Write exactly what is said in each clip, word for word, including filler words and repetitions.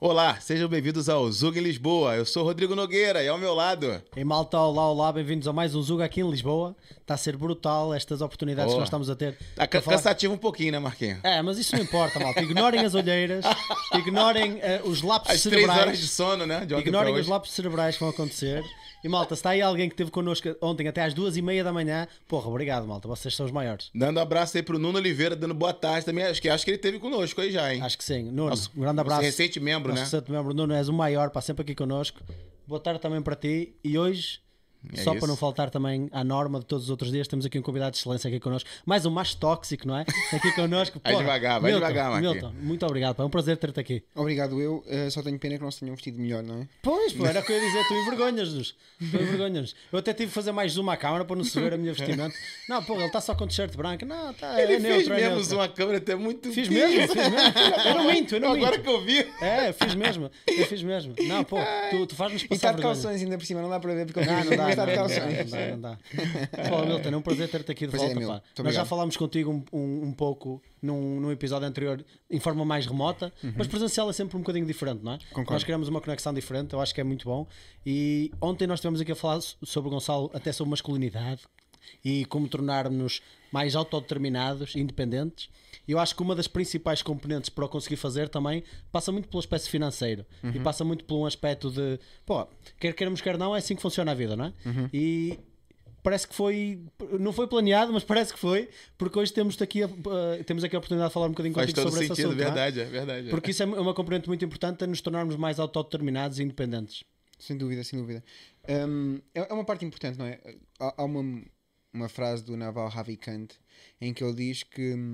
Olá, sejam bem-vindos ao Zug em Lisboa. Eu sou Rodrigo Nogueira e ao meu lado... Em Malta, olá, olá, bem-vindos a mais um Zug aqui em Lisboa. Está a ser brutal estas oportunidades oh. que nós estamos a ter. Tá ca falar... cansativo um pouquinho, né, Marquinhos? É, mas isso não importa, malta. Ignorem as olheiras, ignorem uh, os lapsos As cerebrais. três horas de sono, né? De ignorem os lapsos cerebrais que vão acontecer. E malta, se está aí alguém que esteve connosco ontem até às duas e meia da manhã, porra, obrigado, malta, vocês são os maiores. Dando um abraço aí pro Nuno Oliveira, dando boa tarde também. Acho que, acho que ele esteve conosco aí já, hein? Acho que sim. Nuno, Nosso, um grande abraço. Recente membro, nosso né? recente membro, Nuno, és o maior, para sempre aqui connosco. Boa tarde também para ti. E hoje... É Só isso. para não faltar também à norma de todos os outros dias, temos aqui um convidado de excelência aqui connosco. Mais um mais tóxico, não é? Aqui connosco. Vai Porra, devagar, vai Milton, devagar, Marquinhos. Milton, muito obrigado, pá. É um prazer ter-te aqui. Obrigado eu, uh, só tenho pena que não se tenham vestido melhor, não é? Pois, pô, era o que eu ia dizer, tu envergonhas-nos. Tu envergonhas-nos. Eu até tive que fazer mais zoom à câmara para não se ver a minha vestimenta. Não, pô, ele está só com t-shirt branca. Não, tá, Ele é fez neutro, é menos neutro. uma câmera até muito... Fiz mesmo, fiz mesmo. Eu não minto, eu não minto. Agora que eu vi... É, fiz mesmo, eu fiz mesmo. Não, pô, tu, tu faz-nos E passar está de vergonha. calções ainda por cima, não dá para ver porque eu Não, não tenho dá, que estar de não, calções. não dá, não dá. Pô, Milton, é um prazer ter-te aqui de Pois é, volta, meu. pá. Muito Nós já obrigado. falámos contigo um, um, um pouco num, num episódio anterior em forma mais remota, Uhum. mas presencial é sempre um bocadinho diferente, não é? Concordo. Nós criamos uma conexão diferente, eu acho que é muito bom. E ontem nós estivemos aqui a falar sobre o Gonçalo, até sobre masculinidade e como tornarmos mais autodeterminados e independentes. E eu acho que uma das principais componentes para o conseguir fazer também passa muito pelo aspecto financeiro Uhum. e passa muito por um aspecto de, pô, quer queiramos, quer não, é assim que funciona a vida, não é? Uhum. E parece que foi, não foi planeado, mas parece que foi, porque hoje temos aqui a, uh, temos aqui a oportunidade de falar um bocadinho Faz contigo todo sobre esse sentido, assunto, não é? verdade, é verdade. Porque isso é uma componente muito importante, é nos tornarmos mais autodeterminados e independentes. Sem dúvida, sem dúvida. Um, é é uma parte importante, não é? Há, há uma, uma frase do Naval Ravikant em que ele diz que hum,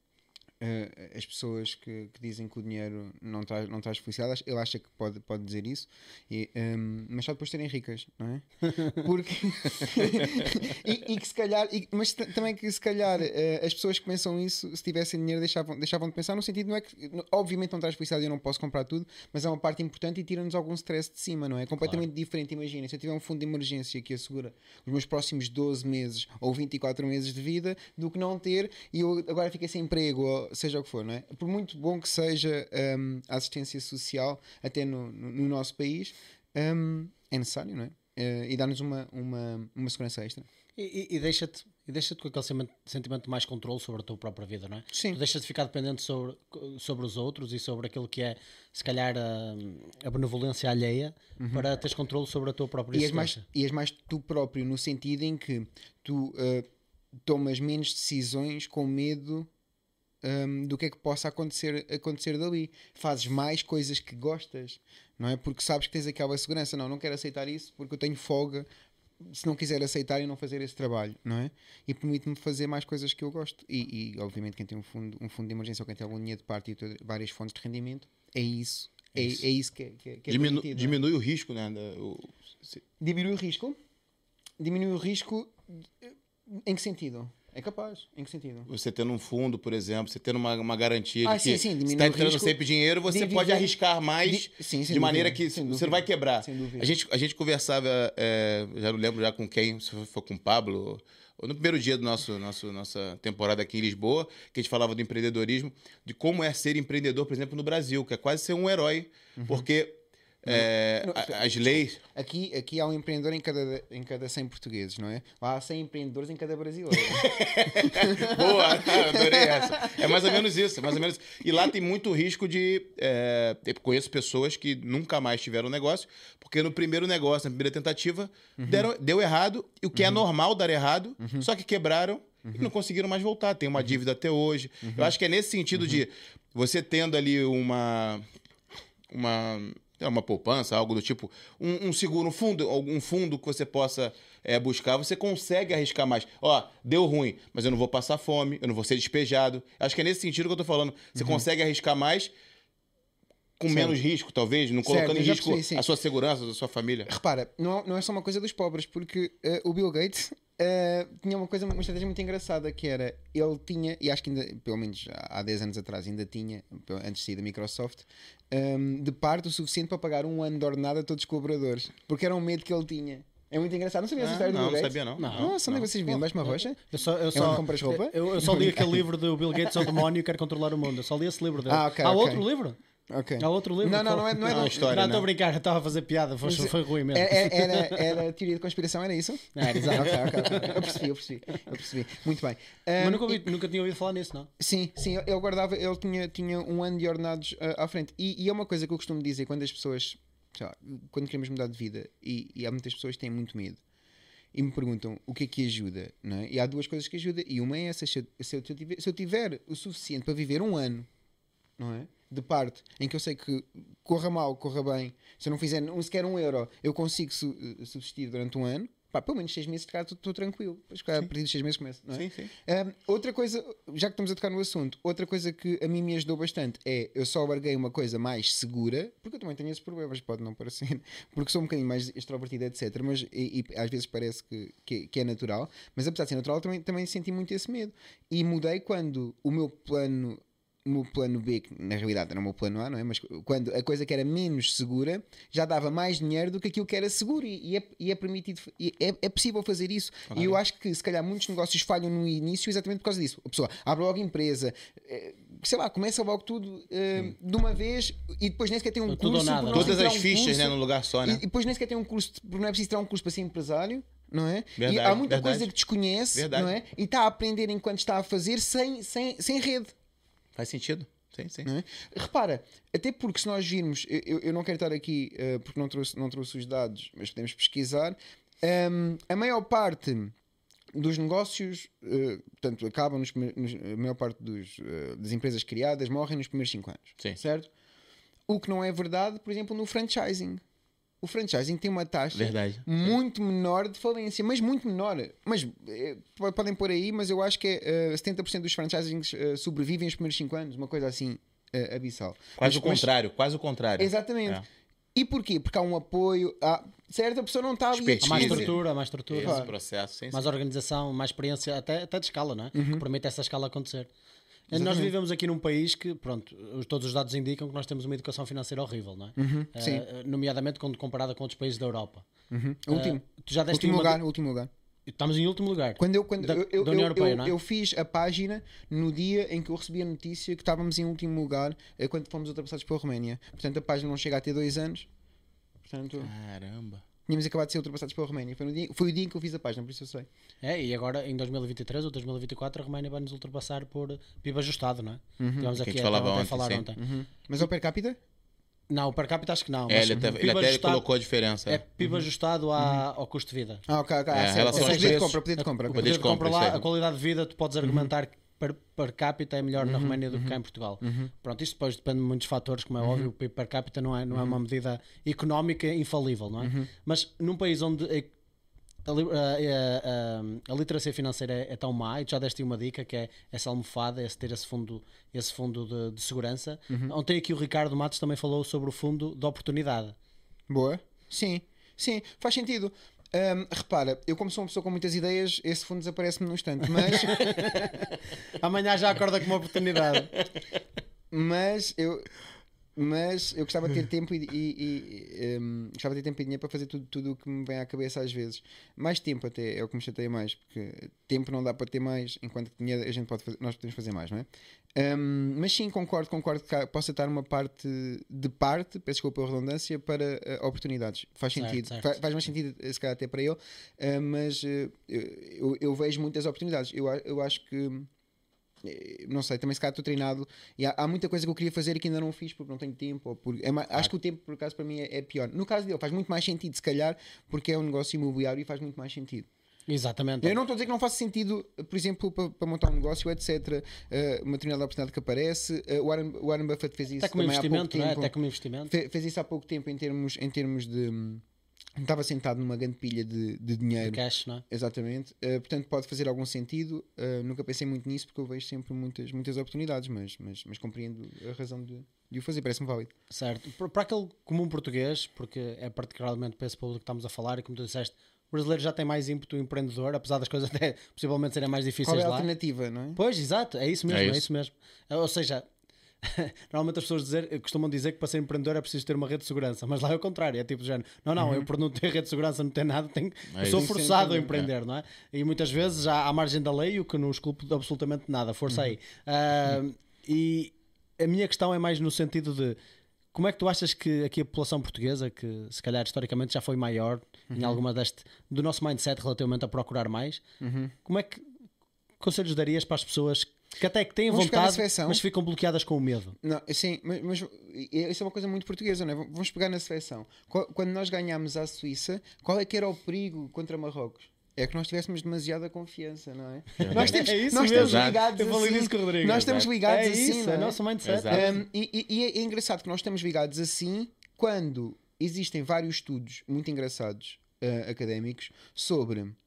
uh, as pessoas que, que dizem que o dinheiro não traz, não traz felicidade, ele acha que pode, pode dizer isso, e, um, mas só depois de serem ricas, não é? Porque e, e que se calhar, e, mas t- também que se calhar uh, as pessoas que pensam isso, se tivessem dinheiro, deixavam, deixavam de pensar, no sentido, não é que obviamente não traz felicidade e eu não posso comprar tudo, mas é uma parte importante e tira-nos algum stress de cima, não é? É completamente diferente. Imagina, se eu tiver um fundo de emergência que assegura os meus próximos doze meses ou vinte e quatro meses de vida, do que não ter e eu agora fiquei sem emprego, ou seja o que for, não é? Por muito bom que seja um, a assistência social, até no, no, no nosso país, um, é necessário, não é? Uh, e dá-nos uma, uma, uma segurança extra. E, e, e deixa-te e deixa-te com aquele sentimento, sentimento de mais controle sobre a tua própria vida, não é? Sim. Tu deixas de ficar dependente sobre, sobre os outros e sobre aquilo que é, se calhar, a, a benevolência alheia, Uhum. para teres controle sobre a tua própria E és, mais, existência. e és mais tu próprio, no sentido em que tu uh, tomas menos decisões com medo um, do que é que possa acontecer, acontecer dali. Fazes mais coisas que gostas, não é? Porque sabes que tens aquela segurança. Não, não quero aceitar isso porque eu tenho folga. Se não quiser aceitar e não fazer esse trabalho, não é? E permite-me fazer mais coisas que eu gosto. E, e obviamente quem tem um fundo, um fundo de emergência ou quem tem algum dinheiro de parte e todas- várias fontes de rendimento, é isso. É, Isso. é isso que é, que é, que é Diminu permitido, não é? diminui o risco, né? da- o- se- Diminui o risco? Diminui o risco em que sentido? É capaz. Em que sentido? Você tendo um fundo, por exemplo, você tendo uma, uma garantia de Ah, que sim, sim, se diminui está o entrando risco sempre dinheiro, você de pode viver- arriscar mais de- sim, sem de maneira dúvida, que sem você dúvida. não vai quebrar. Sem dúvida. A gente, a gente conversava, é, já não lembro já com quem, se foi com o Pablo, ou no primeiro dia do nosso, nosso nossa temporada aqui em Lisboa, que a gente falava do empreendedorismo, de como é ser empreendedor, por exemplo, no Brasil, que é quase ser um herói, porque é, Não, a- as leis... Aqui, aqui há um empreendedor em cada, em cada cem portugueses, não é? Lá há cem empreendedores em cada brasileiro. Boa, adorei essa. É mais ou menos isso, é mais ou menos. E lá tem muito risco de... É, eu conheço pessoas que nunca mais tiveram negócio, porque no primeiro negócio, na primeira tentativa, deram, deu errado, e o que é normal dar errado, só que quebraram e não conseguiram mais voltar. Tem uma dívida até hoje. Eu acho que é nesse sentido de você tendo ali uma... uma é uma poupança, algo do tipo, um, um seguro, um fundo, algum fundo que você possa é, buscar, você consegue arriscar mais. Ó, deu ruim, mas eu não vou passar fome, eu não vou ser despejado. Acho que é nesse sentido que eu tô falando. Você Uhum. consegue arriscar mais com Certo. menos risco, talvez, não colocando Certo, em já risco percebi, sim. a sua segurança, a sua família. Repara, não, não é só uma coisa dos pobres, porque eh, o Bill Gates eh, tinha uma coisa, uma estratégia muito engraçada, que era, ele tinha, e acho que ainda, pelo menos há dez anos atrás, ainda tinha, antes de sair da Microsoft, ehm, de parte o suficiente para pagar um ano de ordenada a todos os colaboradores, porque era um medo que ele tinha. É muito engraçado. Não sabia essa Ah, história do não, Bill não Gates? sabia, não. Não. Nossa, onde é que vocês viram? Vais-me a rocha? Eu só, eu onde só, compras roupa? eu, eu só li aquele livro do Bill Gates, é o demónio, quero controlar o mundo. Eu só li esse livro dele. Ah, ok, Há ok. outro livro? Ok. Há outro livro? Não, não, não é, não é Não, do- história. Não, estou não. a brincar, eu estava a fazer piada, foi, Mas- foi ruim mesmo. Era, era, era teoria de conspiração, era isso? Era, exato. Ok, ok, ok. Eu percebi, eu percebi. Eu percebi. Muito bem. Mas Um, nunca, ouvi- nunca tinha ouvido falar nisso, não? Sim, sim, ele guardava, ele tinha, tinha um ano de ordenados uh, à frente. E, e é uma coisa que eu costumo dizer quando as pessoas, sei lá, quando queremos mudar de vida, e, e há muitas pessoas que têm muito medo e me perguntam o que é que ajuda, não é? E há duas coisas que ajudam, e uma é essa: se eu, se eu tiver, se eu tiver o suficiente para viver um ano, não é? De parte em que eu sei que corra mal, corra bem, se eu não fizer um, sequer um euro, eu consigo su subsistir durante um ano. Pá, pelo menos seis meses de cá estou tranquilo. Depois, a partir dos seis meses começo, não é? Sim, sim. Um, outra coisa, já que estamos a tocar no assunto, outra coisa que a mim me ajudou bastante é eu só larguei uma coisa mais segura, porque eu também tenho esses problemas, pode não parecer, porque sou um bocadinho mais extrovertido, etcétera. Mas e, e às vezes parece que, que, que é natural, mas apesar de ser natural, também, também senti muito esse medo. E mudei quando o meu plano. O meu plano B, que na realidade era o meu plano A, não é? Mas quando a coisa que era menos segura já dava mais dinheiro do que aquilo que era seguro, e, e, é, e é permitido, e é, é possível fazer isso. Okay. E eu acho que se calhar muitos negócios falham no início exatamente por causa disso. A pessoa abre logo empresa, sei lá, começa logo tudo uh, de uma vez e depois nem sequer tem um tudo curso. Nada. Todas as um fichas, curso, né, no lugar só, né? E, e depois nem sequer tem um curso, porque não é preciso ter um curso para ser empresário. Não é? Verdade, e há muita verdade. coisa que desconhece, Verdade. não é? E está a aprender enquanto está a fazer sem, sem, sem rede. Faz sentido. Sim, sim. Não é? Repara, até porque se nós virmos, eu, eu não quero estar aqui uh, porque não trouxe, não trouxe os dados, mas podemos pesquisar. Um, a maior parte dos negócios, uh, portanto, acabam nos, nos, a maior parte dos, uh, das empresas criadas morrem nos primeiros cinco anos. Sim. Certo? O que não é verdade, por exemplo, no franchising. O franchising tem uma taxa Verdade. muito menor de falência, mas muito menor. Mas eh, podem pôr aí, mas eu acho que é, uh, setenta por cento dos franchisings uh, sobrevivem os primeiros cinco anos, uma coisa assim uh, abissal. Quase mas, o contrário, mas... quase o contrário. Exatamente. É. E porquê? Porque há um apoio, há... certo? A pessoa não está ali a Há mais estrutura, há mais estrutura. Esse processo, sim, mais sim. organização, mais experiência, até, até de escala, não é? Uhum. Que permite essa escala acontecer. Exatamente. Nós vivemos aqui num país que, pronto, todos os dados indicam que nós temos uma educação financeira horrível, não é? Uhum, uh, sim. Nomeadamente quando comparada com outros países da Europa. Uhum. Uh, Último. Tu já deste último uma... lugar, último lugar. Estamos em último lugar. Quando eu, quando da, eu, eu, da União eu, Europeia, eu, não é? eu fiz a página no dia em que eu recebi a notícia que estávamos em último lugar quando fomos ultrapassados pela Roménia. Portanto, a página não chega a ter dois anos. Portanto, caramba. Tínhamos acabado de ser ultrapassados pela Roménia. Foi, no dia, foi o dia em que eu fiz a página, por isso eu sei. É, e agora em dois mil e vinte e três ou dois mil e vinte e quatro a Roménia vai nos ultrapassar por P I B ajustado, não é? Uhum. Tivemos Que a aqui gente falava ontem, ontem, falar sim. ontem. Uhum. Mas ao per capita? Não, o per capita acho que não. É, mas ele até, P I B ele até ajustado colocou a diferença. É P I B ajustado à, ao custo de vida. Ah, ok, ok. É, Ah, a certo. relação Ou seja, aos poder de preços. compra, poder de compra. O ok. poder de compra, lá, isso aí. a qualidade de vida, tu podes argumentar que per, per capita é melhor na Roménia do que cá em Portugal. Pronto, isso depois depende de muitos fatores, como é óbvio, o P I B per capita não é, não é uma medida económica infalível, não é? Mas num país onde a, a, a, a, a literacia financeira é, é tão má, e tu já deste uma dica que é essa almofada, esse ter esse fundo, esse fundo de, de segurança. Ontem aqui o Ricardo Matos também falou sobre o fundo de oportunidade. Boa. Sim, sim, faz sentido. Um, repara, eu como sou uma pessoa com muitas ideias, esse fundo desaparece-me num instante, mas, Amanhã já acorda com uma oportunidade. mas eu mas eu gostava de ter tempo e, e, e um, gostava de ter tempo e dinheiro para fazer tudo, tudo o que me vem à cabeça às vezes. Mais tempo até é o que me chateia mais, porque tempo não dá para ter mais, enquanto que dinheiro a gente pode fazer, nós podemos fazer mais, não é? Um, mas sim, concordo, concordo que possa estar uma parte de parte, peço desculpa pela redundância, para uh, oportunidades. Faz Certo, sentido, certo. Fa- faz mais sentido se calhar até para ele, uh, mas uh, eu, eu vejo muitas oportunidades. Eu, a- eu acho que não sei, também se calhar estou treinado e há, há muita coisa que eu queria fazer e que ainda não fiz porque não tenho tempo ou por, é mais, acho que o tempo por acaso para mim é, é pior. No caso dele faz muito mais sentido se calhar porque é um negócio imobiliário e faz muito mais sentido. Exatamente. Eu não estou a dizer que não faça sentido, por exemplo, para, para montar um negócio, etcétera. Uh, uma determinada oportunidade que aparece. Uh, o, Warren, o Warren Buffett fez isso Até como também há pouco investimento, não é? tempo. Até como investimento. Fe- fez isso há pouco tempo em termos, em termos de. hum, Estava sentado numa grande pilha de, de dinheiro. De cash, não é? Exatamente. Uh, portanto, pode fazer algum sentido. Uh, nunca pensei muito nisso porque eu vejo sempre muitas, muitas oportunidades, mas, mas, mas compreendo a razão de, de o fazer. Parece-me válido. Certo. Para para aquele comum português, porque é particularmente para esse público que estamos a falar, e como tu disseste, o brasileiro já tem mais ímpeto empreendedor, apesar das coisas até possivelmente serem mais Qual difíceis é a lá. alternativa, não é? Pois, exato, é isso mesmo, É é isso. isso, mesmo. Ou seja, normalmente as pessoas dizer, costumam dizer que para ser empreendedor é preciso ter uma rede de segurança, mas lá é o contrário, é tipo de género, não, não, eu por não ter rede de segurança, não ter nada, tenho, É eu sou isso. forçado a Sim, sim, empreender, não é? E muitas vezes há à margem da lei o que não esculpe de absolutamente nada, força aí. Ah, e a minha questão é mais no sentido de como é que tu achas que aqui a população portuguesa, que se calhar historicamente já foi maior em alguma deste, do nosso mindset relativamente a procurar mais, Uhum. como é que conselhos darias para as pessoas que até que têm Vamos pegar na vontade, seleção. mas ficam bloqueadas com o medo? Não, sim, mas, mas isso é uma coisa muito portuguesa, não é? Vamos pegar na seleção. Qual- Quando nós ganhámos à Suíça, qual é que era o perigo contra Marrocos? É que nós tivéssemos demasiada confiança, não é? Nós, temos, É isso nós mesmo. estamos ligados Eu falei assim. disso com o Rodrigo. Nós estamos Exato. ligados É assim, isso, não é é? o nosso mindset. Exato. Um, e, e- e é engraçado que nós estamos ligados assim quando existem vários estudos muito engraçados uh, académicos sobre. uh,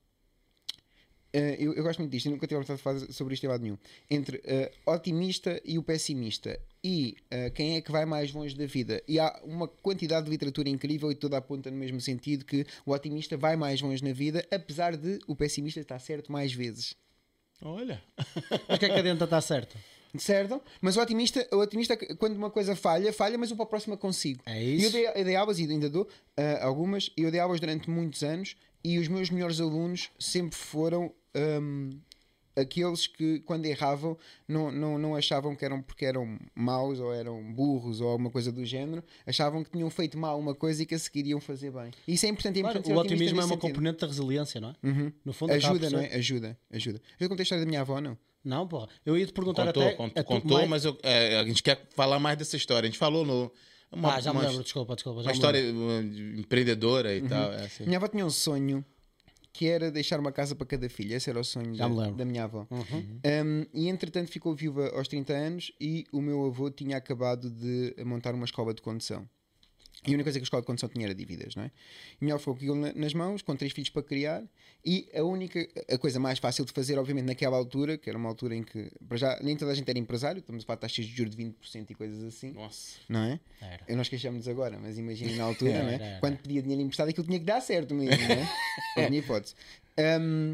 eu, eu gosto muito disto, e nunca tive a oportunidade de falar sobre isto em lado nenhum. Entre uh, otimista e o pessimista. E uh, quem é que vai mais longe da vida? E há uma quantidade de literatura incrível e toda aponta no mesmo sentido que o otimista vai mais longe na vida, apesar de o pessimista estar certo mais vezes. Olha. Mas o que é que adianta estar certo? Certo? Mas o otimista, o otimista, quando uma coisa falha, falha, mas eu para a próxima consigo. É E eu isso. dei, eu dei aulas, e ainda dou uh, algumas, e eu dei aulas durante muitos anos, e os meus melhores alunos sempre foram um, aqueles que, quando erravam, não, não, não achavam que eram porque eram maus, ou eram burros, ou alguma coisa do género, achavam que tinham feito mal uma coisa e que a seguir iam fazer bem. E isso é importante. É Claro, importante o ser otimista otimismo é nesse uma sentido. componente da resiliência, não é? Uhum. No fundo, acaba Ajuda, por não ser. é? Ajuda, ajuda. Eu contei a história da minha avó, não? Não, porra. Eu ia te perguntar Contou, até. contou, a tu- contou mais- mas eu- é, a gente quer falar mais dessa história. A gente falou no. Uma, ah, já me uma- lembro, desculpa, desculpa. Já uma me história lembro. uh, empreendedora e tal. É assim. Minha avó tinha um sonho que era deixar uma casa para cada filha. Esse era o sonho Já da, me lembro. da minha avó. Uhum. Um, e entretanto ficou viúva aos trinta anos e o meu avô tinha acabado de montar uma escola de condução. E a única coisa que a escola de condução tinha era dívidas, não é? E minha avó ficou com aquilo na- nas mãos, com três filhos para criar, e a única, a coisa mais fácil de fazer, obviamente, naquela altura, que era uma altura em que, para já, nem toda a gente era empresário, estamos a falar de taxas de juros de vinte por cento e coisas assim, Nossa. não é? Era. Eu nós queixamos agora, mas imaginem na altura, Era, não é? era. Quando pedia dinheiro emprestado, aquilo tinha que dar certo mesmo, não é? É a minha hipótese. Um,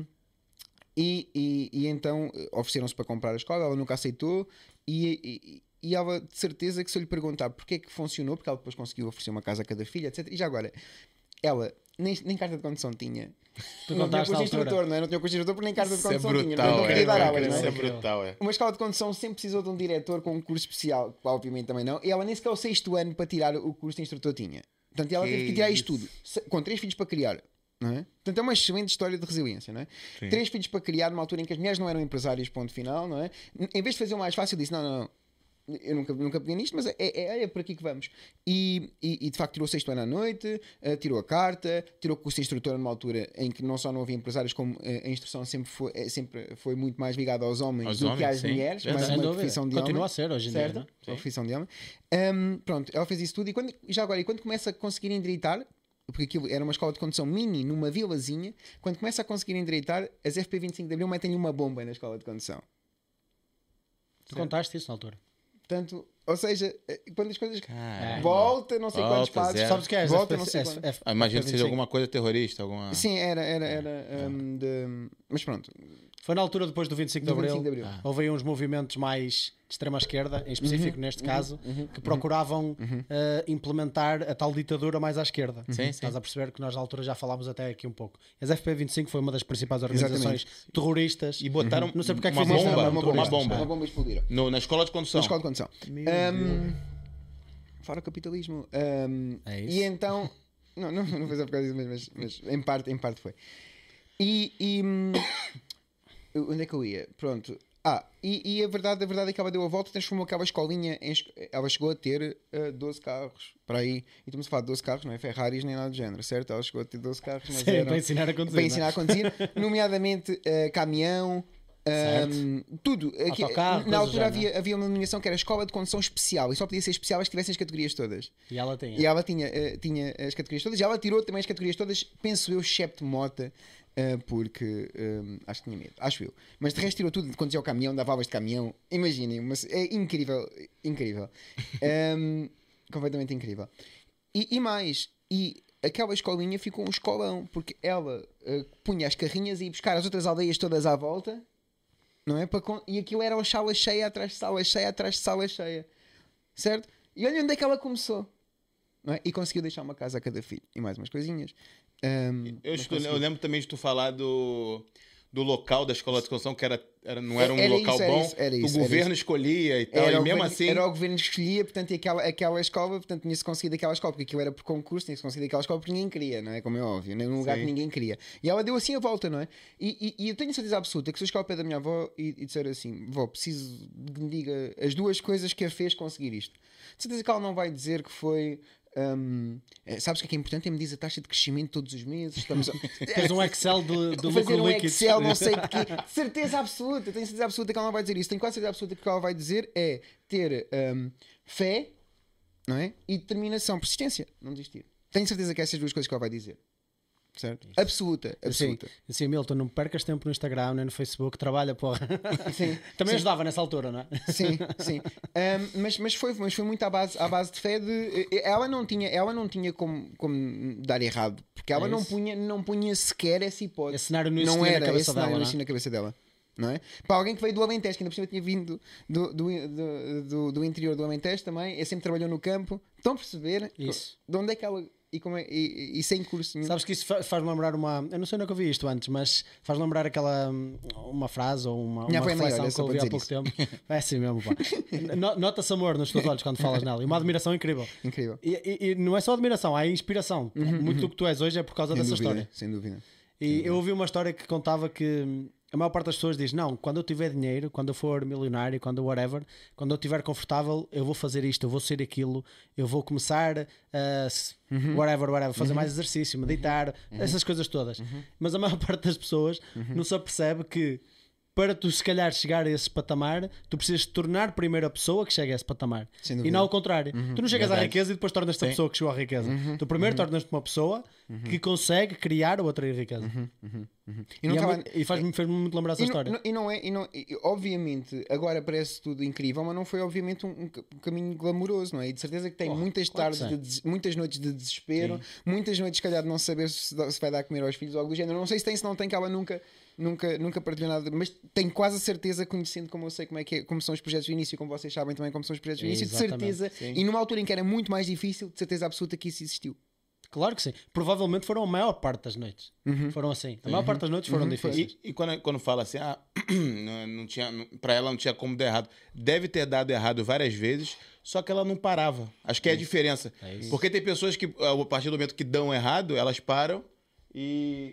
e, e, e então eh, ofereceram-se para comprar a escola, ela nunca aceitou, e, e, e ela de certeza que se eu lhe perguntar porque é que funcionou, porque ela depois conseguiu oferecer uma casa a cada filha, etcétera. E já agora, ela nem, nem carta de condução tinha. Tu Não tinha contaste curso na de altura. instrutor, não é? Não tinha curso de instrutor porque nem carta de Isso é condução tinha. brutal, Não é. podia dar é, aulas, não Isso é? é brutal, é. Uma escola de condução sempre precisou de um diretor com um curso especial, que obviamente também não, e ela nem sequer o sexto ano para tirar o curso de instrutor tinha. Portanto, ela Que teve que tirar isto isso. tudo, se- com três filhos para criar. Não é? Portanto, é uma excelente história de resiliência, não é? Sim. Três filhos para criar numa altura em que as mulheres não eram empresárias, ponto final, não é? Em vez de fazer o mais fácil, disse: não, não, não. Eu nunca, nunca peguei nisto, mas é, é, é por aqui que vamos. E, e, e, de facto tirou o sexto ano à noite, eh, tirou a carta, tirou o curso de instrutor numa altura em que não só não havia empresários, como eh, a instrução sempre foi, eh, sempre foi muito mais ligada aos homens Aos do homens, que às sim. mulheres, Verdade. mais Sem uma dúvida. profissão de Continua homem. a ser hoje em Certo? dia, não é? Uma profissão de homem. Um, pronto, ela fez isso tudo e quando, já agora, e quando começa a conseguir endireitar, porque aquilo era uma escola de condução mini numa vilazinha, quando começa a conseguir endireitar, as F P vinte e cinco de Abril metem-lhe uma bomba na escola de condução. Tu contaste isso na altura. Portanto, ou seja, eh, quando as coisas Caramba. volta, não sei Volta, quantos passos, zero. Sabes o que é? as volta, F P- não sei F- quantos. F- Ah, imagino que seja F P vinte e cinco. alguma coisa terrorista. Alguma... Sim, era, era, era um, de... Mas pronto, Foi na altura depois do vinte e cinco de do vinte e Abril. cinco de Abril. Ah. Houve aí uns movimentos mais de extrema-esquerda, em específico Uhum, neste caso, que procuravam eh, implementar a tal ditadura mais à esquerda. Sim, sim. Estás a perceber que nós na altura já falámos até aqui um pouco. As F P vinte e cinco foi uma das principais organizações terroristas. E botaram Não sei porque é que uma, fizeram bomba, uma uma, bomba. bomba, Uma bomba explodiram. No, na escola de condução. Na escola de condução. Meu Um, fora o capitalismo. Um, É isso. E então. Não, não, não foi só por causa disso, mas, mas, mas em, parte, em parte foi. E. e hum, onde é que eu ia? Pronto. Ah, e, e a, verdade, a verdade é que ela deu a volta, transformou aquela escolinha em. es- Ela chegou a ter uh, doze carros para aí. E estamos a falar de doze carros, não é Ferraris nem nada do género, certo? Ela chegou a ter doze carros, mas Sim, eram, para ensinar a conduzir. para não é? ensinar a conduzir, nomeadamente uh, caminhão. Certo. um, tudo. Aqui- Autocarro, na coisas altura já, havia, havia uma denominação que era escola de condução especial e só podia ser especial se tivessem as categorias todas. E ela tinha. E ela tinha, eh, tinha as categorias todas e ela tirou também as categorias todas, penso eu, excepto mota, eh, porque eh, acho que tinha medo, acho eu. Mas de resto tirou tudo, quando dizia o caminhão, dava aulas de caminhão, imaginem, mas é incrível, incrível. Ehm, completamente incrível. E, e mais, e aquela escolinha ficou um escolão, porque ela eh, punha as carrinhas e ia buscar as outras aldeias todas à volta. Não é? Para con- E aquilo era uma sala cheia atrás de sala cheia atrás de sala cheia. Certo? E olha onde é que ela começou. Não é? E conseguiu deixar uma casa a cada filho. E mais umas coisinhas. Ahm, Eu, mas estou- conseguiu. eu lembro também de tu falar do, do local da escola de construção, que era, era, não era um Era local isso, era bom, isso, era que isso, o era governo isso. escolhia e tal, Era e o, mesmo governo, assim... era o governo que escolhia, portanto, e aquela, aquela escola, portanto, tinha-se conseguido aquela escola, porque aquilo era por concurso, tinha-se conseguido aquela escola porque ninguém queria, não é? Como é óbvio, num lugar Sim. que ninguém queria. E ela deu assim a volta, não é? E, e, e eu tenho certeza absoluta que se eu chegar ao pé da minha avó e, e disser assim, vó, preciso que me diga as duas coisas que a fez conseguir isto. De certeza que ela não vai dizer que foi... Um, sabes o que é que é importante? É medir a taxa de crescimento todos os meses. Estamos a... Tens um Excel de, de fazer lucro um líquido. Excel, não sei de quê. Certeza absoluta, tenho certeza absoluta que ela não vai dizer isso. Tenho quase certeza absoluta que o que ela vai dizer é ter um, fé, não é? E determinação, persistência, não desistir. Tenho certeza que essas duas coisas que ela vai dizer. Certo? Absoluta, absoluta. Assim, assim, Milton, não percas tempo no Instagram nem no Facebook, trabalha, porra. Sim, Também sim. ajudava nessa altura, não é? Sim, sim. Um, mas, mas, foi, mas foi muito à base, à base de fé de. Ela não tinha, ela não tinha como, como dar errado, porque ela É não, isso. punha, não punha sequer essa hipótese. Esse cenário não não existia era, na cabeça esse cenário dela, não não é? existia na cabeça dela. Não é? Para alguém que veio do Alentejo, que ainda por cima tinha vindo do, do, do, do, do interior do Alentejo também, e sempre trabalhou no campo, estão a perceber Isso. de onde é que ela. E, como é, e, e sem curso nenhum. Sabes que isso fa- faz-me lembrar uma. Eu não sei onde é que eu vi isto antes, mas faz lembrar aquela. hum, Uma frase ou uma, Minha uma avó é maior, reflexão é que só eu para ouvi há dizer pouco isso. tempo. É assim mesmo, pá. No- Nota-se amor nos teus olhos quando falas nela e uma admiração incrível. Incrível. E, e- e não é só admiração, há inspiração. Muito do que tu és hoje é por causa Sem dessa dúvida, história. sem dúvida. E eu ouvi uma história que contava que hum, a maior parte das pessoas diz: não, quando eu tiver dinheiro, quando eu for milionário, quando eu whatever, quando eu estiver confortável, eu vou fazer isto, eu vou ser aquilo, eu vou começar a se- whatever, whatever, fazer mais exercício, meditar, essas coisas todas. Mas a maior parte das pessoas não se apercebe que para tu se calhar chegar a esse patamar, tu precisas te tornar primeiro a pessoa que chega a esse patamar. Sem E dúvida. não ao contrário. Tu não chegas à Verdade. riqueza e depois tornas-te a Sim. pessoa que chegou à riqueza. Tu primeiro tornas-te uma pessoa que consegue criar outra riqueza. E E, não é estava- muito- e faz-me fez-me muito lembrar essa E não, história. não- e não é, e não, e, obviamente, agora parece tudo incrível, mas não foi, obviamente, um, um ca- um caminho glamouroso, não é? E de certeza que tem Oh, muitas claro que tardes, de des- muitas noites de desespero, muitas noites, se calhar, de não saber se, dá- se vai dar a comer aos filhos ou algo do género. Não sei se tem, se não tem, que ela nunca, nunca, nunca partilhou nada, mas tenho quase a certeza, conhecendo como eu sei como, é que é, como são os projetos do início, como vocês sabem também como são os projetos do início, de Exatamente, certeza, sim. e numa altura em que era muito mais difícil, de certeza absoluta que isso existiu. Claro que sim. Provavelmente foram a maior parte das noites. Foram assim. A maior parte das noites foram difíceis. E, e quando, quando fala assim, ah, não, não tinha, não, pra ela não tinha como dar errado. Deve ter dado errado várias vezes, só que ela não parava. Acho que é a diferença. É isso. Porque tem pessoas que, a partir do momento que dão errado, elas param e.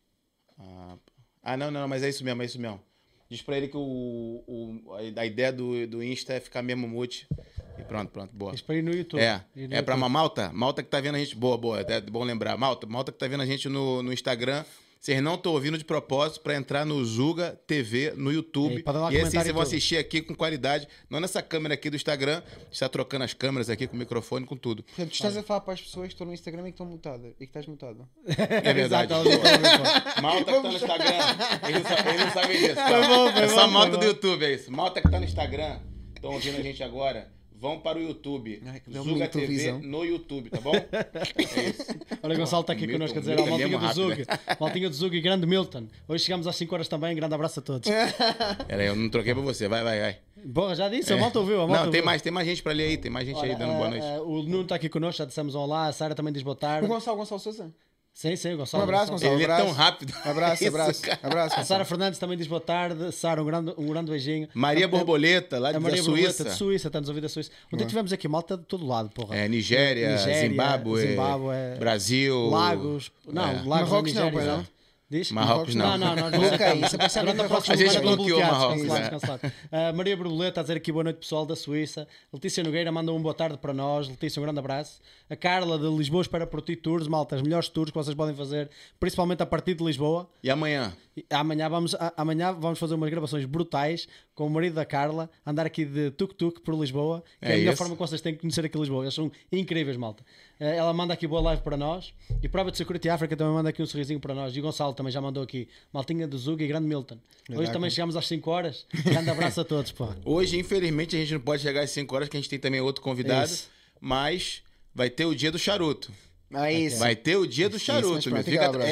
Ah, ah, não, não, não, mas é isso mesmo, é isso mesmo. Diz pra ele que o, o, a ideia do, do Insta é ficar mesmo mute. E pronto, pronto, boa. Isso para ir no YouTube. É, Ir no é pra YouTube. uma Malta, Malta que tá vendo a gente, boa, boa, é bom lembrar, Malta, Malta que tá vendo a gente no, no Instagram, vocês não estão ouvindo de propósito pra entrar no Zuga T V no YouTube, E para dar lá e assim comentário vocês e vão tudo. assistir aqui com qualidade, não nessa câmera aqui do Instagram, a gente tá trocando as câmeras aqui com o microfone, com tudo. Portanto, tu estás a falar para as pessoas que estão no Instagram e que estão mutadas, e que estás mutado. É verdade. Exato, elas não estão a ver, pô. Malta que tá no Instagram, eles não, sa- eles não sabem disso. Foi bom, foi é bom, só foi Malta bom. do YouTube, é isso. Malta que tá no Instagram, estão ouvindo a gente agora, vão para o YouTube. Ai, que dá uma Zuga T V televisão. no YouTube, tá bom? É isso. Olha, o Gonçalo está aqui Milton, connosco a dizer: Milton ó, é Maltinha mesmo do rápido, Zug, Maltinha do Zug e grande Milton. Hoje chegamos às cinco horas também. Grande abraço a todos. Pera aí, eu não troquei pra você, vai, vai, vai. Porra, já disse, a malta ouviu. A malta Não, tem ouviu. mais, tem mais gente pra ler aí, tem mais gente aí Olha, dando boa ah, noite. ah, o Nuno está aqui connosco, já dissemos um olá. A Sara também diz boa tarde. O Gonçalo, Gonçalo Sousa. Sim, sim, o Gonçalo. Um abraço, Gonçalo. Ele é abraço. tão rápido. Abraço, Isso, abraço. cara. Abraço. A Sara Fernandes também diz boa tarde. Sara, um grande, um grande beijinho. Maria A- Borboleta, lá A da Maria Borboleta Suíça. de Suíça, está-nos a ouvir da Suíça. Ontem tivemos aqui malta de todo lado, porra. É, Nigéria, Nigéria, Zimbábue, Zimbábue, Brasil. Lagos. Não, É. Lagos Marrocos da não, Nigéria, pois não? exato. Diz? Marrocos não. Não, não, não. Bloqueio, isso é para ser Durante a Marrocos. próxima A gente semana estão bloqueou bloqueados, Marrocos, cancelados, é. cancelados. A Maria Borboleta a dizer aqui boa noite pessoal da Suíça. Letícia Nogueira mandou um boa tarde para nós. Letícia, um grande abraço. A Carla de Lisboa espera por ti tours, malta, as melhores tours que vocês podem fazer, principalmente a partir de Lisboa. E amanhã? E Amanhã vamos, a- amanhã vamos fazer umas gravações brutais com o marido da Carla, andar aqui de tuk-tuk por Lisboa, que é, É a melhor isso. forma que vocês têm de conhecer aqui Lisboa. Eles são incríveis, malta. Eh, Ela manda aqui boa live para nós. E Prova de Security África também manda aqui um sorrisinho para nós. E o Gonçalo também já mandou aqui. Maltinha do Zug e grande Milton. Hoje também chegamos às cinco horas. Grande abraço a todos, pô. Hoje, infelizmente, a gente não pode chegar às cinco horas, que a gente tem também outro convidado. Isso. Mas vai ter o dia do charuto. Ah, isso. Vai ter o dia do Isso, charuto. mas meu. pronto, Fica- aquela abraço. esse,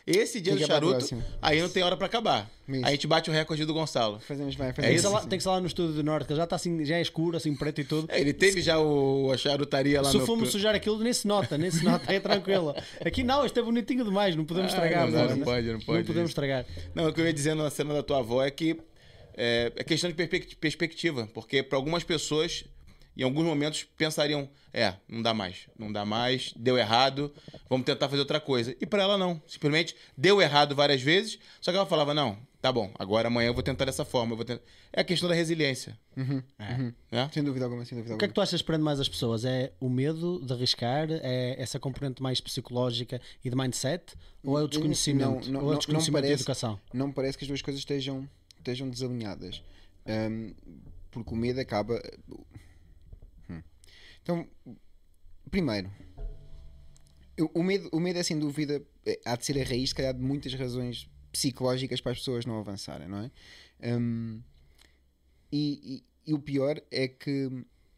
Esse dia Fica do pra charuto, próxima. aí não tem hora pra acabar. Isso. Aí a gente bate o recorde do Gonçalo. Fazemos bem, É Tem que, fazemos ser isso? lá, assim. tem que ser lá no estúdio do Norte, que já está assim, já é escuro, assim, preto e tudo. É, ele teve já o, a charutaria lá Se no... fomos sujar aquilo, nem se nota, nem se nota, é tranquilo. Aqui não, isto é bonitinho demais, não podemos Ah, estragar. não dá, mas- não pode, não pode podemos isso. estragar. Não, o que eu ia dizendo na cena da tua avó é que é, é questão de perspec- perspectiva, porque para algumas pessoas, em alguns momentos, pensariam, é, não dá mais, não dá mais, deu errado, vamos tentar fazer outra coisa. E para ela não, simplesmente deu errado várias vezes, só que ela falava, não, tá bom, agora amanhã eu vou tentar dessa forma, eu vou tentar... É a questão da resiliência. Né? Sem dúvida alguma, sem dúvida O que é alguma. que tu achas que prende mais as pessoas? É o medo de arriscar? É essa componente mais psicológica e de mindset? Ou é o desconhecimento? Não, não, ou é o não, desconhecimento não e a parece- educação? Não me parece que as duas coisas estejam, estejam desalinhadas. Ahm, porque o medo acaba. Hum. Então, primeiro, o- o medo, o medo é sem dúvida, é- há de ser a raiz, se calhar, de muitas razões psicológicas para as pessoas não avançarem, não é? Ahm, e, e- e o pior é que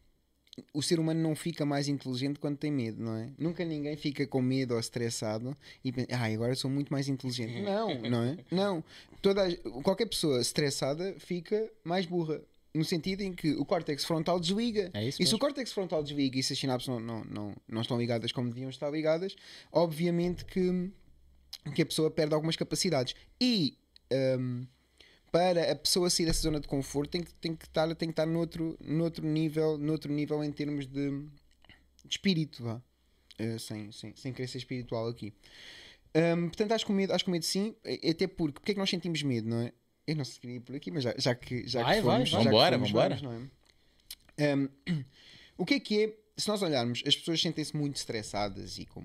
o ser humano não fica mais inteligente quando tem medo, não é? Nunca ninguém fica com medo ou estressado e pensa, ah, agora sou muito mais inteligente. Não, não é? Não. Toda a- qualquer pessoa estressada fica mais burra. No sentido em que o córtex frontal desliga. É isso E se o mesmo. córtex frontal desliga e se as sinapses não, não, não, não estão ligadas como deviam estar ligadas, obviamente que, que a pessoa perde algumas capacidades. E hum, para a pessoa sair dessa zona de conforto tem que, tem que estar, tem que estar noutro, noutro, nível, noutro nível em termos de, de espírito, vá. Eh, sem, sem, sem querer ser espiritual aqui. Hum, portanto, acho que o medo, acho que o medo sim, eh, até porque, porque é que nós sentimos medo, não é? Eu não sei se queria ir por aqui, mas já, já que já Vai, que vai, fomos, vai. já que Vambora, fomos, vambora. vamos, não é? Hum, o que é que é, se nós olharmos, as pessoas sentem-se muito estressadas e como...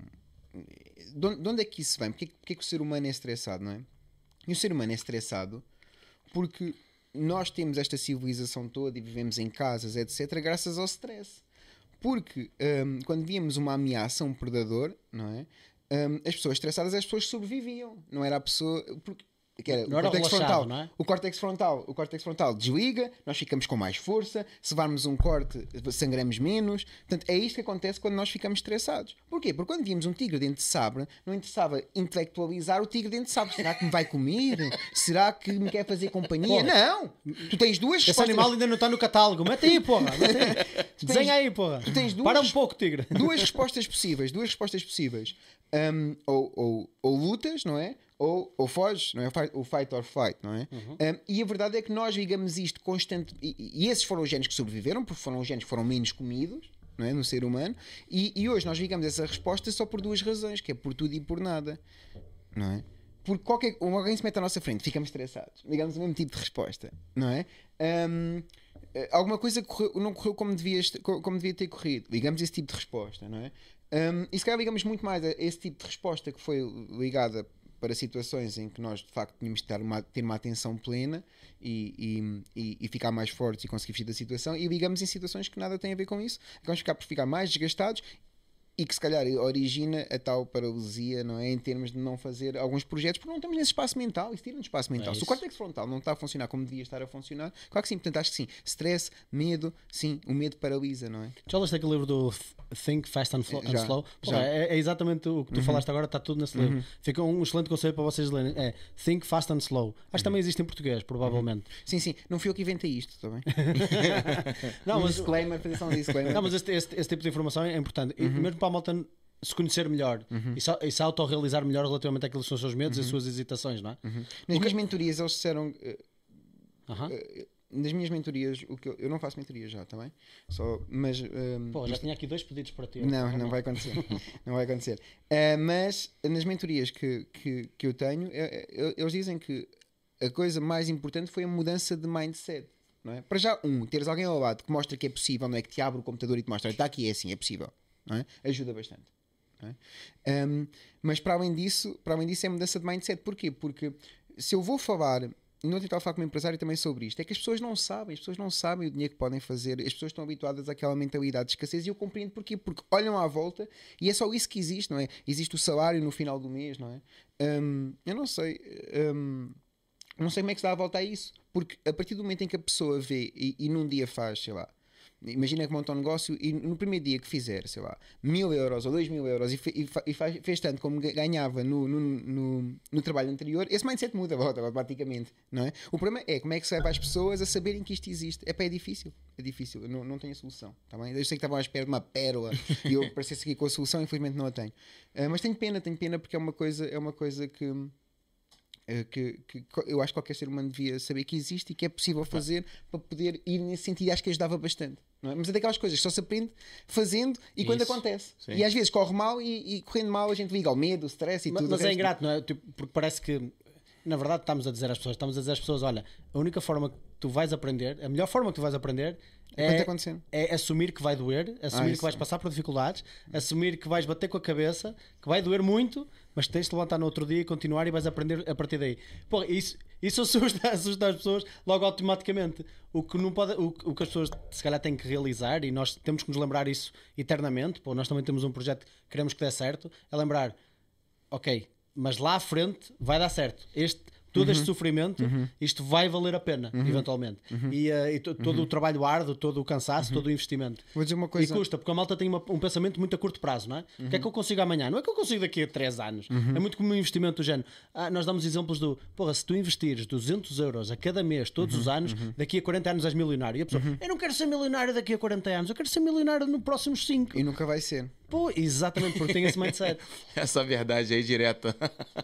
De onde, de onde é que isso vem? Porquê, porquê que o ser humano é estressado, não é? E o ser humano é estressado porque nós temos esta civilização toda e vivemos em casas, etcétera, graças ao stress. Porque hum, quando víamos uma ameaça, um predador, não é? Hum, as pessoas estressadas, as pessoas sobreviviam. Não era a pessoa... Porque, que era, Não o era córtex relaxado, frontal, não é? o córtex frontal, o córtex frontal desliga, nós ficamos com mais força, se levarmos um corte, sangramos menos. Portanto, é isto que acontece quando nós ficamos estressados. Porquê? Porque quando víamos um tigre dente de sabre, não interessava intelectualizar o tigre dente de sabre. Será que me vai comer? Será que me quer fazer companhia? Porra. Não! Tu tens duas Esse respostas. animal ainda não está no catálogo. Mete aí, porra. Mete aí. Desenha aí, porra. tu tens duas- Para um pouco, tigre. Duas respostas possíveis, duas respostas possíveis. Um, ou, ou, ou lutas, não é? Ou, ou foges, não é? O fight or flight, não é? Um, e a verdade é que nós ligamos isto constante. E, e esses foram os genes que sobreviveram, porque foram os genes que foram menos comidos, não é? No ser humano. E, e hoje nós ligamos essa resposta só por duas razões, que é por tudo e por nada, não é? Porque qualquer, um alguém se mete à nossa frente, ficamos estressados. Ligamos o mesmo tipo de resposta, não é? Um, alguma coisa correu, não correu como devia, como devia ter corrido. Ligamos esse tipo de resposta, não é? Um, e se calhar ligamos muito mais a esse tipo de resposta que foi ligada para situações em que nós de facto tínhamos de ter uma, ter uma atenção plena e, e, e ficar mais fortes e conseguir fugir da situação, e ligamos em situações que nada têm a ver com isso, que vamos ficar por ficar mais desgastados e que se calhar origina a tal paralisia, não é? Em termos de não fazer alguns projetos, porque não estamos nesse espaço mental, isso tira um espaço mental. É Se o isso. córtex frontal não está a funcionar como devia estar a funcionar, claro que sim, portanto acho que sim. Stress, medo, sim, o medo paralisa, não é? Já leste aquele livro do Think Fast and, Flo- and Já, Slow? Porra, já. é, é exatamente o que tu falaste agora, está tudo nesse livro. Fica um excelente conselho para vocês lerem. É Think Fast and Slow. Acho que também existe em português, provavelmente. Sim, sim, não fui eu que inventei isto, está bem? Não, um mas, disclaimer, fazer só um disclaimer. não, mas este, este- esse tipo de informação é importante. E mesmo para a malta se conhecer melhor e, se, e se autorrealizar melhor relativamente àquilo que são os seus medos e as suas hesitações, não é? Nas minhas mentorias eles disseram... eh, Aham. eh, nas minhas mentorias, o que eu, eu não faço mentorias já, também. Só, mas... ehm, Pô, já tinha aqui dois pedidos para ti. Não, não vai acontecer. Não vai acontecer. Uh, mas nas mentorias que, que, que eu tenho, eh, eh, eles dizem que a coisa mais importante foi a mudança de mindset. Não é? Para já, um, teres alguém ao lado que mostra que é possível, não é? Que te abre o computador e te mostra, está aqui, é assim, é possível. Não é? Ajuda bastante. Não é? Um, mas para além disso, para além disso é mudança de mindset. Porquê? Porque se eu vou falar... Não tentar falar com o empresário também sobre isto. É que as pessoas não sabem, as pessoas não sabem o dinheiro que podem fazer, as pessoas estão habituadas àquela mentalidade de escassez, e eu compreendo porquê, porque olham à volta e é só isso que existe, não é? Existe o salário no final do mês, não é? Hum, eu não sei, hum, não sei como é que se dá a volta a isso, porque a partir do momento em que a pessoa vê e, e num dia faz, sei lá, Imagina que monta um negócio e no primeiro dia que fizer, sei lá, mil euros ou dois mil euros e, fe, e, fa, e faz, fez tanto como ganhava no, no, no, no trabalho anterior, esse mindset muda automaticamente, não é? O problema é como é que se leva as pessoas a saberem que isto existe. É pá, é difícil, é difícil, eu não, não tenho a solução, tá bem? Eu sei que estavam à espera de uma pérola e eu parecesse aqui com a solução, infelizmente não a tenho. Uh, mas tenho pena, tenho pena porque é uma coisa, é uma coisa que... Que, que eu acho que qualquer ser humano devia saber que existe e que é possível fazer para poder ir nesse sentido, e acho que ajudava bastante, não é? Mas é daquelas coisas que só se aprende fazendo e Isso. quando acontece. Sim. E às vezes corre mal e, e correndo mal a gente liga ao medo, o stress e mas, tudo. Mas é ingrato, não é? Tipo, porque parece que na verdade estamos a dizer às pessoas, estamos a dizer às pessoas, olha, a única forma que tu vais aprender, a melhor forma que tu vais aprender é, é assumir que vai doer, assumir ah, que vais passar por dificuldades, assumir que vais bater com a cabeça, que vai doer muito, mas tens de levantar no outro dia e continuar e vais aprender a partir daí. Porra, isso, isso assusta, assusta as pessoas logo automaticamente. O que, não pode, o, o que as pessoas se calhar têm que realizar, e nós temos que nos lembrar isso eternamente, pô, nós também temos um projeto que queremos que dê certo, é lembrar, ok, mas lá à frente vai dar certo. Este, todo uhum. este sofrimento, uhum. isto vai valer a pena, uhum. eventualmente. Uhum. E, uh, e to, todo uhum. o trabalho árduo, todo o cansaço, uhum. todo o investimento. Vou dizer uma coisa. E custa, porque a malta tem uma, um pensamento muito a curto prazo, não é? Uhum. O que é que eu consigo amanhã? Não é que eu consigo daqui a três anos. Uhum. É muito como um investimento do género. Ah, nós damos exemplos do, porra, se tu investires duzentos euros a cada mês, todos uhum. os anos, uhum. daqui a quarenta anos és milionário. E a pessoa, uhum. eu não quero ser milionário daqui a quarenta anos, eu quero ser milionário nos próximos cinco. E nunca vai ser. Pô, exatamente, porque tem esse mindset. Essa verdade aí direta.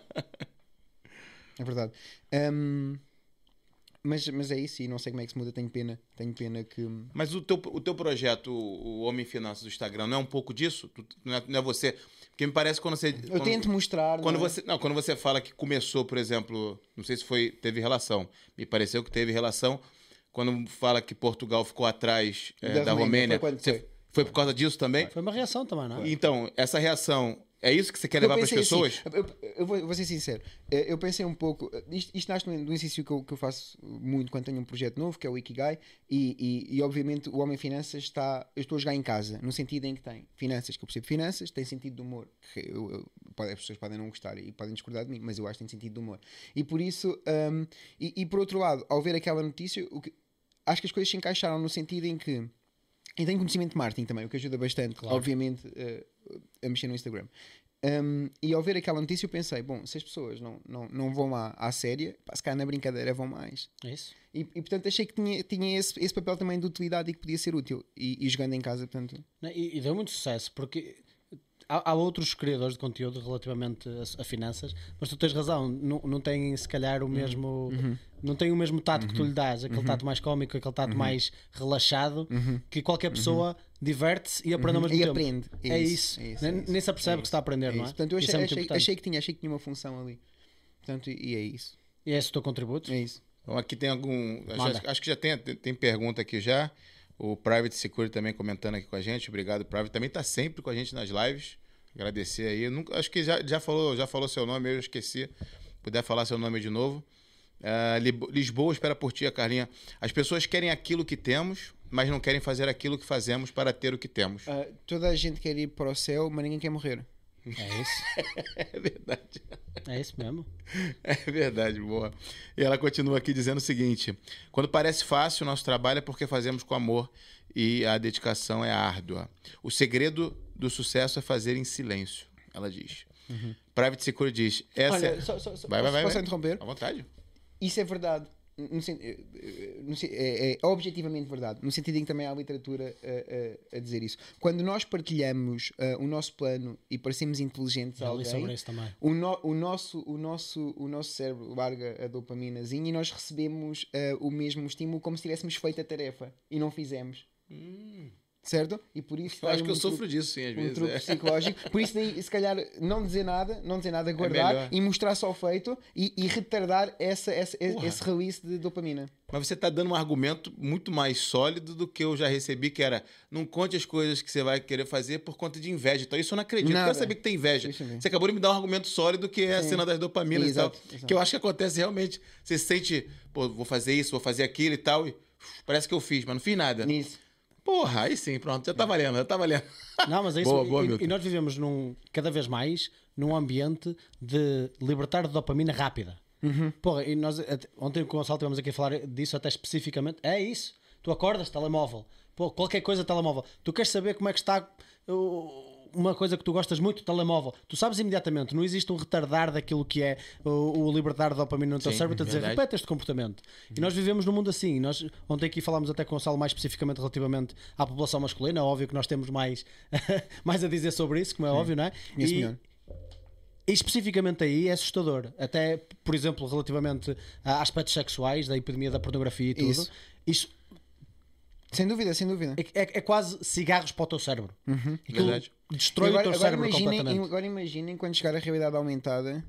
É verdade. Um, mas, mas é isso, e não sei como é que se muda, tenho pena. Tenho pena que. Mas o teu, o teu projeto, o Homem Finanças do Instagram, não é um pouco disso? Tu, não, é, não é você? Porque me parece quando você. Eu quando, tento mostrar. Quando, não é? você, não, quando você fala que começou, por exemplo, não sei se foi, teve relação. Me pareceu que teve relação. Quando fala que Portugal ficou atrás é, da, da Romênia. Foi, foi? foi por causa disso também? Foi uma reação também, não é? Então, essa reação. É isso que você quer levar para as pessoas? Assim, eu, eu vou, vou ser sincero. Eu pensei um pouco. Isto, isto nasce do exercício que eu, que eu faço muito quando tenho um projeto novo, que é o Ikigai. E, e, e obviamente o Homem Finanças está. Eu estou a jogar em casa, no sentido em que tem finanças, que eu percebo finanças, tem sentido de humor. Que eu, eu, as pessoas podem não gostar e podem discordar de mim, mas eu acho que tem sentido de humor. E por isso. Um, e, e por outro lado, ao ver aquela notícia, o que, acho que as coisas se encaixaram no sentido em que. E tenho conhecimento de marketing também, o que ajuda bastante, claro. Obviamente, uh, a mexer no Instagram. Um, e ao ver aquela notícia eu pensei, bom, se as pessoas não, não, não vão lá à séria, pá, se cá na brincadeira vão mais. É isso. E, e portanto achei que tinha, tinha esse, esse papel também de utilidade e que podia ser útil. E, e jogando em casa, portanto... E, e deu muito sucesso, porque... Há, há outros criadores de conteúdo relativamente a, a finanças, mas tu tens razão, não, não têm se calhar o mesmo uhum. não têm o mesmo tato uhum. que tu lhe dás, aquele uhum. tato mais cómico, aquele tato uhum. mais relaxado, uhum. que qualquer pessoa uhum. diverte-se e aprende ao mesmo e tempo. Aprende. É, é isso, é isso. Nem, é isso. nem se apercebe é que está a aprender, é não é? Portanto, eu achei, é achei, achei, que tinha, achei que tinha uma função ali. Portanto, e é isso. E é esse o teu contributo? É isso. Então aqui tem algum... Acho, acho que já tem, tem pergunta aqui já. O Private Security também comentando aqui com a gente. Obrigado, Private. Também está sempre com a gente nas lives. Agradecer aí. Eu nunca, acho que já, já, falou, já falou seu nome, eu esqueci. Puder falar seu nome de novo. Uh, Lisboa espera por ti, a Carlinha. As pessoas querem aquilo que temos, mas não querem fazer aquilo que fazemos para ter o que temos. Uh, toda a gente quer ir para o céu, mas ninguém quer morrer. É isso. É verdade. É isso mesmo. É verdade, boa. E ela continua aqui dizendo o seguinte: quando parece fácil, o nosso trabalho é porque fazemos com amor e a dedicação é árdua. O segredo do sucesso é fazer em silêncio, ela diz. Uhum. Private Security diz... Essa Olha, é... só, só, só, vai, vai, vai, posso vai. interromper? À vontade. Isso é verdade. No, no, no, é, é objetivamente verdade. No sentido em que também há literatura a, a, a dizer isso. Quando nós partilhamos uh, o nosso plano e parecemos inteligentes a alguém, sobre isso também. O, no, o, nosso, o, nosso, o nosso cérebro larga a dopaminazinha e nós recebemos uh, o mesmo estímulo como se tivéssemos feito a tarefa e não fizemos. Hum. Certo? E por isso eu acho que eu um sofro truque, disso, sim, às um vezes. truque é. psicológico. Por isso daí, se calhar, não dizer nada, não dizer nada, guardar é e mostrar só o feito e, e retardar essa, essa, esse release de dopamina. Mas você está dando um argumento muito mais sólido do que eu já recebi, que era não conte as coisas que você vai querer fazer por conta de inveja. Então isso eu não acredito. Nada. Eu quero saber que tem inveja. Você acabou de me dar um argumento sólido que é Sim. a cena das dopaminas e, e exato, tal. exato. Que eu acho que acontece realmente. Você se sente, pô, vou fazer isso, vou fazer aquilo e tal. E parece que eu fiz, mas não fiz nada. Isso. Porra, aí sim, pronto, já tá valendo, já tá valendo. Não, mas é isso. Boa, boa, e, e nós vivemos num, cada vez mais num ambiente de libertar de dopamina rápida. Uhum. Porra, e nós ontem com o Gonçalo estivemos aqui a falar disso até especificamente. É isso. Tu acordas, telemóvel. Pô, qualquer coisa, telemóvel. Tu queres saber como é que está uh, uma coisa que tu gostas muito, telemóvel. Tu sabes imediatamente, não existe um retardar daquilo que é o, o libertar dopamina no teu Sim, cérebro a dizer, verdade. repete este comportamento. E nós vivemos num mundo assim. Nós, ontem aqui falámos até com o Gonçalo mais especificamente relativamente à população masculina. É óbvio que nós temos mais, mais a dizer sobre isso, como é óbvio, não é? Conheço E, melhor. e especificamente aí é assustador. Até, por exemplo, relativamente a aspectos sexuais, da epidemia da pornografia e tudo. Isso. Isso Sem dúvida, sem dúvida. é, é- é quase cigarros para o teu cérebro. Aquilo Verdade. destrói E agora, o teu agora cérebro imaginem, completamente. agora imaginem quando chegar a realidade aumentada,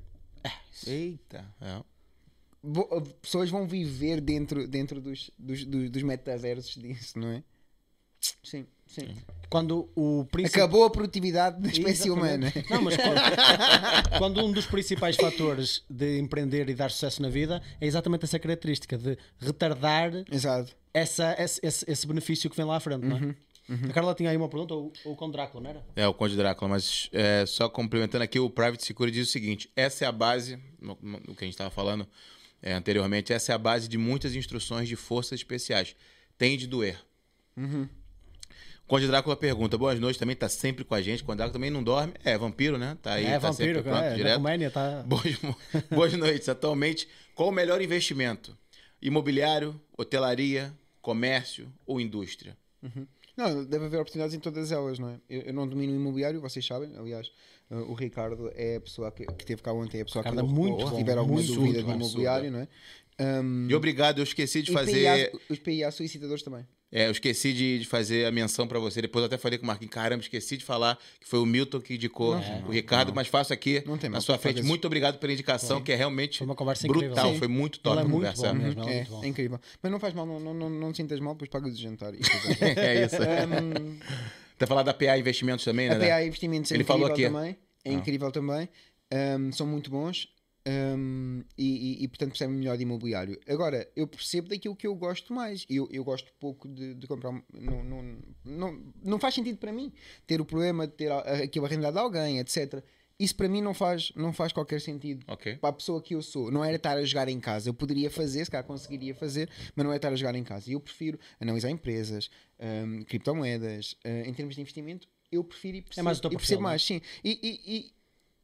Eita. É. vo- pessoas vão viver dentro, dentro dos, dos, dos, dos metaversos disso, não é? Sim, sim. Quando o príncipe... Acabou a produtividade da espécie Exatamente. humana. Não, mas quando, quando um dos principais fatores de empreender e dar sucesso na vida é exatamente essa característica de retardar Exato. essa, esse, esse, esse benefício que vem lá à frente, não é? Uhum, A Carla tinha aí uma pergunta, ou, ou com Drácula, não era? É, o Conde Drácula, mas é, só complementando aqui, o Private Security diz o seguinte: essa é a base, no, no que a gente estava falando é, anteriormente, essa é a base de muitas instruções de forças especiais. Tem de doer. Uhum. O Conde Drácula pergunta: boas noites, também tá sempre com a gente. O Conde Drácula também não dorme. É, vampiro, né? Tá aí, é, tá vampiro, sempre pronto, é, na direto. Roménia tá... Boas, boas noites. Atualmente, qual o melhor investimento? Imobiliário, hotelaria, comércio ou indústria? Não, deve haver oportunidades em todas elas, não é? Eu, eu não domino o imobiliário, vocês sabem. Aliás, uh, o Ricardo é a pessoa que, que teve cá ontem, é a pessoa que Ricardo é eu- muito se bom, tiver alguma muito dúvida bom, de imobiliário, não é? Um, E obrigado, eu esqueci de e fazer. P I A, os P I A solicitadores também. É, eu esqueci de, de fazer a menção pra você. Depois eu até falei com o Marquinhos. Caramba, esqueci de falar que foi o Milton que indicou Não, o Ricardo, mas faço aqui Não tem na mal, sua faz frente. isso. Muito obrigado pela indicação, que é realmente Foi uma conversa brutal. incrível. Sim. Foi muito top Ele é a muito conversa. bom mesmo. Não, É, muito bom. é incrível. Mas não faz mal, não, não, não, não te sintas mal, depois pagas o jantar. E É isso. um, Até falar da P A Investimentos também, né? a P A Investimentos é Ele incrível falou aqui. também. É Ah. incrível também. Um, são muito bons. Um, e, e, e, portanto percebem melhor de imobiliário. Agora, eu percebo daquilo que eu gosto mais. Eu, eu gosto pouco de, de comprar. um- Não, não, não, não faz sentido para mim ter o problema de ter a- aquilo arrendado a alguém, etcétera. Isso para mim não faz, não faz qualquer sentido. Ok. Para a pessoa que eu sou, não era estar a jogar em casa. Eu poderia fazer, se calhar conseguiria fazer, mas não é estar a jogar em casa. E eu prefiro analisar empresas, um, criptomoedas, uh, em termos de investimento. Eu prefiro e percebo, mais o teu e perfil, percebo não é? mais, sim. E, e, e,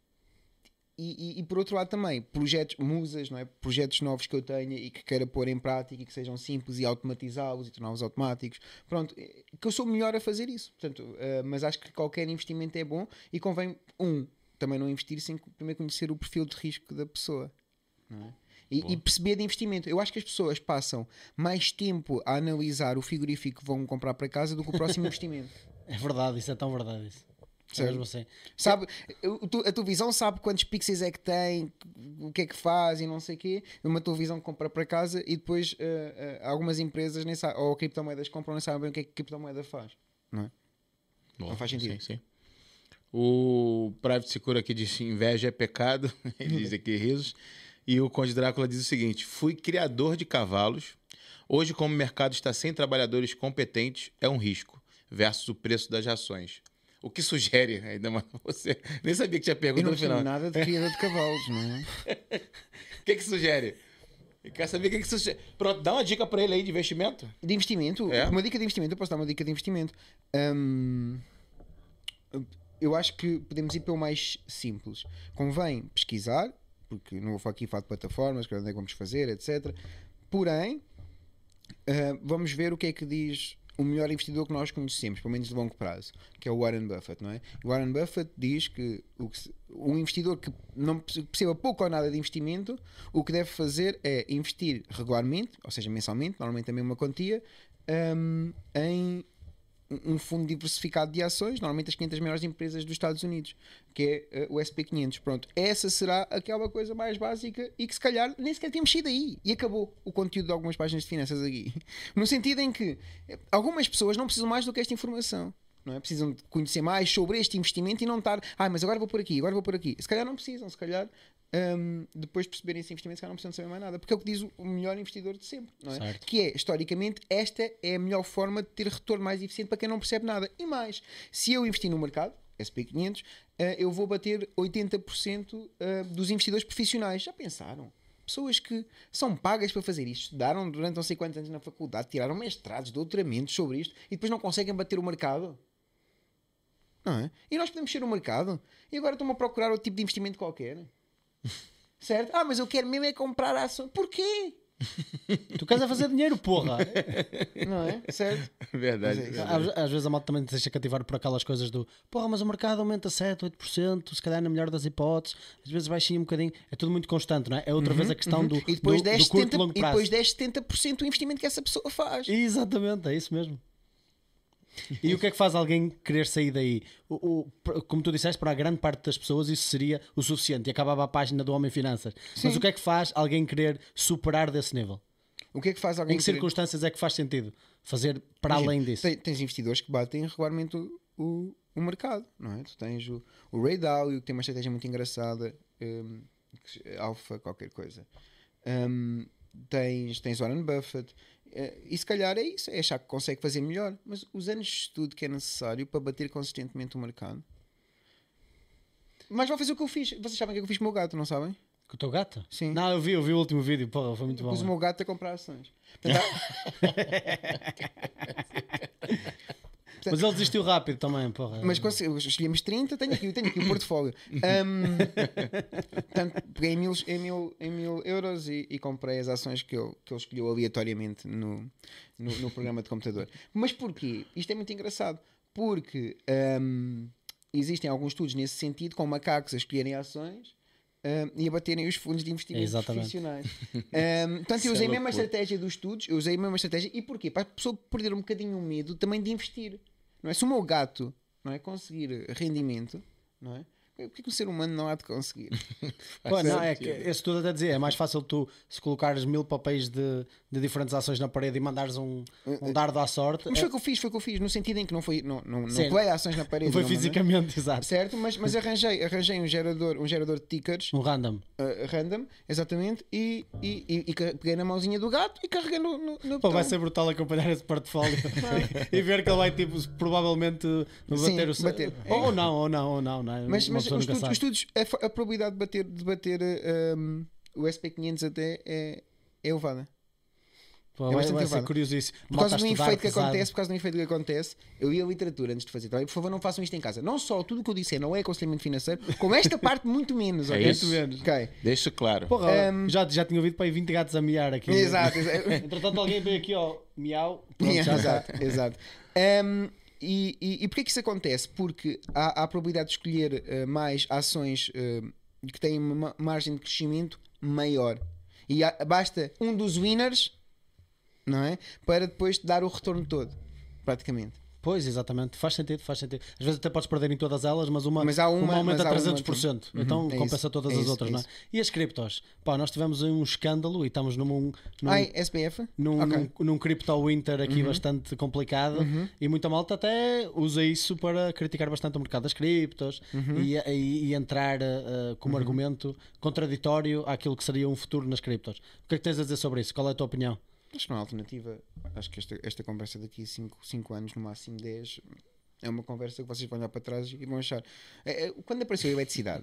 e, e, e por outro lado também, projetos, musas, não é? Projetos novos que eu tenha e que queira pôr em prática e que sejam simples e automatizá-los e torná-los automáticos. Pronto, eh, que eu sou melhor a fazer isso. Portanto, uh, mas acho que qualquer investimento é bom e convém, um, também não investir sem primeiro conhecer o perfil de risco da pessoa. Não é? E, e perceber de investimento. Eu acho que as pessoas passam mais tempo a analisar o frigorífico que vão comprar para casa do que o próximo investimento. É verdade, isso é tão verdade. Isso. É Certo. mesmo assim. Sabe, o tu- a tua visão sabe quantos pixels é que tem, o que é que faz e não sei o quê. Uma televisão que compra para casa e depois uh, uh, algumas empresas nem sabem, ou criptomoedas que compram nem sabem o que é que a criptomoeda faz. Não é? Bom, Não faz sentido. Sim, sim. O Private Secure aqui diz: inveja é pecado. Ele diz aqui risos. E o Conde Drácula diz o seguinte: fui criador de cavalos. Hoje, como o mercado está sem trabalhadores competentes, é um risco, versus o preço das rações. O que sugere, ainda mais você, nem sabia que tinha Eu pergunta não no sei final. nada de criador de cavalos, não é? O que que sugere? Eu quero saber o que que sugere. Pronto, dá uma dica para ele aí de investimento. De investimento? É. Uma dica de investimento, eu posso dar uma dica de investimento. Hum, eu acho que podemos ir pelo mais simples. Convém pesquisar, porque não vou aqui falar de plataformas, que onde é que vamos fazer, etcétera. Porém, uh, vamos ver o que é que diz o melhor investidor que nós conhecemos, pelo menos de longo prazo, que é o Warren Buffett, não é? O Warren Buffett diz que, o que se- um investidor que não perceba pouco ou nada de investimento, o que deve fazer é investir regularmente, ou seja, mensalmente, normalmente a mesma quantia, hum, em um fundo diversificado de ações, normalmente as quinhentas maiores empresas dos Estados Unidos, que é eh, o S P quinhentos. Pronto, essa será aquela coisa mais básica e que se calhar nem sequer temos ido aí. E acabou o conteúdo de algumas páginas de finanças aqui. No sentido em que eh, algumas pessoas não precisam mais do que esta informação. Não é? Precisam de conhecer mais sobre este investimento e não estar, ah, mas agora vou por aqui, agora vou por aqui. Se calhar não precisam, se calhar hum, depois de perceberem esse investimento, se calhar não precisam saber mais nada, porque é o que diz o melhor investidor de sempre, não é? Certo. Que é, historicamente, esta é a melhor forma de ter retorno mais eficiente para quem não percebe nada. E mais, se eu investir no mercado, S P quinhentos, eh, eu vou bater oitenta por cento eh, dos investidores profissionais. Já pensaram? Pessoas que são pagas para fazer isto, estudaram durante não sei quantos anos na faculdade, tiraram mestrados, doutoramentos sobre isto e depois não conseguem bater o mercado. Não é? E nós podemos ser o mercado e agora estão a procurar outro tipo de investimento qualquer. Certo? Ah, mas eu quero mesmo é comprar ações. Porquê? Tu queres é fazer dinheiro, porra. Não é? Certo? Verdade. Mas é- verdade. Às, às vezes a malta também te deixa cativar por aquelas coisas do porra, mas o mercado aumenta sete, oito por cento, se calhar na melhor das hipóteses, às vezes baixinha um bocadinho, é tudo muito constante, não é? É outra vez a questão do, E depois do, dez, do curto setenta, e longo e prazo. depois dez, setenta por cento do investimento que essa pessoa faz. Exatamente, é isso mesmo. E o que é que faz alguém querer sair daí? O, o- como tu disseste, para a grande parte das pessoas isso seria o suficiente e acabava a página do Homem Finanças. Mas o que é que faz alguém querer superar desse nível? O que é que faz alguém Em que querer- circunstâncias é que faz sentido fazer para Imagina, além disso? tem- Tens investidores que batem regularmente o, o, o mercado, não é? Tu tens o, o Ray Dalio, que tem uma estratégia muito engraçada, um, que se- Alpha, qualquer coisa. Um, tens, tens Warren Buffett. eh, E se calhar é isso, é achar que consegue fazer melhor. Mas os anos de estudo que é necessário para bater consistentemente o mercado. Mas vou fazer o que eu fiz. Vocês sabem o que é que eu fiz com o meu gato, não sabem? Com o teu gato? Sim. Não, eu vi, eu vi o último vídeo, porra, foi muito bom. Pus o meu gato a comprar ações. Portanto, há- Mas ele desistiu rápido também, porra. Mas consegui- escolhemos trinta, tenho aqui, tenho aqui o portfólio. Um, portanto, peguei em mil, em mil, em mil euros e, e comprei as ações que, eu, que ele escolheu aleatoriamente no, no, no programa de computador. Mas porquê? Isto é muito engraçado. Porque um, existem alguns estudos nesse sentido, com macacos a escolherem ações um, e a baterem os fundos de investimento Exatamente. profissionais. Um, portanto, Isso eu é usei a mesma loucura. estratégia dos estudos, eu usei a mesma estratégia. E porquê? Para a pessoa perder um bocadinho o medo também de investir. Não é? Se o meu gato, não é, conseguir rendimento, não é? O que é que o ser humano não há de conseguir? Pô, não, é que sentido. esse tudo até dizer, é mais fácil tu se colocares mil papéis de, de diferentes ações na parede e mandares um, um dardo à sorte. Mas é- foi o que eu fiz, foi o que eu fiz, no sentido em que não foi, não, não, não Sim. colei ações na parede. não foi não mandei. fisicamente, exato. Certo, mas, mas arranjei, arranjei um gerador, um gerador de tickers Um random. uh, random, exatamente, e, e, e, e ca- peguei na mãozinha do gato e carreguei no, no, no Pô, botão. vai ser brutal acompanhar esse portfólio e ver que ele vai tipo, provavelmente bater Sim, o bater. Ou não, ou não, ou não. não é? Mas, Uma mas pessoa os, nunca estudos, sabe. os estudos, a, fa- a probabilidade de bater, de bater uh, um, o S P quinhentos até é, é elevada. Pô, é vai, bastante vai ser elevado. curiosíssimo. Por causa Malta do a estudar efeito que pesado. acontece, por causa do efeito que acontece, eu ia a literatura antes de fazer. Tá bem? Por favor, não façam isto em casa. Não só tudo o que eu disse não é aconselhamento financeiro, como esta parte muito menos. É ok? isso. Muito menos. Ok. Deixa isso claro. Porra, Um, já, já tinha ouvido para aí vinte gatos a miar aqui. Exato, exato. Entretanto, alguém veio aqui, ó, miau. Pronto, já está. exato, exato. Um, e, e, e porquê que isso acontece? Porque há, há a probabilidade de escolher uh, mais ações uh, que têm uma margem de crescimento maior. E há- basta um dos winners, não é? Para depois te dar o retorno todo, praticamente. Pois, exatamente, faz sentido, faz sentido. Às vezes até podes perder em todas elas, mas uma, Mas há uma- aumenta mas há uma trezentos por cento. Uhum, Então é compensa isso, todas é as isso, outras, é não é? isso. E as criptos? Pá, nós tivemos aí um escândalo e estamos num, num, Ai, S B F? num, Ok. num, num crypto winter aqui Uhum. bastante complicado e muita malta até usa isso para criticar bastante o mercado das criptos Uhum. e, e- e entrar uh, como argumento contraditório àquilo que seria um futuro nas criptos. O que é que tens a dizer sobre isso? Qual é a tua opinião? Acho que não há alternativa. Acho que esta, esta conversa daqui a cinco anos, no máximo dez, é uma conversa que vocês vão olhar para trás e vão achar. É, é, quando apareceu a eletricidade,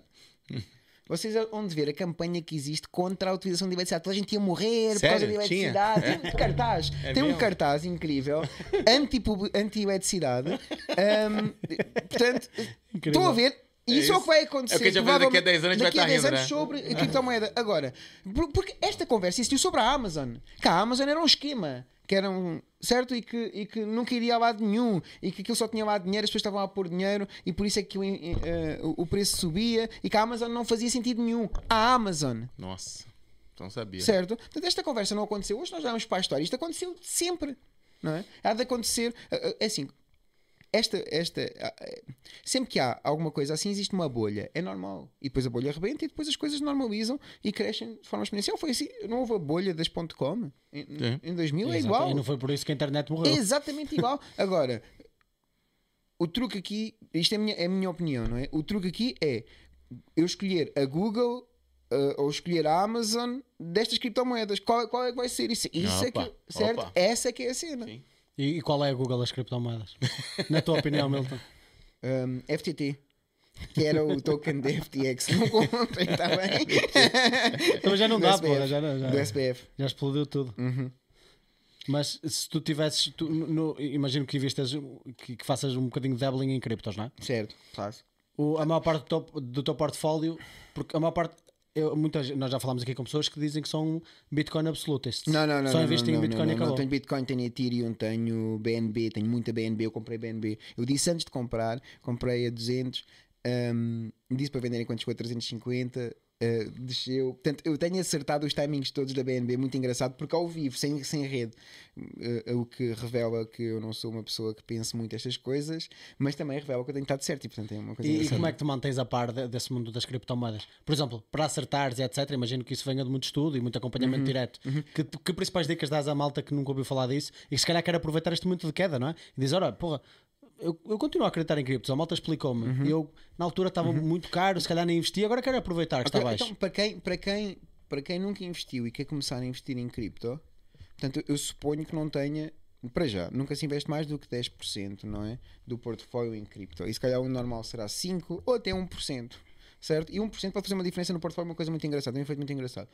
vocês vão de ver a campanha que existe contra a utilização de eletricidade. Toda a gente ia morrer por causa Sério? da Tinha? eletricidade. Tem um cartaz, É tem um mesmo? cartaz incrível, anti-pub- anti-eletricidade. Ahm, portanto, Incrível. estão a ver. E isso é o que vai acontecer. É o que a gente vai ver daqui a provavelmente, dez anos, a gente vai daqui a estar dez rindo, anos né? sobre a criptomoeda. Agora, por- porque esta conversa existiu sobre a Amazon. Que a Amazon era um esquema. Que era um, certo? E que, e que nunca iria a lado nenhum. E que aquilo só tinha lá dinheiro, as pessoas estavam a pôr dinheiro. E por isso é que o, eh, o- o preço subia. E que a Amazon não fazia sentido nenhum. A Amazon. Nossa, então sabia. Certo? Portanto, esta conversa não aconteceu. Hoje nós vamos para a história. Isto aconteceu sempre. Não é? Há de acontecer. É assim. Esta, esta, sempre que há alguma coisa assim, existe uma bolha. É normal. E depois a bolha rebenta e depois as coisas normalizam e crescem de forma exponencial. Foi assim. Não houve a bolha das .com em, Sim. em dois mil? É Exato. igual. E não foi por isso que a internet É morreu. exatamente igual. Agora, o truque aqui, isto é a minha, é a minha opinião, não é? O truque aqui é eu escolher a Google uh, ou escolher a Amazon destas criptomoedas. Qual, qual é que vai ser isso? Isso é Opa, que, certo? opa. Essa é que é a cena. Sim. E, e qual é a Google das criptomoedas? Na tua opinião, Milton? Um, F T T. que era o token da F T X. Não comprem, está bem? Então já não Do dá, S B F, pô, já, não- já, Do S B F. já explodiu tudo. Uhum. Mas se tu tivesses, tu, no, no- imagino que, investas, que, que faças um bocadinho de dabbling em criptos, não é? Certo, faço. O, a maior parte do teu, do teu portfólio, porque a maior parte, eu, muitas, nós já falámos aqui com pessoas que dizem que são Bitcoin absolutists. Não, não, não. Só não, investem não, em Bitcoin não, e não, acabou. não. Tenho Bitcoin, tenho Ethereum, tenho B N B, tenho muita B N B. Eu comprei B N B. Eu disse antes de comprar, comprei a duzentos, um, disse para vender enquanto chegou a trezentos e cinquenta. Uh, desceu. Portanto, eu tenho acertado os timings todos da B N B, muito engraçado, porque ao vivo, sem, sem rede, uh, o que revela que eu não sou uma pessoa que pense muito estas coisas, mas também revela que eu tenho estado certo e, portanto, é uma coisa E, e engraçada. como é que tu mantens a par de- desse mundo das criptomoedas? Por exemplo, para acertares e etcétera, imagino que isso venha de muito estudo e muito acompanhamento Uhum, direto. Que, que principais dicas dás à malta que nunca ouviu falar disso e que se calhar quer aproveitar este momento de queda, não é? E diz, ora, porra, eu, eu continuo a acreditar em criptos, a malta explicou-me. Uhum. E eu, na altura, estava muito caro, se calhar nem investi, agora quero aproveitar que Ok, está baixo. então, para quem, para, quem, para quem nunca investiu e quer começar a investir em cripto, portanto, eu suponho que não tenha, para já, nunca se investe mais do que dez por cento, não é? Do portfólio em cripto. E se calhar o normal será cinco por cento ou até um por cento. Certo? E um por cento pode fazer uma diferença no portfólio, uma coisa muito engraçada, tem um efeito muito engraçado.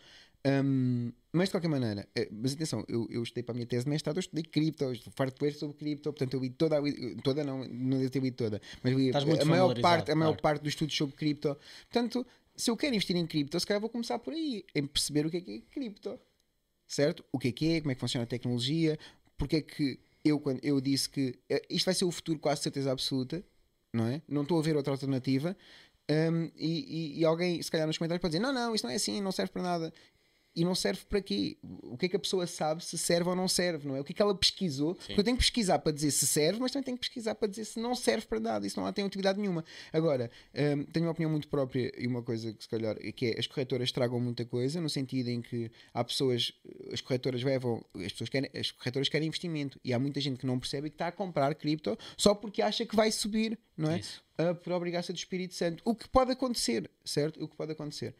Um, mas de qualquer maneira, eh, mas atenção, eu, eu estudei para a minha tese de mestrado, eu estudei cripto, eu estou farto de ler sobre cripto, portanto eu vi toda a, toda não, não devo ter lido toda, mas vi Estás muito a maior familiarizado, parte, a maior claro. parte dos estudos sobre cripto. Portanto, se eu quero investir em cripto, se calhar vou começar por aí, em perceber o que é que é cripto, certo? O que é que é, como é que funciona a tecnologia, porque é que eu, quando eu disse que eh, isto vai ser o futuro, quase certeza absoluta, não é? Não estou a ver outra alternativa. Um, e, e, e alguém, se calhar nos comentários, pode dizer: não, não, isto não é assim, não serve para nada. E não serve para quê? O que é que a pessoa sabe se serve ou não serve, não é? O que é que ela pesquisou? Porque eu tenho que pesquisar para dizer se serve, mas também tenho que pesquisar para dizer se não serve para nada. Isso não tem utilidade nenhuma. Agora, um, tenho uma opinião muito própria e uma coisa que se calhar que é: as corretoras tragam muita coisa, no sentido em que há pessoas, as corretoras levam, as pessoas querem, as corretoras querem investimento e há muita gente que não percebe e que está a comprar cripto só porque acha que vai subir, não é? Isso. Uh, por obrigação do Espírito Santo. O que pode acontecer, certo? O que pode acontecer.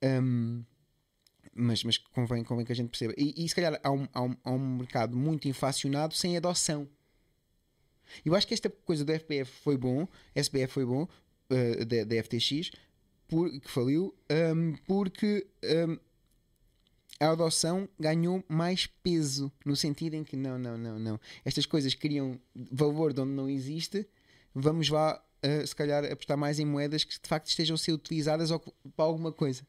Um, mas, mas convém, convém que a gente perceba. E, e se calhar há um, há, um, há um mercado muito inflacionado sem adoção. Eu acho que esta coisa do F B F foi bom, S B F foi bom, uh, da, da F T X, por, que faliu, um, porque um, a adoção ganhou mais peso, no sentido em que não, não, não, não. Estas coisas criam valor de onde não existe, vamos lá, uh, se calhar, apostar mais em moedas que de facto estejam a ser utilizadas ou para alguma coisa.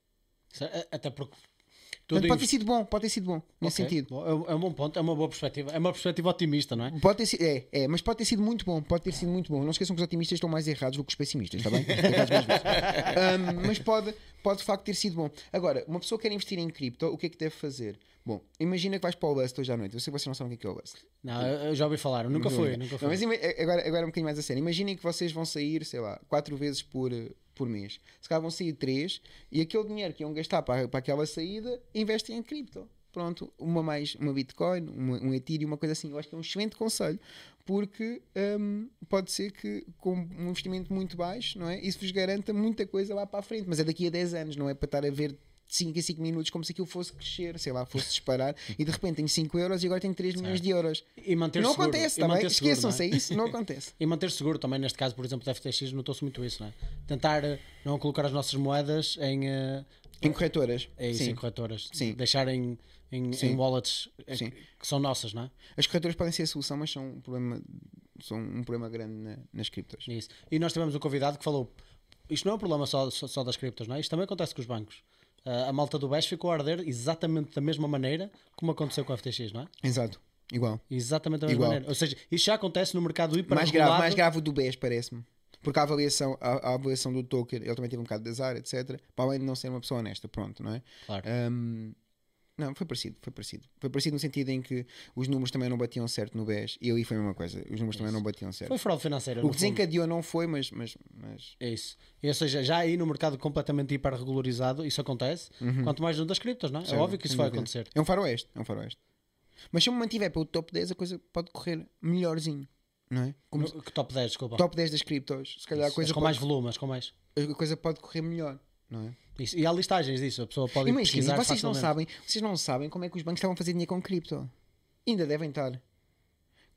Até porque Portanto, pode ter sido bom, pode ter sido bom, nesse Ok, sentido. bom, É um- é um bom ponto, é uma boa perspectiva. É uma perspectiva otimista, não é? Pode ter sido, é, é, mas pode ter sido muito bom, pode ter sido muito bom. Não esqueçam que os otimistas estão mais errados do que os pessimistas, está bem? Errados mais vezes. Um, mas pode, pode de facto ter sido bom. Agora, uma pessoa que quer investir em cripto, o que é que deve fazer? Bom, imagina que vais para o Lust hoje à noite. Eu sei que vocês não sabem o que é, que é o Lust. Não, eu eu já ouvi falar, eu nunca fui, nunca fui. Não, mas ima- agora, agora um bocadinho mais a sério. Imaginem que vocês vão sair, sei lá, quatro vezes por, eh, por mês. Se calhar vão sair três e aquele dinheiro que iam gastar para, para aquela saída, investem em cripto. Pronto, uma mais, uma Bitcoin, uma, um Ethereum, uma coisa assim. Eu acho que é um excelente conselho, porque hum, pode ser que com um investimento muito baixo, não é? Isso vos garanta muita coisa lá para a frente, mas é daqui a dez anos, não é para estar a ver cinco em cinco minutos como se aquilo fosse crescer, sei lá, fosse disparar e de repente tenho cinco euros e agora tenho três milhões de euros. E manter Não seguro, acontece, e tá bem? manter seguro, Esqueçam-se, não é isso, não acontece. E manter seguro também, neste caso, por exemplo, da F T X, notou-se muito isso, não é? Tentar eh, não colocar as nossas moedas em. eh, Em corretoras. É isso, Sim. em corretoras. Sim. Deixar em, em, Sim. em wallets eh, Sim. que são nossas, não é? As corretoras podem ser a solução, mas são um problema, são um problema grande na- nas criptos. É isso. E nós tivemos um convidado que falou: isto não é um problema só, só, só das criptos, não é? Isto também acontece com os bancos. Ah, a malta do B E S ficou a arder exatamente da mesma maneira como aconteceu com a F T X, não é? Exato, igual. Exatamente da mesma Igual. maneira. Ou seja, isto já acontece no mercado hiper Mais grave, mais grave o do B E S, parece-me. Porque a avaliação, a, a avaliação do token, ele também teve um bocado de azar, etcétera. Para além de não ser uma pessoa honesta, pronto, não é? Claro. Um, não, foi parecido, foi parecido. Foi parecido no sentido em que os números também não batiam certo no B E S. E ali foi a mesma coisa. Os números também não batiam certo. Foi fraude financeira. O no que fundo. desencadeou não foi, mas... mas, mas... É isso. E, ou seja, já aí no mercado completamente hiper regularizado, isso acontece. Quanto mais no das criptos, não é? É Certo, óbvio que isso sem vai dúvida. acontecer. É um faroeste, é um faroeste. Mas se eu me mantiver para o top dez, a coisa pode correr melhorzinho, não é? Como No- que top dez, desculpa. top dez das criptos, se calhar a Isso, coisa, mas com pode, mais volume, mas com mais. a coisa pode correr melhor, não é? Isso. E há listagens disso, a pessoa pode ir Imaginem, pesquisar vocês não facilmente. sabem, vocês não sabem como é que os bancos estavam a fazer dinheiro com cripto. Ainda devem estar.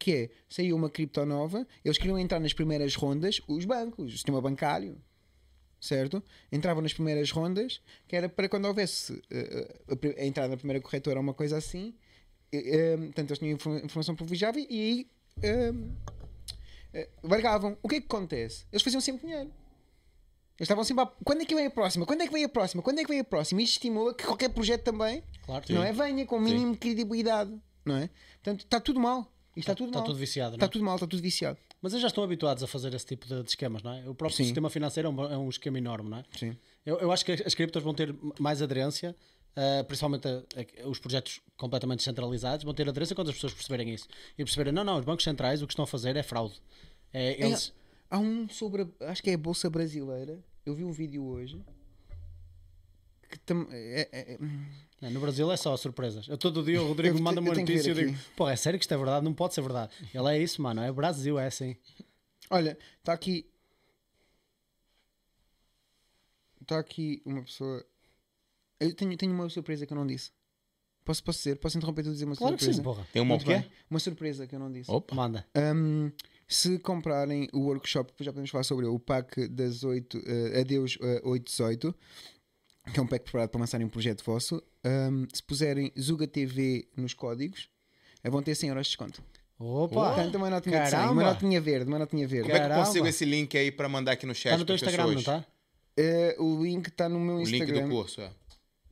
que é, saiu uma cripto nova, eles queriam entrar nas primeiras rondas, os bancos, o sistema bancário, certo? Entravam nas primeiras rondas, que era para quando houvesse uh, a, a entrada na primeira corretora ou uma coisa assim, uh, uh, portanto eles tinham infor- informação privilegiada e aí uh, uh, largavam. O que é que acontece? Eles faziam sempre dinheiro. Eles estavam sempre a... Quando é que vem a próxima? Quando é que vem a próxima? Quando é que vem a próxima? Isto estimula que qualquer projeto também, Claro, não é? Venha com o mínimo de credibilidade, não é? Portanto, está tudo mal. Isto está tudo está mal. tudo viciado, não Está é? tudo mal, está tudo viciado. Mas eles já estão habituados a fazer esse tipo de, de esquemas, não é? O próprio Sim. sistema financeiro é um, é um esquema enorme, não é? Sim. Eu, eu acho que as criptos vão ter mais aderência, uh, principalmente a, a, os projetos completamente descentralizados, vão ter aderência quando as pessoas perceberem isso. E perceberem, não, não, os bancos centrais o que estão a fazer é fraude. É, eles... É, há um sobre, a- acho que é a Bolsa Brasileira. Eu vi um vídeo hoje. Que tam, é, é, é, Não, no Brasil é só surpresas. Eu todo dia o Rodrigo Eu- manda-me eu uma tenho que ver notícia e eu aqui. digo, pô, é sério que isto é verdade? Não pode ser verdade. Ele é isso, mano, é Brasil, é assim. olha, está aqui. Está aqui uma pessoa. Eu tenho, tenho uma surpresa que eu não disse. Posso, posso dizer? Posso interromper tu a dizer uma Claro que surpresa? sim, porra. Tem uma o Muito quê? bem. Uma surpresa que eu não disse. Opa. Manda. Um, se comprarem o workshop, depois já podemos falar sobre ele, o pack das oito, uh, Adeus uh, oito dezoito, que é um pack preparado para lançarem um projeto vosso, um, se puserem Zuga T V nos códigos, uh, vão ter cem euros de desconto. Opa! Portanto, uma notinha de cem, Caramba! uma notinha verde, uma notinha verde. Como é que eu Caramba. consigo esse link aí pra mandar aqui no chat Está no teu pras Instagram, não pessoas? está? Uh, o link está no meu O link Instagram. do curso, é.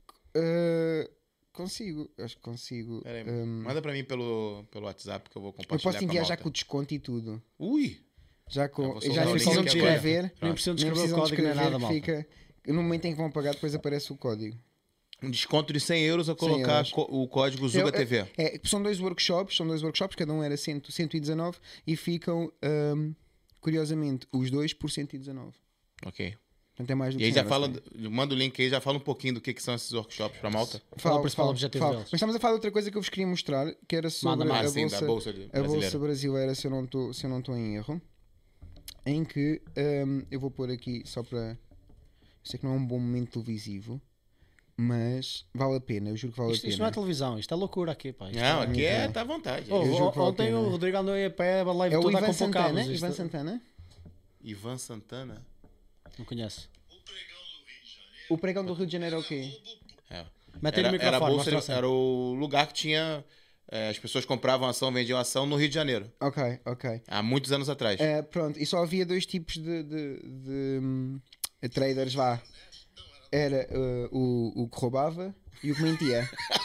Uh, consigo, acho que consigo. Pera aí, Um, manda pra mim pelo, pelo WhatsApp que eu vou eu compartilhar posso com a enviar já malta. com o desconto e tudo. Ui! Já, Eu com, vou já soltar nem o link precisam aqui de agora. escrever. Nem precisam de Nem escrever o precisam de código nem escrever, nada, malta. fica, no momento em que vão pagar, depois aparece o código. Um desconto de cem euros a colocar euros. co- o código Eu- Zuga T V. É, é, são dois workshops, são dois workshops, cada um era cem, cento e dezanove e ficam, hum, curiosamente, os dois por cento e dezanove. Ok. Portanto, é mais do E aí que já cem fala, euros. manda o link aí, já fala um pouquinho do que, que são esses workshops pra malta. Qual é o principal objetivo falo. deles? Mas estamos a falar de outra coisa que eu vos queria mostrar, que era sobre Manda, a, Ah, sim, bolsa, da Bolsa de- a Brasileira. Bolsa Brasileira, se eu não estou se eu não estou em erro, em que hum, eu vou pôr aqui só para... Sei que não é um bom momento televisivo, mas vale a pena, eu juro que vale Isto, a isto pena. não é televisão, isto é loucura aqui, pá. Isto Não, é... aqui é, Ok. tá à vontade. Oh, Eu juro o- que vale a ontem pena. o Rodrigo andou aí a pé, a live É o toda Ivan com Santana, cabos. Isto- Ivan Santana? Ivan Santana? Não conheço. O pregão do Rio de Janeiro é o quê? É. Mete aí no Era, era, a microfone, bolsa, mostra assim. era o lugar que tinha... é, as pessoas compravam ação, vendiam ação no Rio de Janeiro. Ok, ok. Há muitos anos atrás. Eh, pronto, e só havia dois tipos de, de, de, hum, traders, vá. Era eh, o, o que roubava e o que mentia.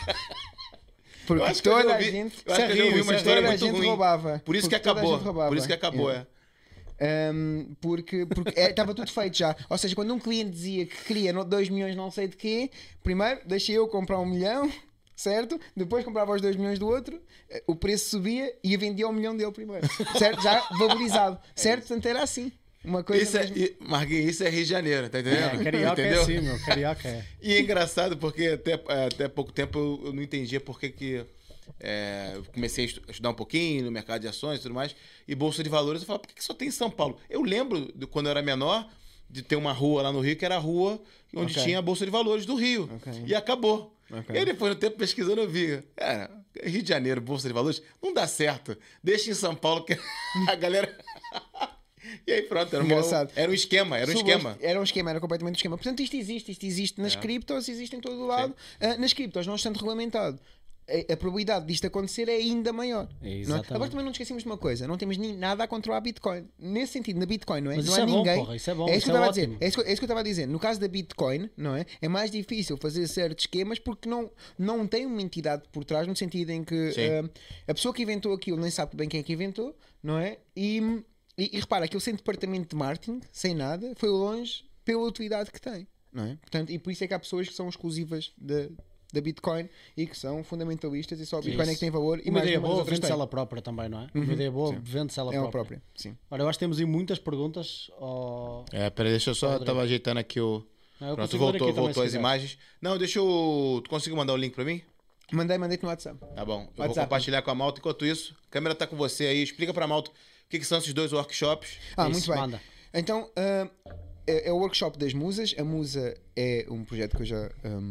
Porque Eu acho que eu toda já a ouvi- gente, eu acho que eu já ouvi uma história toda a muito gente ruim. roubava. Por isso que Porque toda a acabou. gente roubava. Por isso que acabou, Yeah. é. Um, porque porque é, estava tudo feito já. Ou seja, quando um cliente dizia que queria dois milhões não sei de quê, primeiro deixei eu comprar um milhão, certo? Depois comprava os dois milhões do outro, eh, o preço subia e vendia um milhão dele primeiro, certo? Já valorizado, certo? Portanto era assim. Uma coisa Isso é, mesmo- e- Marquinhos, isso é Rio de Janeiro, tá entendendo? É, carioca é Entendeu? assim, meu. Carioca é. E é engraçado porque até, até pouco tempo eu, eu não entendia por que que... é, eu comecei a estu- estudar um pouquinho no mercado de ações e tudo mais, e Bolsa de Valores, eu falava, por que que só tem em São Paulo? Eu lembro, de quando eu era menor, de ter uma rua lá no Rio, que era a rua onde Ok. tinha a Bolsa de Valores do Rio. Ok. E acabou. Ok. E aí depois, no tempo, pesquisando, eu vi, cara, Rio de Janeiro, Bolsa de Valores, não dá certo. Deixa em São Paulo que a galera... E aí pronto, era, uma, Engraçado. era um esquema, era um Sobre- esquema. Era um esquema, era completamente um esquema. Portanto, isto existe, isto existe nas É. criptos, existe em todo o lado. Ah, nas criptos, não estando regulamentado, a, a probabilidade disto acontecer é ainda maior. É, Não é? exatamente. Agora também não nos esquecemos de uma coisa: não temos nem nada a controlar a Bitcoin. Nesse sentido, na Bitcoin, não é? Mas não isso há é bom, ninguém. porra, isso é bom, isso isso que eu é estava a dizer. ótimo. É isso, que, é isso que eu estava a dizer. No caso da Bitcoin, não é? É mais difícil fazer certos esquemas porque não, não tem uma entidade por trás, no sentido em que Sim. ah, a pessoa que inventou aquilo nem sabe bem quem é que inventou, não é? E, e, e repara, aquilo sem departamento de marketing, sem nada, foi longe pela utilidade que tem, não é? Portanto, e por isso é que há pessoas que são exclusivas da, da Bitcoin e que são fundamentalistas e só a Bitcoin é que tem valor e Uma mais ideia nenhuma das boa outras vende-se tem. ela própria também, não é? Uma ideia boa sim. vende-se ela É ela própria. própria, sim. Ora, eu acho que temos aí muitas perguntas. Ao... É, peraí, deixa eu só, Rodrigo. tava ajeitando aqui o... Não, eu Pronto, consigo ver voltou, aqui também, voltou se as quiser. imagens. Não, deixa eu... Tu consegue mandar o link pra mim? Mandei, mandei-te no WhatsApp. Tá bom. Eu vou WhatsApp. compartilhar com a malta. Enquanto isso, a câmera tá com você aí. Explica pra malta o que, que são esses dois workshops. Ah, Isso, muito bem. manda. Então, ah, é, é o workshop das musas. A musa é um projeto que eu já, ahm,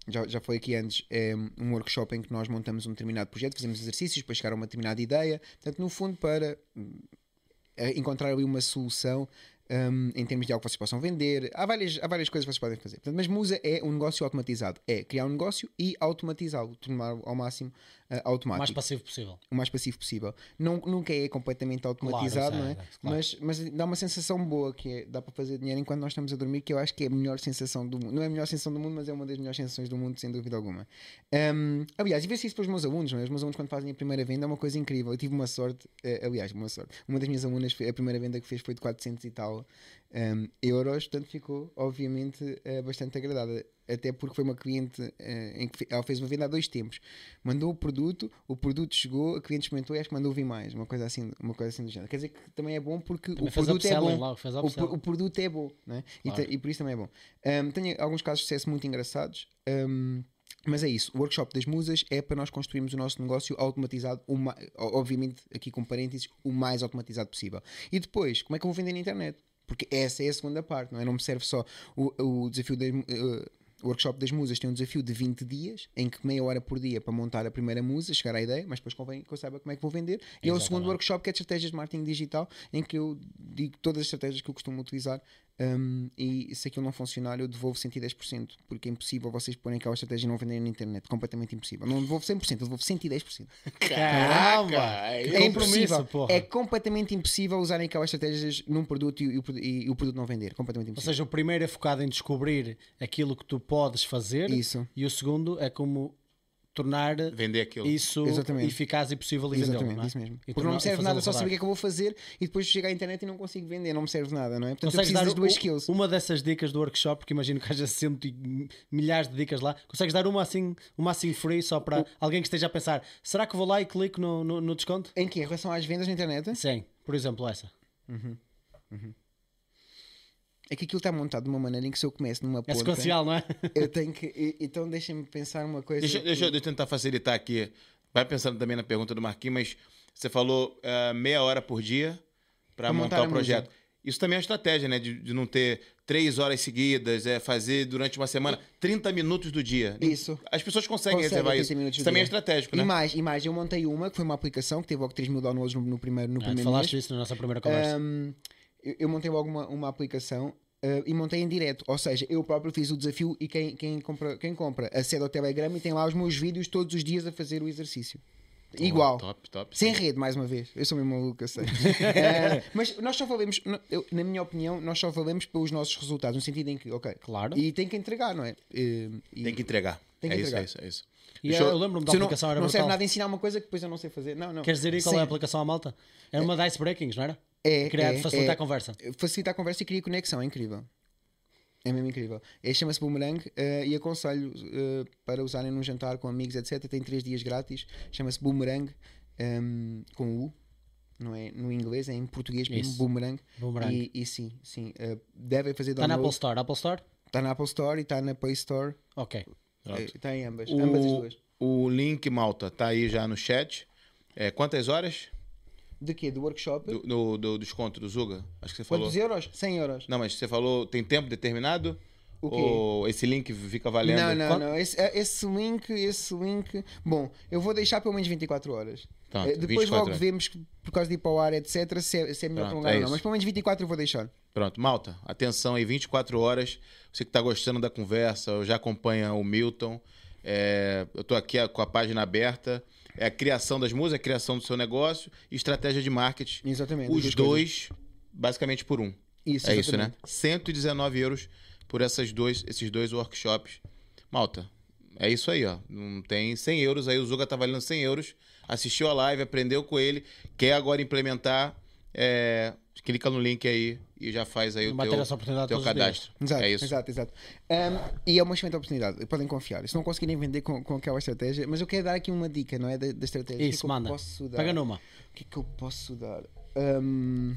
já, já foi aqui antes, é um workshop em que nós montamos um determinado projeto, fazemos exercícios para chegar a uma determinada ideia. Portanto, no fundo, para encontrar ali uma solução um, em termos de algo que vocês possam vender. Há várias, há várias coisas que vocês podem fazer. Portanto, mas Musa é um negócio automatizado. É criar um negócio e automatizá-lo, torná-lo ao máximo uh, automático. O mais passivo possível. O mais passivo possível. Não, nunca é completamente automatizado, Claro, não é? claro. Mas, mas dá uma sensação boa, que é, dá para fazer dinheiro enquanto nós estamos a dormir, que eu acho que é a melhor sensação do mundo. Não é a melhor sensação do mundo, mas é uma das melhores sensações do mundo, sem dúvida alguma. Um, aliás, e vê-se isso para os meus alunos, não é? Os meus alunos, quando fazem a primeira venda, é uma coisa incrível. Eu tive uma sorte, uh, aliás, uma sorte. Uma das minhas alunas, a primeira venda que fez foi de quatrocentos e tal um, euros, portanto ficou, obviamente, uh, bastante agradada. Até porque foi uma cliente uh, em que ela fez uma venda há dois tempos. Mandou o produto, o produto chegou, a cliente experimentou e acho que mandou vir mais. Uma coisa assim, uma coisa assim do género. Quer dizer que também é bom porque Também o fez produto é bom. logo, fez O, pro- o produto é bom, né? E, Claro. te- e por isso também é bom. Um, tenho alguns casos de sucesso muito engraçados. Um, mas é isso, o workshop das musas é para nós construirmos o nosso negócio automatizado, o ma- obviamente, aqui com parênteses, o mais automatizado possível. E depois, como é que eu vou vender na internet? Porque essa é a segunda parte, não é? Não me serve só o, o desafio das, uh, o workshop das musas tem um desafio de vinte dias, em que meia hora por dia para montar a primeira musa, chegar à ideia, mas depois convém que eu saiba como é que vou vender. E é o segundo Exatamente. workshop que é de estratégias de marketing digital, em que eu digo todas as estratégias que eu costumo utilizar. Um, e se aquilo não funcionar, eu devolvo cento e dez por cento, porque é impossível vocês porem aquela estratégia e não venderem na internet. Completamente impossível. Não devolvo cem por cento, eu devolvo cento e dez por cento. Caramba! Caraca, Que É compromisso, impossível. porra. É completamente impossível usarem aquelas estratégias num produto e, e o produ- e o produto não vender. Completamente Ou impossível. seja, o primeiro é focado em descobrir aquilo que tu podes fazer Isso. e o segundo é como tornar Vender aquilo. isso Exatamente. eficaz e possível e vendê-lo, Exatamente, não é? isso mesmo. E Porque não tornar- me serve e nada fazê-lo só rodar. saber o que é que eu vou fazer e depois chego à internet e não consigo vender. Não me serve nada, não é? Portanto, eu Consegues preciso dar das duas u- skills. uma dessas dicas do workshop, porque imagino que haja cento e milhares de dicas lá. Consegues dar uma assim, uma assim free só para alguém que esteja a pensar: será que vou lá e clico no, no, no desconto? Em que? Em relação às vendas na internet? Sim, por exemplo, essa. É que aquilo está montado de uma maneira em que se eu começo numa É ponta, sequencial, não é? eu tenho que... e- Então deixem-me pensar uma coisa... Deixa, que- deixa, eu- deixa eu tentar facilitar aqui. Vai pensando também na pergunta do Marquinhos, mas você falou ah, meia hora por dia para Pra montar, montar o a projeto. Isso também é uma estratégia, né? De, de não ter três horas seguidas, é fazer durante uma semana trinta minutos do dia. Isso. As pessoas conseguem Consegue reservar trinta isso. minutos Isso do também é dia. estratégico, E né? mais, e mais, eu montei uma que foi uma aplicação que teve logo três mil downloads no, no primeiro, no Ah, tu primeiro falaste mês. disso na nossa primeira conversa. Um, eu, eu montei logo uma, uma aplicação uh, e montei em direto. Ou seja, eu próprio fiz o desafio e quem, quem, compra, quem compra acede ao Telegram e tem lá os meus vídeos todos os dias a fazer o exercício. Igual. Oh, top, top. Sem rede, mais uma vez. Eu sou mesmo maluco, eu sei. Eh, mas nós só valemos, no- eu- na minha opinião, nós só valemos pelos nossos resultados, no sentido em que, ok, Claro. e tem que entregar, não é? Eh, e- Tem que entregar. Tem que é, entregar. Isso, é isso, é isso. E Deixa eu, eu- eu lembro-me da se eu não, aplicação, era não serve brutal. nada ensinar uma coisa que depois eu não sei fazer. Não, não. Queres dizer aí qual é a Sem- aplicação à malta? Era uma Dice Breakings, não era? É, Criar, é, facilitar é. a conversa. Facilita a conversa e cria conexão, é incrível. É mesmo incrível. É, chama-se Boomerang eh, e aconselho eh, para usarem num jantar com amigos, etcétera. Tem três dias grátis. Chama-se Boomerang ehm, com U. Não é no inglês, é em português mesmo. Isso. Boomerang. Boomerang. E, e sim, sim. eh, devem fazer Está na Apple download. Store. Apple Store? Está na Apple Store e está na Play Store. Ok. Pronto. Está em ambas. O, Ambas as duas. o link, Malta, tá aí já no chat. É, quantas horas De quê? Do workshop? do, do, do desconto do Zuga? Acho que você falou. Quantos euros? cem euros. Não, mas você falou, tem tempo determinado? O quê? Ou esse link fica valendo? Não, não, Quanto? não. Esse, é- esse link, esse link. Bom, eu vou deixar pelo menos vinte e quatro horas. Pronto, Eh, Depois vinte e quatro logo horas. vemos que, por causa de ir para o ar, etcétera, se é, se é melhor Pronto, prolongar é ou não. isso. Mas pelo menos vinte e quatro eu vou deixar. Pronto, Malta, atenção aí, vinte e quatro horas. Você que está gostando da conversa, eu já acompanha o Milton. É, eu estou aqui com a página aberta. É a criação das músicas, a criação do seu negócio e estratégia de marketing. Exatamente. Os as duas dois, basicamente por um. Isso, é isso, né? exatamente. cento e dezenove euros por essas dois, esses dois workshops. Malta, é isso aí, ó. Não tem cem euros aí, o Zuga tá valendo cem euros. Assistiu a live, aprendeu com ele, quer agora implementar, é, clica no link aí e já faz aí Não o vai teu, ter essa oportunidade teu todos os cadastro. Exato, é isso. exato, exato. Um, e é uma excelente oportunidade, podem confiar. Se não conseguirem vender com, com aquela estratégia, mas eu quero dar aqui uma dica, não é? Da, da estratégia. O que é Isso, que eu manda. posso dar? Pega numa. O que é que eu posso dar? Um,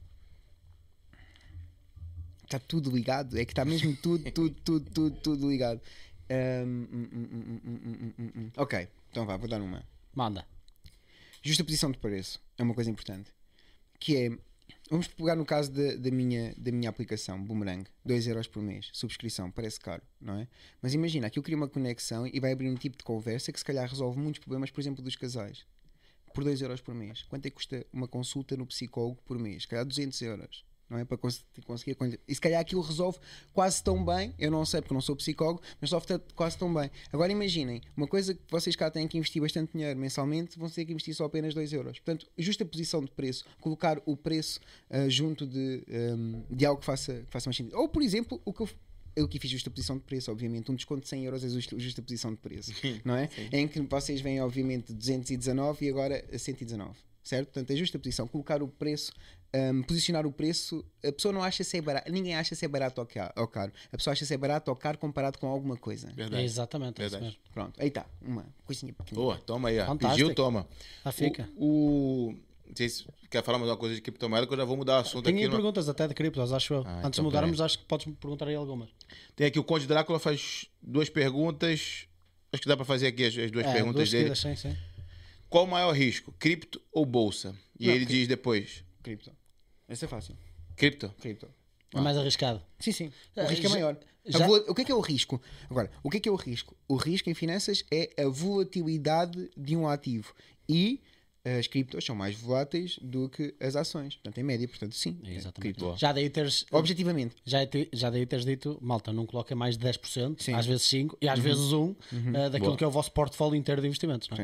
Está tudo ligado? É que está mesmo tudo, tudo, tudo, tudo, tudo ligado. Um, hum, hum, hum, hum, hum, hum, hum. Ok, então vá, vou dar uma. Manda. Justa posição de preço é uma coisa importante. Que é, vamos pegar no caso da, da, minha, da minha aplicação, Boomerang, dois euros por mês, subscrição, parece caro, não é? Mas imagina, aqui eu crio uma conexão e vai abrir um tipo de conversa que se calhar resolve muitos problemas, por exemplo, dos casais. Por dois euros por mês. Quanto é que custa uma consulta no psicólogo por mês? Se calhar duzentos euros. Não é? Para cons- conseguir. E se calhar aquilo resolve quase tão bem. Eu não sei porque eu não sou psicólogo, mas resolve quase tão bem. Agora imaginem, uma coisa que vocês cá têm que investir bastante dinheiro mensalmente, vão ter que investir só apenas dois euros. Portanto, justa posição de preço, colocar o preço uh, junto de, um, de algo que faça, que faça mais sentido. Ou, por exemplo, o que eu. Eu que fiz justa posição de preço, obviamente. Um desconto de cem euros é justa, justa posição de preço, não é? Sim. Em que vocês vêm, obviamente, duzentos e dezanove e agora a cento e dezanove, certo? Portanto, é justa posição. Colocar o preço, um, posicionar o preço, a pessoa não acha se é barato, ninguém acha se é barato ou caro. A pessoa acha se é barato ou caro comparado com alguma coisa. É exatamente. Verdade. É isso mesmo. Pronto, aí está, uma coisinha pequena. Boa, toma aí, ó. Fantástico. Pediu, toma. Ah, fica. O. o... Não sei se quer falar mais uma coisa de criptomoeda, que eu já vou mudar o assunto Tenho aqui. Tenho perguntas numa... até de criptos, acho eu. Ah, Antes então, de mudarmos, acho que podes perguntar aí algumas. Tem aqui o Conde Drácula, faz duas perguntas. Acho que dá para fazer aqui as, as duas é, perguntas duas dele. Sim, sim. Qual o maior risco, cripto ou bolsa? E Não, ele cri... diz depois. Cripto. Esse é fácil. Cripto? Cripto. É mais arriscado. Sim, sim. O Uh, risco já, é maior. Já... Vol... O que é que é o risco? Agora, o que é que é o risco? O risco em finanças é a volatilidade de um ativo. E as criptos são mais voláteis do que as ações. Portanto, em média, portanto, sim. É exatamente. É já daí teres... Objetivamente. Já, já daí teres dito, malta, não coloca mais de dez por cento, sim. às vezes cinco por cento e às uhum. vezes um por cento uhum. uh, daquilo Boa. que é o vosso portfólio inteiro de investimentos. Não é? Sim.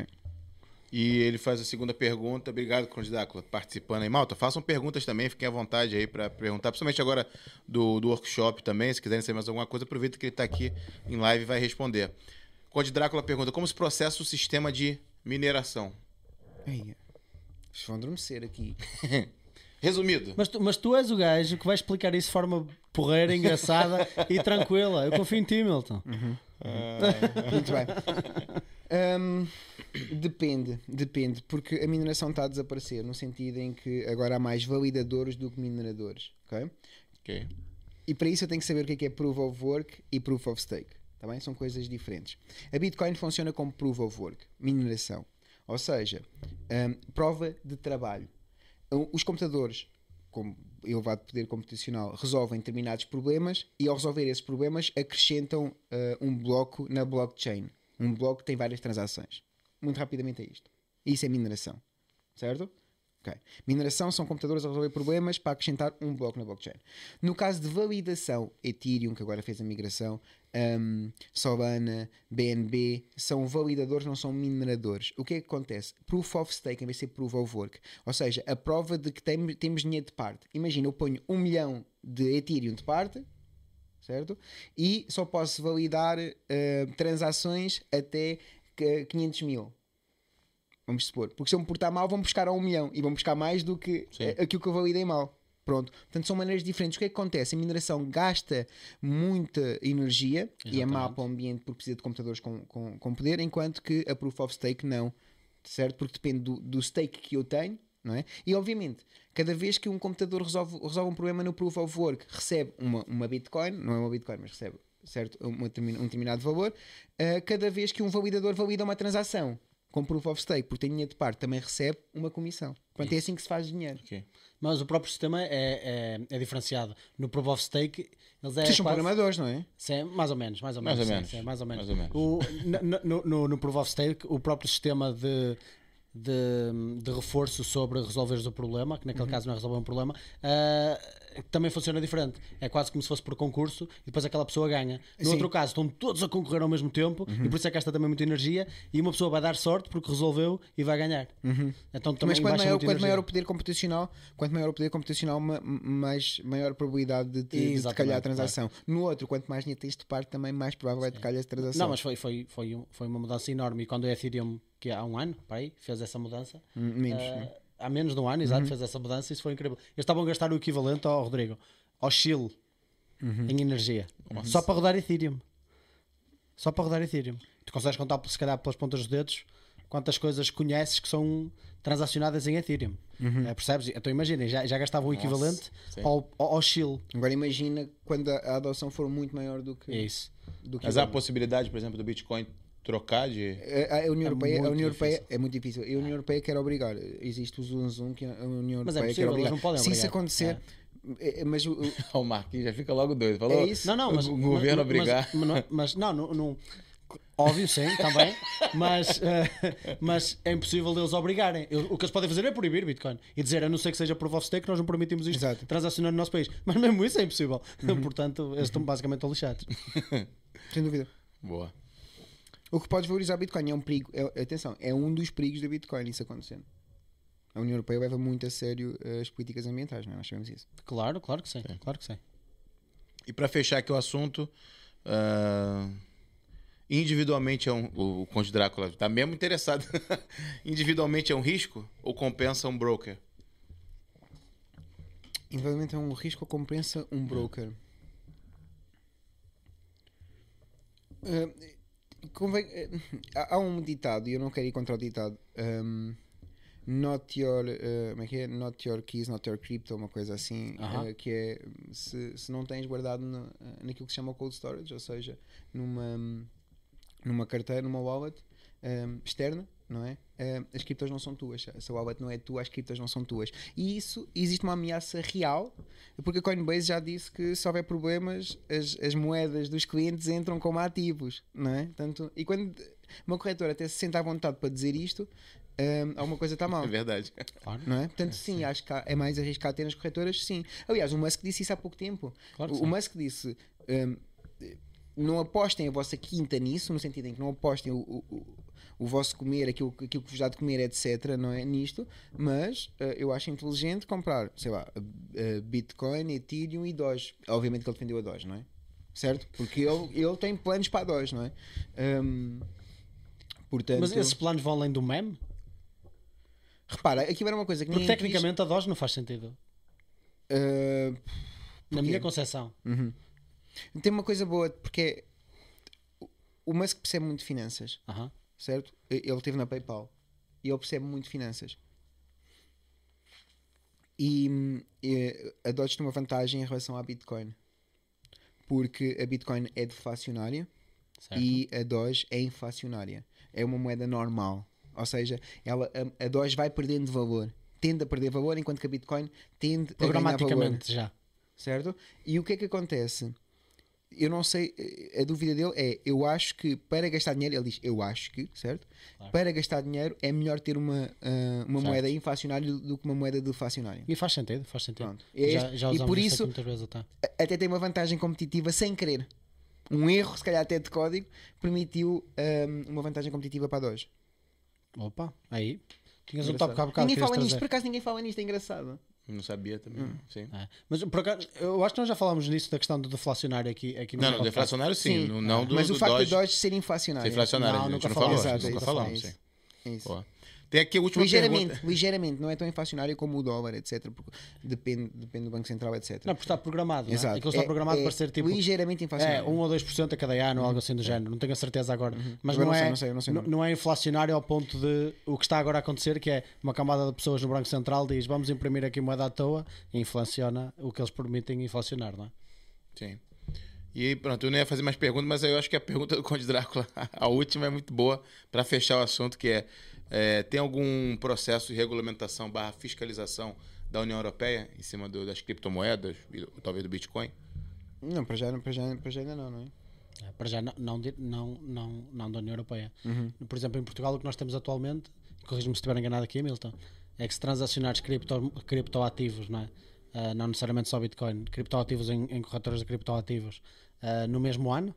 E ele faz a segunda pergunta. Obrigado, Conde Drácula, participando aí. Malta, façam perguntas também, fiquem à vontade aí para perguntar, principalmente agora do, do workshop também. Se quiserem saber mais alguma coisa, aproveita que ele está aqui em live e vai responder. Conde Drácula pergunta: como se processa o sistema de mineração? Aí, vocês vão adormecer aqui. Resumido. Mas tu, mas tu és o gajo que vai explicar isso de forma porreira, engraçada e tranquila. Eu confio em ti, Milton. Uhum. Uh... Muito bem. Um, depende, depende, porque a mineração está a desaparecer, no sentido em que agora há mais validadores do que mineradores, ok? Ok. E para isso eu tenho que saber o que é, que é Proof of Work e Proof of Stake, tá bem? São coisas diferentes. A Bitcoin funciona como Proof of Work, mineração, ou seja, um, prova de trabalho. Os computadores, como elevado poder computacional, resolvem determinados problemas e ao resolver esses problemas acrescentam uh, um bloco na blockchain. Um bloco que tem várias transações. Muito rapidamente é isto. Isso é mineração. Certo? Ok. Mineração são computadores a resolver problemas para acrescentar um bloco na blockchain. No caso de validação, Ethereum, que agora fez a migração, um, Solana, B N B, são validadores, não são mineradores. O que é que acontece? Proof of Stake em vez de ser Proof of Work. Ou seja, a prova de que tem, temos dinheiro de parte. Imagina, eu ponho um milhão de Ethereum de parte, certo? E só posso validar uh, transações até quinhentos mil. Vamos supor. Porque se eu me portar mal, vão buscar a um milhão. E vão buscar mais do que Sim. aquilo que eu validei mal. Pronto. Portanto, são maneiras diferentes. O que é que acontece? A mineração gasta muita energia. Exatamente. E é má para o ambiente porque precisa de computadores com, com, com poder, enquanto que a Proof of Stake não. Certo? Porque depende do, do stake que eu tenho. Não é? E obviamente, cada vez que um computador resolve, resolve um problema no Proof of Work, recebe uma, uma Bitcoin, não é uma Bitcoin, mas recebe certo? Uma, um determinado valor, uh, cada vez que um validador valida uma transação com Proof of Stake, porque tem dinheiro de parte, também recebe uma comissão. Portanto, é assim que se faz dinheiro. Okay. Mas o próprio sistema é, é, é diferenciado. No Proof of Stake, eles é Vocês são quase... programadores, não é? Sim, mais ou menos, mais ou menos. Mais ou sim, menos. Sim, mais ou menos. Mais ou menos. O, no, no, no, no Proof of Stake, o próprio sistema de De, de reforço sobre resolveres o problema, que naquele uhum. caso não é resolver um problema, uh, também funciona diferente. É quase como se fosse por concurso e depois aquela pessoa ganha. No Sim. outro caso, estão todos a concorrer ao mesmo tempo uhum. e por isso é que gasta também muita energia e uma pessoa vai dar sorte porque resolveu e vai ganhar. Uhum. Então, também Mas quanto maior, quanto maior o poder computacional, quanto maior o poder computacional, mais, maior a probabilidade de, de, de decalhar a transação. Claro. No outro, quanto mais dinheiro tens de parte, também mais provável é decalhar a transação. Não, mas foi, foi, foi, foi uma mudança enorme. E quando a Ethereum, que há um ano, para aí, fez essa mudança. Menos, uh, há menos de um ano, exato, uhum. fez essa mudança. Isso foi incrível. Eles estavam a gastar o equivalente ao Rodrigo, ao Chile, uhum. em energia. Nossa. Só para rodar Ethereum. Só para rodar Ethereum. Tu consegues contar, se calhar, pelas pontas dos dedos, quantas coisas conheces que são transacionadas em Ethereum. Uhum. Uh, percebes? Então imaginem, já, já gastavam o equivalente ao, ao, ao Chile. Agora imagina quando a, a adoção for muito maior do que... É isso. Do que Mas há a possibilidade, por exemplo, do Bitcoin trocar de... A, a União É Europeia, a muito União Europeia difícil. é muito difícil. A União Europeia quer obrigar. Existe o zoom zoom que a União Mas é Europeia quer possível, obrigar. eles não podem Se isso obrigar. acontecer, é, mas o, o- O Marquinhos já fica logo doido. Falou, É isso. Não, não, mas o governo mas- obrigar. Mas, mas, mas não, não, não- óbvio, sim, também. Mas, eh, mas é impossível eles obrigarem. Eu- o que eles podem fazer é proibir Bitcoin e dizer, a não ser que seja proof of stake, nós não permitimos isto Exato. transacionar no nosso país. Mas mesmo isso é impossível. Portanto, eles estão basicamente lixados. sem dúvida. Boa. O que podes valorizar Bitcoin é um perigo. É, atenção, é um dos perigos da Bitcoin isso acontecendo. A União Europeia leva muito a sério eh, as políticas ambientais, não é? Nós sabemos isso. Claro, claro que sim. Claro que sim. E para fechar aqui o assunto, ah, individualmente é um... O Conde Drácula tá mesmo interessado. Individualmente é um risco ou compensa um broker? Infelizmente é um risco ou compensa um broker. Eh, convém, eh, há, há um ditado, e eu não quero ir contra o ditado. ehm, not your eh, como é que é? Not your keys, not your crypto, uma coisa assim. Aham. eh, que é se, se não tens guardado no, eh, naquilo que se chama cold storage, ou seja, numa, numa carteira, numa wallet ehm, externa, não é? Eh, as criptos não são tuas. Se a wallet não é tua, as criptos não são tuas. E isso existe uma ameaça real, porque a Coinbase já disse que se houver problemas, as, as moedas dos clientes entram como ativos, não é? Tanto, e quando uma corretora até se sente à vontade para dizer isto, hum, alguma coisa está mal. É verdade. Claro. Não é? Portanto, sim, acho que há- é mais arriscado ter nas corretoras, sim. Aliás, o Musk disse isso há pouco tempo. Claro que o, sim. o Musk disse: hum, não apostem a vossa quinta nisso, no sentido em que não apostem o, o, o- o vosso comer, aquilo, aquilo que vos dá de comer, etc. Não é? Nisto, mas eh, eu acho inteligente comprar, sei lá, eh, Bitcoin, Ethereum e Doge. Obviamente que ele defendeu a Doge, não é? Certo? Porque ele, ele tem planos para a Doge, não é? Hum, portanto, Mas esses planos vão além do meme? repara, aqui era uma coisa que Porque ninguém tecnicamente a Doge não faz sentido. quis, eh, Na minha concepção. Uhum. Tem uma coisa boa, porque é- o- o Musk percebe muito de finanças, Aham. certo? Ele esteve na PayPal e ele percebe muito de finanças. E, hum, e a Doge tem uma vantagem em relação à Bitcoin, porque a Bitcoin é deflacionária Certo. e a Doge é inflacionária. É uma moeda normal, ou seja, ela, a, a Doge vai perdendo valor, tende a perder valor, enquanto que a Bitcoin tende a ganhar valor. Programaticamente já. Certo? E o que é que acontece? Eu não sei, a dúvida dele é, eu acho que para gastar dinheiro, ele diz, eu acho que, certo? Claro. Para gastar dinheiro é melhor ter uma, ah, uma Certo. moeda inflacionária do que uma moeda deflacionária. E faz sentido, faz sentido. Pronto. É Já, este- já e usamos por isto isso, aqui muitas vezes até. a- até tem uma vantagem competitiva sem querer. Um erro, se calhar até de código, permitiu ah, uma vantagem competitiva para a Doge. Opa, aí. Tinhas um Engraçado. tópico há bocado. Ninguém querias fala nisto, trazer. por acaso ninguém fala nisto, é engraçado. Não sabia também. Hum. Sim. É. Mas por acaso, eu acho que nós já falámos nisso da questão do deflacionário aqui, aqui no Não, não, podcast. deflacionário sim, Sim. no- não do, Mas o do facto Doge. de Doge ser inflacionário. Ser inflacionário, Não, a gente nunca não falamos. falou. Exato, é Nunca isso, falamos, é sim. É isso. Boa. Tem aqui a última Ligeiramente, pergunta. ligeiramente, não é tão inflacionário como o dólar, etcétera. Porque depende, depende do Banco Central, etcétera. Não, porque está programado. Exato. Não é? Aquilo está É- programado é para ser tipo. ligeiramente É, inflacionário. um ou dois por cento a cada ano, ou algo assim do género. Não tenho a certeza agora. Mas Agora não, não sei, é, não sei, não sei não, não. não é inflacionário ao ponto de o que está agora a acontecer, que é uma camada de pessoas no Banco Central diz vamos imprimir aqui moeda à toa e inflaciona o que eles permitem inflacionar, não é? Sim. E pronto, eu não ia fazer mais perguntas, mas eu acho que a pergunta do Conde Drácula, a última é muito boa para fechar o assunto, que é, é, tem algum processo de regulamentação barra fiscalização da União Europeia em cima do- das criptomoedas, e talvez do Bitcoin? Não, para já, para, já, para já ainda não, não é? É, para já não, não, di- não, não, não da União Europeia. Uhum. Por exemplo, em Portugal o que nós temos atualmente, corrijo-me se estiver enganado aqui, Milton, é que se transacionares cripto, criptoativos, não é? Ah, não necessariamente só Bitcoin, criptoativos em, em corretoras de criptoativos ah, no mesmo ano,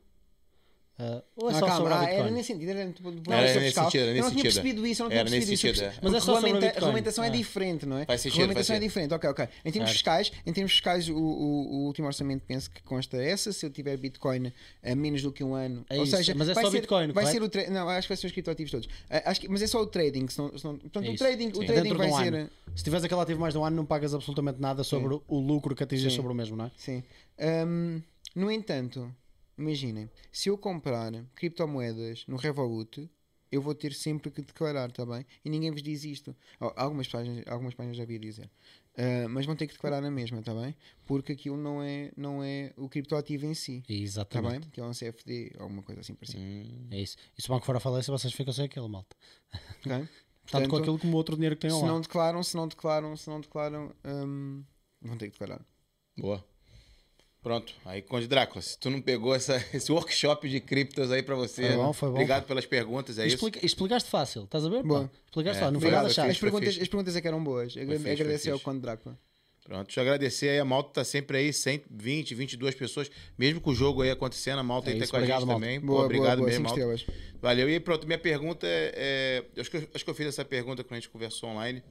ah, ou é Ah, só calma, sobre a ah, Bitcoin? era nesse sentido, era tipo, do Era fiscal. nesse sentido, era Eu nesse não tinha sentido. percebido isso, eu não tinha Era nesse percebido isso. sentido, é. Mas é Porque só sobre a regulamenta- Bitcoin. regulamentação é É. diferente, não é? Faz sentido, regulamentação faz é diferente, ok, ok. Em termos Certo. fiscais, em termos fiscais o, o, o último orçamento penso que consta essa, se eu tiver Bitcoin a menos do que um ano. É Ou isso, seja, mas é vai só ser, Bitcoin, vai correto? ser o tra- Não, acho que vai ser os criptoativos todos. Ah, Acho que, mas é só o trading, senão, senão, portanto É o isso. trading, o Sim. trading Dentro vai de um ser... ano. Se tiveres aquele ativo mais de um ano, não pagas absolutamente nada sobre o lucro que atinges Sim. sobre o mesmo, não é? Sim. Hum, no entanto, imaginem, se eu comprar criptomoedas no Revolut, eu vou ter sempre que declarar, tá bem? E ninguém vos diz isto. Oh, Algumas páginas, algumas páginas já vi dizer. Uh, mas vão ter que declarar na mesma, está bem? Porque aquilo não é, não é o criptoativo em si, está Exatamente. bem? Que é um C F D ou alguma coisa assim parecida. Hum. É isso. E se o banco for a falência, vocês ficam sem aquilo, malta. Ok? Tanto Portanto, com aquilo como o outro dinheiro que têm se lá. não declaram, se não declaram, se não declaram, hum, vão ter que declarar. Boa. Pronto. Aí, Conde Drácula, se tu não pegou essa, esse workshop de criptos aí pra você. Foi bom, foi bom. Obrigado pelas perguntas, é Explica, isso? explicaste fácil, estás a ver? Boa. Pá? Explicaste É, fácil, não foi obrigado, nada chato. fixe. As perguntas, fixe. as perguntas é que eram boas. Agra- fixe, foi Agradecer ao fixe. Conde Drácula. Pronto, deixa eu agradecer aí. A malta tá sempre aí, cento e vinte, vinte e duas pessoas. Mesmo com o jogo aí acontecendo, a malta É aí tá isso, com a obrigado, gente malta. também. Pô, Boa, obrigado boa, boa. mesmo, Cinco malta. estrelas. Valeu. E aí, pronto, minha pergunta é... é- eu acho, que, eu- acho que eu fiz essa pergunta quando a gente conversou online,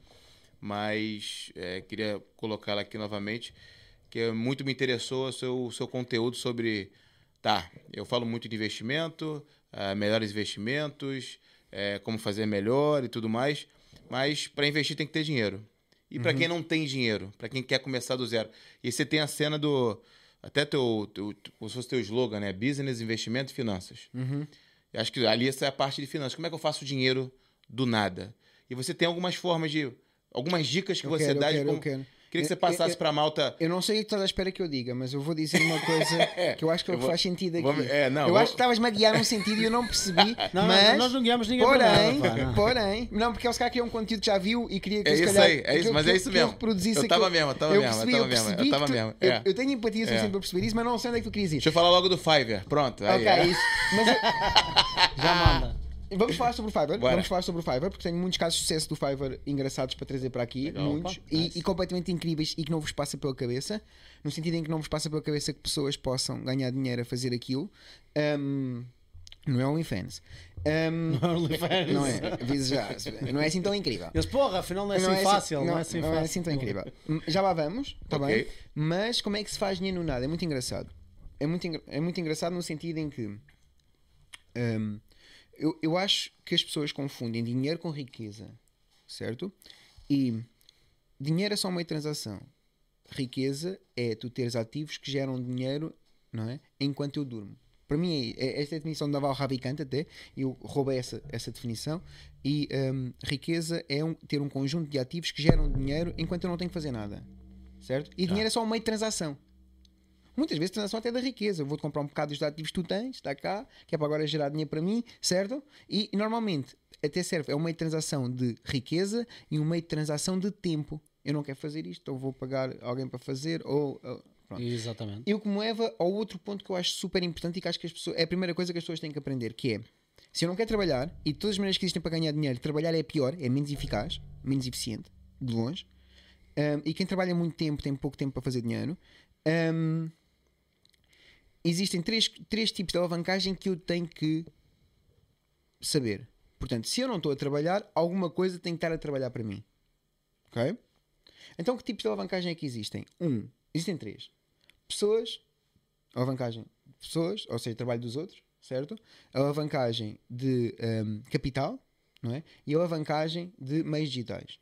mas é, queria colocá-la aqui novamente, que muito me interessou o seu, o seu conteúdo sobre... Tá, eu falo muito de investimento, ah, melhores investimentos, é, como fazer melhor e tudo mais, mas para investir tem que ter dinheiro. E para quem não tem dinheiro, para quem quer começar do zero. E você tem a cena do... Até teu, teu, como se fosse teu slogan, né? Business, investimento e finanças. Uhum. Eu acho que ali essa é a parte de finanças. Como é que eu faço dinheiro do nada? E você tem algumas formas de... Algumas dicas que Eu você quero, dá eu de quero, como... eu quero. Queria que você Eu- passasse eu- para a malta... Eu não sei o que estás à espera que eu diga, mas eu vou dizer uma coisa que eu acho que é o Eu que vou- faz sentido aqui. vou- é, não, eu vou- acho que estavas-me a guiar num sentido e eu não percebi. Não, não, mas, nós não guiamos ninguém porém, para nada, pá, não. porém, não, porque ele se calhar queria um conteúdo que já viu e queria que É eu, se isso calhar, aí, é que isso, eu- mas que é eu- isso que eu mesmo. reproduzisse Eu tava aquilo. mesmo, eu tava eu mesmo, eu percebi, tava eu mesmo, eu percebi tava que tu- mesmo, eu- é. Eu tenho empatia É. suficiente para perceber isso, mas não sei onde é que tu querias ir. Deixa eu falar logo do Fiverr. Pronto. Aí, Ok, é. isso. Mas eu- Já manda. Vamos falar sobre o Fiverr. Bora. Vamos falar sobre o Fiverr, porque tenho muitos casos de sucesso do Fiverr engraçados para trazer para aqui. Legal. Muitos. Opa, E, nice. e completamente incríveis e que não vos passa pela cabeça. No sentido em que não vos passa pela cabeça que pessoas possam ganhar dinheiro a fazer aquilo. Um, não é OnlyFans. Um, OnlyFans. não é, aviso já. Não é assim tão incrível. Eles, porra, afinal não é assim Não é fácil. Não, é assim não fácil. é assim tão incrível. Já lá vamos, está Ok. bem? Mas como é que se faz dinheiro no nada? É muito engraçado. É muito, engra- é muito engraçado no sentido em que hum, eu, eu acho que as pessoas confundem dinheiro com riqueza, certo? E dinheiro é só uma meio de transação. Riqueza é tu teres ativos que geram dinheiro, não é? Enquanto eu durmo. Para mim, é, é esta é a definição da Val Ravikant até. Eu roubei essa, essa definição. E hum, riqueza é um- ter um conjunto de ativos que geram dinheiro enquanto eu não tenho que fazer nada. Certo? E dinheiro é só um meio de transação. Muitas vezes transação até da riqueza. Eu vou-te comprar um bocado dos ativos que tu tens, está cá, que é para agora gerar dinheiro para mim, certo? E, e normalmente até serve, é um meio de transação de riqueza e um meio de transação de tempo. Eu não quero fazer isto, ou vou pagar alguém para fazer, ou... ou- pronto. Exatamente. E o que me leva ao outro ponto que eu acho super importante e que acho que as pessoas, é a primeira coisa que as pessoas têm que aprender, que é, se eu não quero trabalhar, e de todas as maneiras que existem para ganhar dinheiro, trabalhar é pior, é menos eficaz, menos eficiente, de longe, um, e quem trabalha muito tempo tem pouco tempo para fazer dinheiro, um, existem três, três tipos de alavancagem que eu tenho que saber. Portanto, se eu não estou a trabalhar, alguma coisa tem que estar a trabalhar para mim. Ok? Então, que tipos de alavancagem é que existem? Um, existem três. Pessoas, alavancagem de pessoas, ou seja, trabalho dos outros, certo? Alavancagem de um, capital, não é? E alavancagem de meios digitais.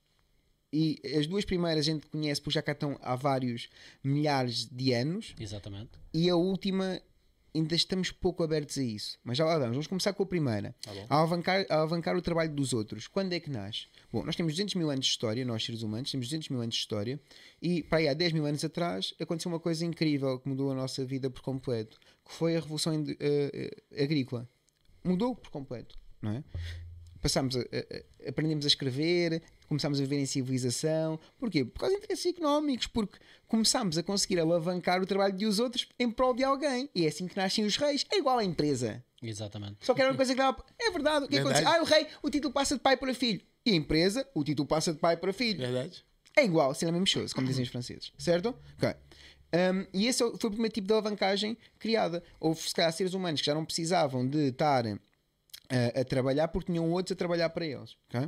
E as duas primeiras a gente conhece porque já cá estão há vários milhares de anos, Exatamente. e a última ainda estamos pouco abertos a isso. Mas já lá vamos. Vamos começar com a primeira. Tá bom. A alavancar, a alavancar o trabalho dos outros. Quando é que nasce? Bom, nós temos duzentos mil anos de história, nós seres humanos, temos duzentos mil anos de história, e para aí há dez mil anos atrás aconteceu uma coisa incrível que mudou a nossa vida por completo, que foi a Revolução Ind- eh, eh, Agrícola. Mudou por completo, não é? Passámos a, a- a- aprendemos a escrever, começámos a viver em civilização. Porquê? Por causa de interesses económicos, porque começámos a conseguir alavancar o trabalho dos outros em prol de alguém. E é assim que nascem os reis. É igual à empresa. Exatamente. Só que era uma coisa que dava... É verdade. O que Verdade. aconteceu? Ah, o rei, o título passa de pai para filho. E a empresa, o título passa de pai para filho. Verdade. É igual, c'est la même chose, como dizem os franceses, certo? Ok. Um, e esse foi o primeiro tipo de alavancagem criada. Houve, se calhar, seres humanos que já não precisavam de estar uh, a trabalhar porque tinham outros a trabalhar para eles. Ok?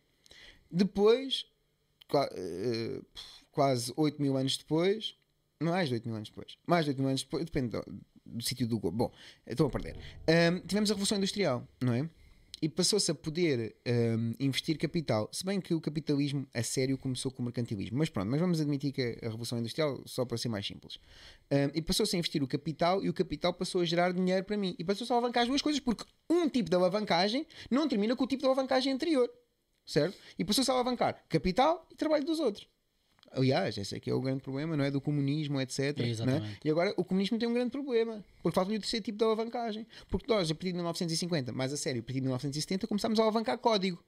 Depois, qua- uh, quase oito mil anos depois, mais de oito mil anos depois, mais de oito mil anos depois, depende do, do sítio do globo. Bom, estou a perder. Um, tivemos a Revolução Industrial, não é? E passou-se a poder um, investir capital. Se bem que o capitalismo a sério começou com o mercantilismo. Mas pronto, mas vamos admitir que a Revolução Industrial, só para ser mais simples. Um, e passou-se a investir o capital e o capital passou a gerar dinheiro para mim. E passou-se a alavancar as duas coisas, porque um tipo de alavancagem não termina com o tipo de alavancagem anterior. Certo? E passou-se a alavancar capital e trabalho dos outros. Aliás, esse aqui é o grande problema, não é? Do comunismo, etcétera. Não é? E agora o comunismo tem um grande problema, porque falta-lhe o terceiro tipo de alavancagem. Porque nós, a partir de mil novecentos e cinquenta, mais a sério, a partir de mil novecentos e setenta, começámos a alavancar código.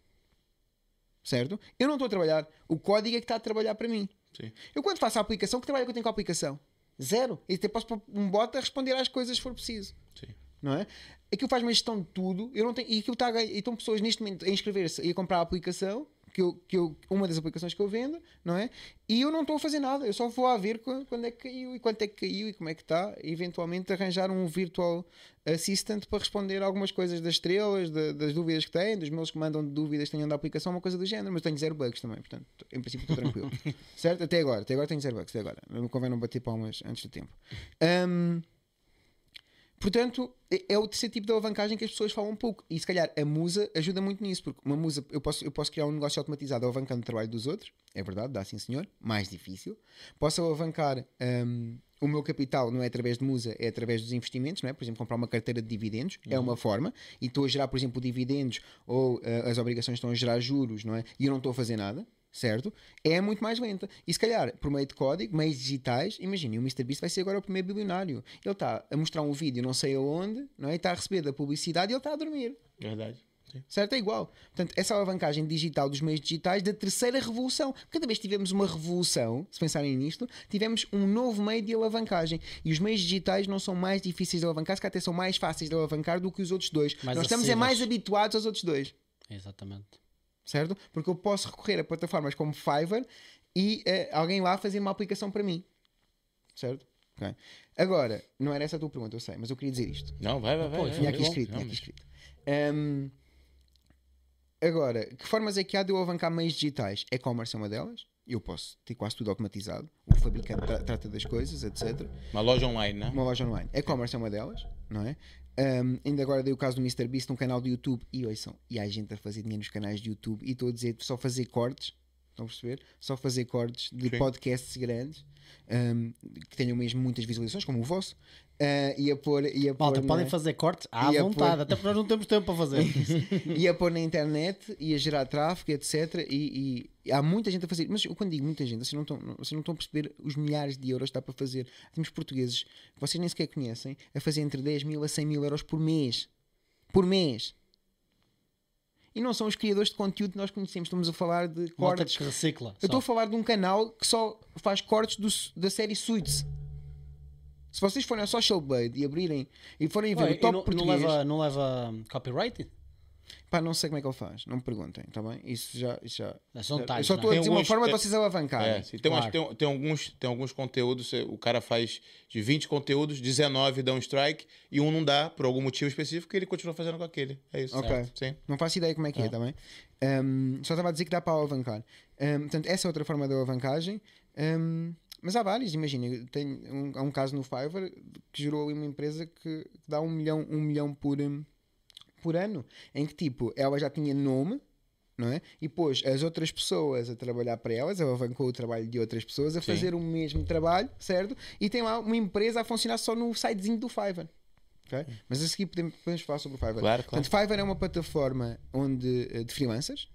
Certo? Eu não estou a trabalhar. O código é que está a trabalhar para mim. Sim. Eu quando faço a aplicação, que trabalho que eu tenho com a aplicação? Zero. E até posso pôr um bot a responder às coisas se for preciso. Sim. Não é? Aquilo faz uma gestão de tudo. Eu não tenho, e aquilo está a ganhar, e estão pessoas neste momento a inscrever-se e a comprar a aplicação, que eu, que eu, uma das aplicações que eu vendo, não é? E eu não estou a fazer nada. Eu só vou a ver quando é que caiu e quanto é que caiu e como é que está. E eventualmente arranjar um virtual assistant para responder algumas coisas das estrelas, de, das dúvidas que têm, dos meus que mandam de dúvidas que tenham da aplicação, uma coisa do género. Mas tenho zero bugs também, portanto, em princípio estou tranquilo. Certo? Até agora. Até agora tenho zero bugs. Até agora. Não convém não bater palmas antes do tempo. Um, Portanto, é o terceiro tipo de alavancagem que as pessoas falam um pouco. E se calhar a Musa ajuda muito nisso, porque uma Musa, eu posso, eu posso criar um negócio automatizado alavancando o trabalho dos outros, é verdade, dá sim senhor, mais difícil. Posso alavancar um, o meu capital, não é através de Musa, é através dos investimentos, não é? Por exemplo, comprar uma carteira de dividendos, uhum. é uma forma, e estou a gerar, por exemplo, dividendos ou uh, as obrigações estão a gerar juros, não é? E eu não estou a fazer nada. Certo? É muito mais lenta. E se calhar, por meio de código, meios digitais, imaginem, o MrBeast vai ser agora o primeiro bilionário. Ele está a mostrar um vídeo não sei aonde, não é? E está a receber da publicidade e ele está a dormir. Verdade. Sim. Certo? É igual. Portanto, essa alavancagem digital dos meios digitais da terceira revolução. Cada vez que tivemos uma revolução, se pensarem nisto, tivemos um novo meio de alavancagem. E os meios digitais não são mais difíceis de alavancar, se calhar até são mais fáceis de alavancar do que os outros dois. Mais Nós estamos é mais habituados aos outros dois. Exatamente. Certo? Porque eu posso recorrer a plataformas como Fiverr e uh, alguém lá fazer uma aplicação para mim. Certo? Okay. Agora, não era essa a tua pergunta, eu sei, mas eu queria dizer isto. Não, vai, vai, vai. Pô, tinha aqui escrito, tinha aqui escrito. Um, agora, que formas é que há de eu alavancar meios digitais? E-commerce é uma delas. Eu posso ter quase tudo automatizado. O fabricante tra trata das coisas, etcétera. Uma loja online, não é? Uma loja online. E-commerce é uma delas, não é? Um, ainda agora dei o caso do MrBeast num canal do YouTube e ouçam, e há gente a fazer dinheiro nos canais de YouTube e estou a dizer só fazer cortes, estão a perceber? Só fazer cortes de Sim. podcasts grandes um, que tenham mesmo muitas visualizações, como o vosso, uh, e a pôr. E a Malta, pôr podem na... fazer cortes à vontade, pôr... até porque nós não temos tempo para fazer. E a pôr na internet e a gerar tráfego, etcétera. E, e há muita gente a fazer, mas eu quando digo muita gente, vocês não estão, vocês não estão a perceber os milhares de euros que está para fazer. Temos portugueses que vocês nem sequer conhecem a fazer entre dez mil a cem mil euros por mês. Por mês. E não são os criadores de conteúdo que nós conhecemos. Estamos a falar de cortes. Que recicla, eu estou a falar de um canal que só faz cortes do, da série Suits. Se vocês forem ao Social Blade e abrirem e forem ver Ué, o top não, português... Não leva, não leva copyright? Pá, não sei como é que ele faz. Não me perguntem, está bem? Isso já... Isso já São tais, eu só estou a dizer alguns, uma forma tem, de vocês alavancarem. É, sim, tem, claro. umas, tem, tem, alguns, tem alguns conteúdos, o cara faz de vinte conteúdos, dezenove dá um strike e um não dá, por algum motivo específico, e ele continua fazendo com aquele. É isso. Ok. Certo? Sim. Não faço ideia como é que é, está bem? Um, só estava a dizer que dá para alavancar. Um, portanto, essa é outra forma de alavancagem. Um, mas há várias, imagina, tem um, há um caso no Fiverr que gerou ali uma empresa que dá um milhão, um milhão por, um, por ano, em que tipo, ela já tinha nome, não é? E pôs as outras pessoas a trabalhar para elas, alavancou o trabalho de outras pessoas a Sim. fazer o mesmo trabalho, certo? E tem lá uma empresa a funcionar só no sitezinho do Fiverr. Okay? Mas a seguir podemos, podemos falar sobre o Fiverr. Claro, claro. Portanto, Fiverr é uma plataforma onde, de freelancers,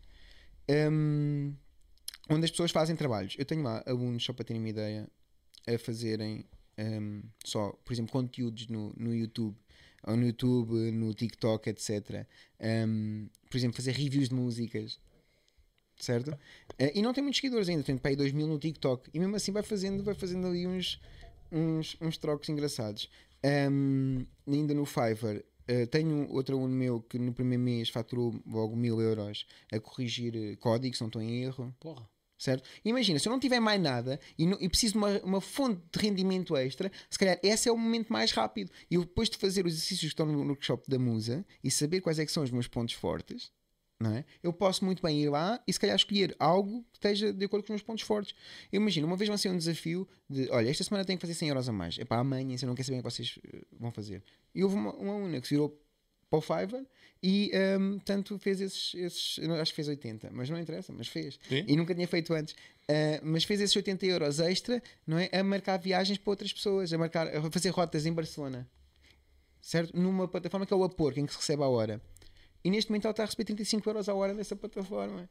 um, onde as pessoas fazem trabalhos. Eu tenho lá alunos, só para terem uma ideia, a fazerem um, só, por exemplo, conteúdos no, no YouTube, ou no YouTube, no TikTok, etcétera. Um, por exemplo, fazer reviews de músicas, certo? Uh, e não tem muitos seguidores ainda, tem para aí dois mil no TikTok. E mesmo assim vai fazendo, vai fazendo ali uns, uns, uns trocos engraçados. Um, ainda no Fiverr, uh, tenho outro aluno meu que no primeiro mês faturou logo mil euros a corrigir códigos, se não estou em erro. Porra. Certo? Imagina, se eu não tiver mais nada e, não, e preciso de uma, uma fonte de rendimento extra, se calhar esse é o momento mais rápido. E eu, depois de fazer os exercícios que estão no, no workshop da Musa e saber quais é que são os meus pontos fortes, não é? Eu posso muito bem ir lá e se calhar escolher algo que esteja de acordo com os meus pontos fortes. Eu imagino, uma vez lancei um desafio de, olha, esta semana tenho que fazer cem euros a mais. É para amanhã, se eu não quer saber o que vocês vão fazer. E houve uma, uma aluna que se virou para o Fiverr e um, tanto fez esses, esses acho que fez oitenta, mas não interessa, mas fez. Sim. E nunca tinha feito antes. Uh, mas fez esses oitenta euros extra, não é? A marcar viagens para outras pessoas, a, marcar, a fazer rotas em Barcelona, certo? Numa plataforma que é o Upwork, em que se recebe a hora. E neste momento ela está a receber trinta e cinco euros a hora nessa plataforma.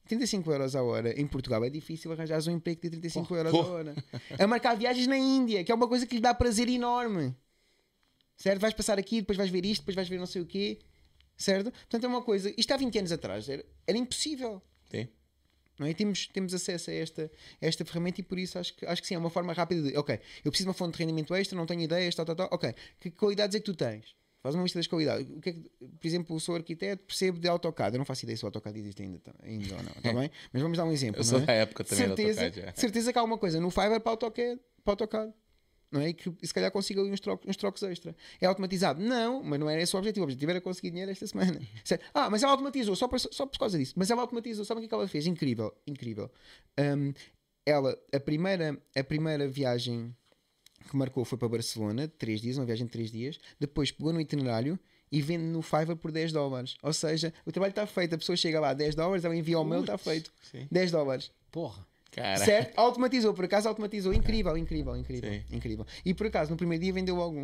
trinta e cinco euros a hora em Portugal é difícil arranjares um emprego de trinta e cinco Porra. euros a hora. A marcar viagens na Índia, que é uma coisa que lhe dá prazer enorme. Certo? Vais passar aqui, depois vais ver isto, depois vais ver não sei o quê. Certo? Portanto, é uma coisa... Isto há vinte anos atrás era, era impossível. Sim. Não é? Temos, temos acesso a esta, a esta ferramenta e por isso acho que, acho que sim, é uma forma rápida de... Ok, eu preciso de uma fonte de rendimento extra, não tenho ideias, tal, tal, tal. Ok, que qualidades é que tu tens? Faz uma lista das qualidades. O que é que, por exemplo, eu sou arquiteto, percebo de AutoCAD. Eu não faço ideia se o AutoCAD existe ainda, ainda ou não. Está bem? Mas vamos dar um exemplo. Eu sou não é? da época também certeza, do AutoCAD. Já. certeza que há alguma coisa no Fiverr para AutoCAD. Para AutoCAD. Não é? E que se calhar consigo ali uns trocos, uns trocos extra. É automatizado? Não, mas não era esse o objetivo. O objetivo era conseguir dinheiro esta semana. Certo? Ah, mas ela automatizou só por, só por causa disso. Mas ela automatizou. Sabe o que é que ela fez? Incrível. Incrível. Um, ela, a primeira, a primeira viagem que marcou foi para Barcelona, de três dias, uma viagem de três dias. Depois pegou no itinerário e vende no Fiverr por dez dólares. Ou seja, o trabalho está feito. A pessoa chega lá, dez dólares, ela envia o mail, está feito. Sim. dez dólares. Porra. Cara. Certo? Automatizou, por acaso automatizou. Incrível, incrível, incrível, Sim. incrível. E por acaso, no primeiro dia vendeu algum.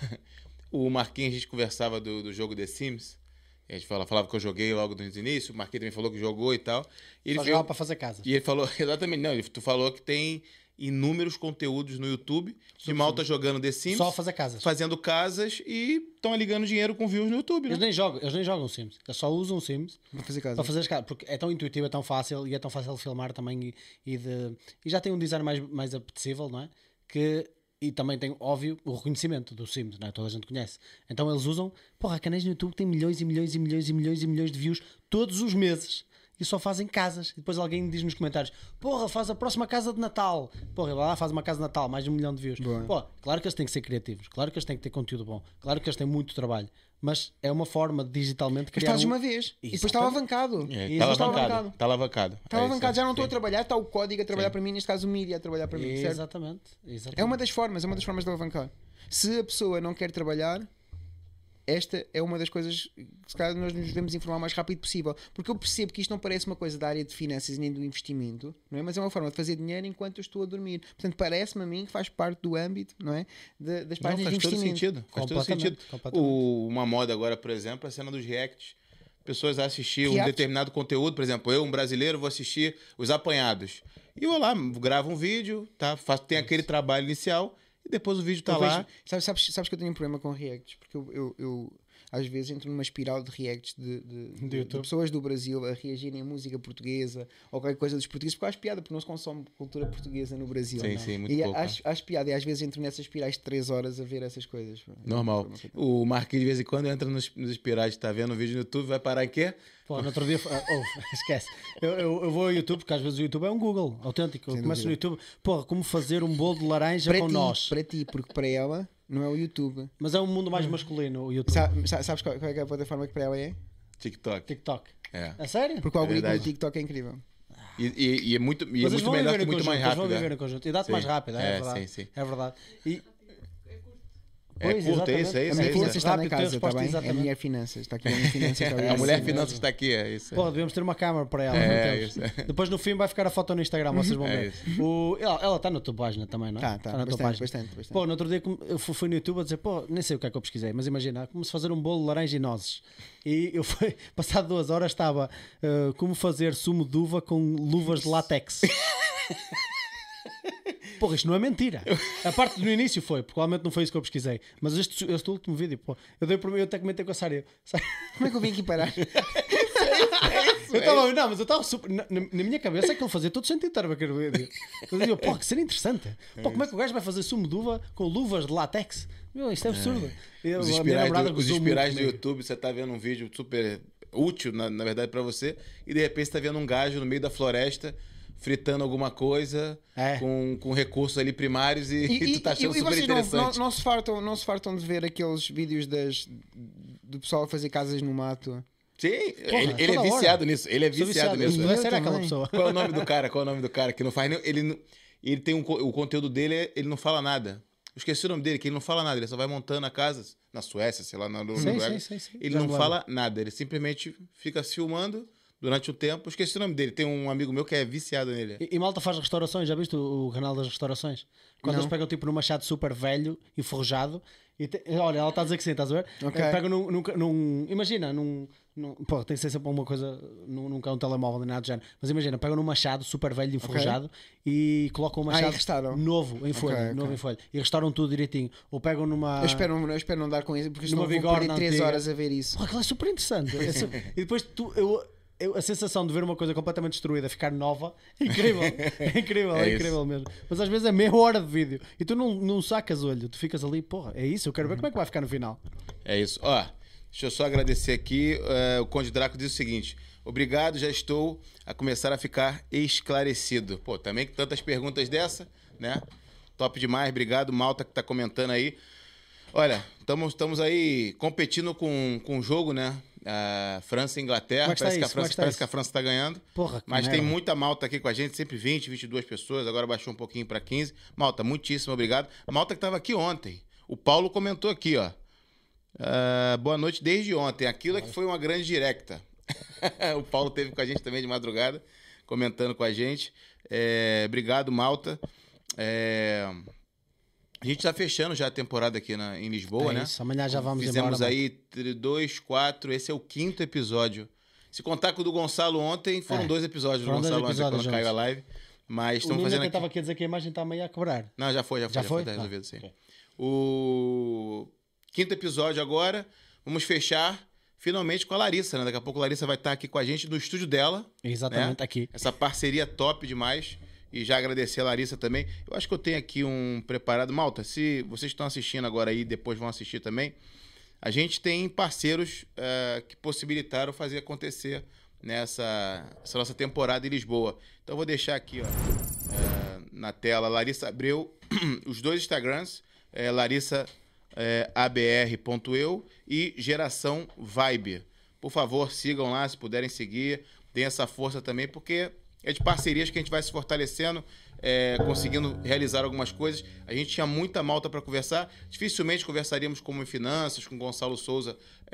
O Marquinhos, a gente conversava do, do jogo The Sims. A gente falava, falava que eu joguei logo no início. O Marquinhos também falou que jogou e tal. E ele, Só veio, jogava para fazer casa. e ele falou, exatamente, não, ele, tu falou que tem inúmeros conteúdos no YouTube de malta jogando The Sims, Só fazer casas. fazendo casas e estão ali ganhando dinheiro com views no YouTube, né? Eles nem jogam, eles nem jogam Sims. Eles só usam Sims Para fazer casa. para fazer as casas. Porque é tão intuitivo, é tão fácil e é tão fácil de filmar também e, e, de, e já tem um design mais, mais apetecível, não é? Que, e também tem, óbvio, o reconhecimento do Sims, não é? Toda a gente conhece. Então eles usam... Porra, canais no YouTube que têm milhões e milhões e milhões e milhões e milhões de views todos os meses. E só fazem casas. E depois alguém diz nos comentários: porra, faz a próxima casa de Natal. Porra, vai lá, faz uma casa de Natal, mais de um milhão de views. Pô, claro que eles têm que ser criativos, claro que eles têm que ter conteúdo bom, claro que eles têm muito trabalho. Mas é uma forma de digitalmente Mas criar. fazes um... uma vez. E depois está alavancado. É, E tá depois está alavancado. alavancado. Tá alavancado. Está É alavancado. isso, Já não estou a sim. trabalhar, está o código a trabalhar Sim. para mim, neste caso o mídia a trabalhar para mim. Certo? Exatamente, exatamente. É uma das formas, é uma das formas de alavancar. Se a pessoa não quer trabalhar, esta é uma das coisas que se calhar nós nos devemos informar o mais rápido possível. Porque eu percebo que isto não parece uma coisa da área de finanças nem do investimento, não é? Mas é uma forma de fazer dinheiro enquanto eu estou a dormir. Portanto, parece-me a mim que faz parte do âmbito, não é? De, das Não, páginas faz de todo investimento. sentido. Faz todo Completamente, sentido. completamente. O, uma moda agora, por exemplo, é a cena dos reacts. Pessoas assistir um React? determinado conteúdo, por exemplo, eu, um brasileiro, vou assistir os apanhados. E eu vou lá, gravo um vídeo, tá? Faço, tem aquele trabalho inicial e depois o vídeo tá Eu lá. vejo- sabes, sabes, sabes que eu tenho um problema com reacts, porque eu, eu, eu, às vezes entro numa espiral de reacts de, de, de- de YouTube. pessoas do Brasil a reagirem a música portuguesa ou qualquer coisa dos portugueses, porque eu acho piada, porque não se consome cultura portuguesa no Brasil. Sim, não. sim, muito e pouco, acho, acho piada, e às vezes entro nessas espirais de três horas a ver essas coisas. Normal. O Marquinhos, de vez em quando, entra nos, nos espirais, tá vendo um vídeo no YouTube, vai parar em quê? Pô, no outro dia, ah, oh, esquece. Eu, eu, eu vou ao YouTube, porque às vezes o YouTube é um Google autêntico. Eu Sem começo no dúvida. YouTube, porra, como fazer um bolo de laranja Para com ti, nós. para ti, porque para ela não é o YouTube. Mas é um mundo mais masculino, o YouTube. Sa- sa- Sabes qual, qual é que é a plataforma que para ela é? TikTok. TikTok. É. A sério? Porque o algoritmo do verdade. TikTok é incrível. E, e- e é muito, e é Mas eles muito vão melhor viver que em muito conjunto, mais eles vão rápido. viver é. em conjunto. E dá-te Sim. mais rápido, é, É, verdade. sim, sim. É verdade. E, É Pois, curto, é isso, é exatamente. A isso. minha É finança isso. está na Rápido, tem a casa, está resposta bem? É a exatamente. mulher finanças. Está aqui a minha finanças. Está A mulher finanças. finanças está aqui, é isso. pô, devemos ter uma câmara para ela. É, não temos? isso. Depois no fim vai ficar a foto no Instagram, vocês vão É ver. isso. O, ela, ela está na tua página também, não é? Tá, tá, Está na tua bastante, página. bastante, bastante. Pô, no outro dia eu fui fui no YouTube a dizer, pô, nem sei o que é que eu pesquisei, mas imagina, como se fazer um bolo de laranja e nozes. E eu fui, passado duas horas, estava uh, como fazer sumo de uva com luvas de látex. Porra, isto não é mentira. A parte do início foi, provavelmente não foi isso que eu pesquisei. Mas este, este último vídeo, pô, eu dei por mim, eu até comentei com a Sária. Como é que eu vim aqui parar? Eu estava, não, mas eu estava super. Na, na minha cabeça aquilo fazia todo sentido estar a ver o vídeo. Eu dizia, pô, que seria interessante. Pô, como é que o gajo vai fazer sumo de uva com luvas de látex? Meu, isto é absurdo. Eu, Os a minha espirais, namorada do, os gozou espirais muito do comigo. YouTube, você tá vendo um vídeo super útil, na, na verdade, pra você, e de repente você tá vendo um gajo no meio da floresta fritando alguma coisa É. com, com recursos ali primários e, E, tu tá achando e- e super vocês não, não, interessante. não, se fartam, não se fartam de ver aqueles vídeos das, do pessoal a fazer casas no mato? Sim, Porra, ele, ele é toda hora. viciado nisso. Ele é Sou viciado, viciado, nisso. eu Eu ser aquela também. pessoa. Qual é o nome do cara? Qual é o nome do cara que não faz nem. Ele, não- ele tem um, co- o conteúdo dele, é- ele não fala nada. Eu esqueci o nome dele, que ele não fala nada, ele só vai montando a casa na Suécia, sei lá, na Sim, Noruega. sim, sim, sim. Ele Já não me fala nada, ele simplesmente fica filmando, durante um tempo. Eu esqueci o nome dele. Tem um amigo meu que é viciado nele. E, e malta faz restaurações, já viste o, o canal das restaurações? Quando Não. eles pegam tipo num machado super velho, enferrujado, e te- olha, ela está a dizer que sim, estás a ver? Ok. Eh, Pegam num, num, num- imagina, num, num- pô, tem que ser sempre uma coisa, num, nunca é um telemóvel nem nada do género, mas imagina, pegam num machado super velho, enferrujado, e colocam um Ah, e machado restauram. novo em folha, Ok, ok. novo em folha, e restauram tudo direitinho. Ou pegam numa... Eu espero, não- eu espero não dar com isso, porque senão Numa vou bigorna perder três antiga. horas a ver isso. Porra, aquilo é super interessante. É su- e depois tu, eu, eu- a sensação de ver uma coisa completamente destruída ficar nova é incrível. É incrível, é, É isso. incrível mesmo. Mas às vezes é meia hora de vídeo e tu não, não sacas olho, tu ficas ali, porra, é isso, eu quero ver como é que vai ficar no final. É isso. Ó, deixa eu só agradecer aqui. eh, o Conde Draco diz o seguinte: obrigado, já estou a começar a ficar esclarecido. Pô, também com tantas perguntas dessa, né? Top demais, obrigado, Malta, que tá comentando aí. Olha, estamos aí competindo com, com o jogo, né? A França e Inglaterra. Como é que está Parece, que a isso? Como é França, que está parece isso? que a França tá ganhando. Porra, que Mas tem merda. muita malta aqui com a gente, sempre vinte, vinte e duas pessoas, agora baixou um pouquinho para quinze. Malta, muitíssimo obrigado. Malta que estava aqui ontem. O Paulo comentou aqui, ó. Ah, boa noite desde ontem. Aquilo é que foi uma grande directa. O Paulo teve com a gente também de madrugada, comentando com a gente. É, obrigado, Malta. É, a gente está fechando já a temporada aqui na, em Lisboa, É né? isso, amanhã já vamos Fizemos embora. aí tr- dois, quatro, esse é o quinto episódio. Se contar com o do Gonçalo ontem, foram É, dois episódios foram do dois Gonçalo ontem, episódios quando caiu a juntos. live. Mas O estamos Nuno fazendo que aqui... estava aqui a dizer que a imagem está meio a quebrar. Não, já foi, já foi. Já Já, foi? foi, tá Ah, resolvido, sim. ok. O quinto episódio agora, vamos fechar finalmente com a Larissa, né? Daqui a pouco a Larissa vai estar aqui com a gente no estúdio dela. Exatamente, né? aqui. Essa parceria top demais. E já agradecer a Larissa também. Eu acho que eu tenho aqui um preparado. Malta, se vocês estão assistindo agora aí, depois vão assistir também. A gente tem parceiros eh, que possibilitaram fazer acontecer nessa essa nossa temporada em Lisboa. Então eu vou deixar aqui, ó, eh, na tela, Larissa Abreu, os dois Instagrams, eh, Larissa eh, A B R ponto eu e Geração Vibe. Por favor, sigam lá, se puderem seguir, deem essa força também, porque é de parcerias que a gente vai se fortalecendo, é, conseguindo realizar algumas coisas. A gente tinha muita malta para conversar. Dificilmente conversaríamos como em finanças, com Gonçalo Souza,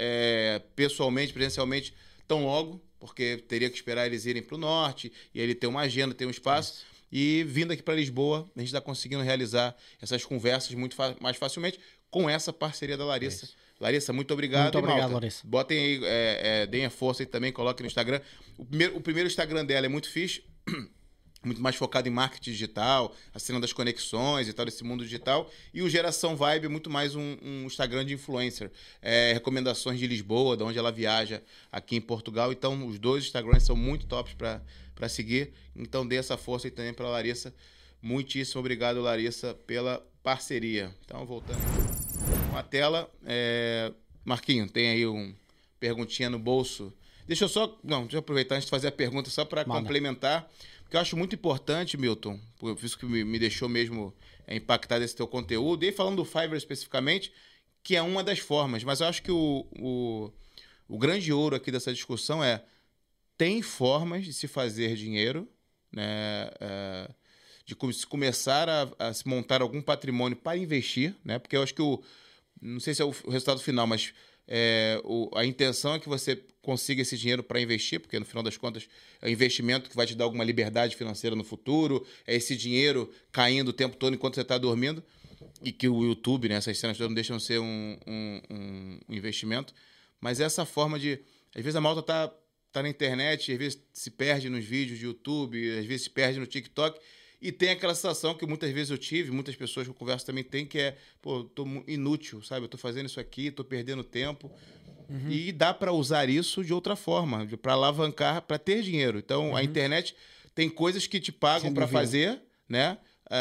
é, pessoalmente, presencialmente, tão logo, porque teria que esperar eles irem para o norte, e ele ter uma agenda, ter um espaço. E vindo aqui para Lisboa, a gente está conseguindo realizar essas conversas muito fa- mais facilmente com essa parceria da Larissa. Larissa, muito obrigado. Muito E, obrigado, malta, Larissa. botem aí, é, é, deem a força aí também, coloquem no Instagram. O primeiro, o primeiro Instagram dela é muito fixe, muito mais focado em marketing digital, a cena das conexões e tal, desse mundo digital. E o Geração Vibe é muito mais um, um Instagram de influencer. É, recomendações de Lisboa, de onde ela viaja aqui em Portugal. Então, os dois Instagrams são muito tops para seguir. Então, dê essa força aí também para a Larissa. Muitíssimo obrigado, Larissa, pela parceria. Então, voltando com a tela. É... Marquinho, tem aí um perguntinha no bolso. Deixa eu só... Não, deixa eu aproveitar antes de fazer a pergunta, só para Manda. complementar. Porque eu acho muito importante, Milton, por isso que me, me deixou mesmo é, impactado esse teu conteúdo. E falando do Fiverr especificamente, que é uma das formas. Mas eu acho que o, o, o grande ouro aqui dessa discussão é: tem formas de se fazer dinheiro, né? É, de come- se começar a, a se montar algum patrimônio para investir, né? Porque eu acho que o... Não sei se é o o resultado final, mas é, o- a intenção é que você consiga esse dinheiro para investir, porque no final das contas é um investimento que vai te dar alguma liberdade financeira no futuro, é esse dinheiro caindo o tempo todo enquanto você está dormindo, e que o YouTube, né, essas cenas todas não deixam de ser um, um- um investimento, mas essa forma de... Às vezes a malta tá, tá na internet, às vezes se perde nos vídeos de YouTube, às vezes se perde no TikTok, e tem aquela sensação que muitas vezes eu tive, muitas pessoas que eu converso também têm, que é, pô, eu tô mu- inútil, sabe? Eu tô fazendo isso aqui, tô perdendo tempo. Uhum. E dá para usar isso de outra forma, para alavancar, para ter dinheiro. Então, a internet tem coisas que te pagam Uhum. Sem para dúvida. fazer, né?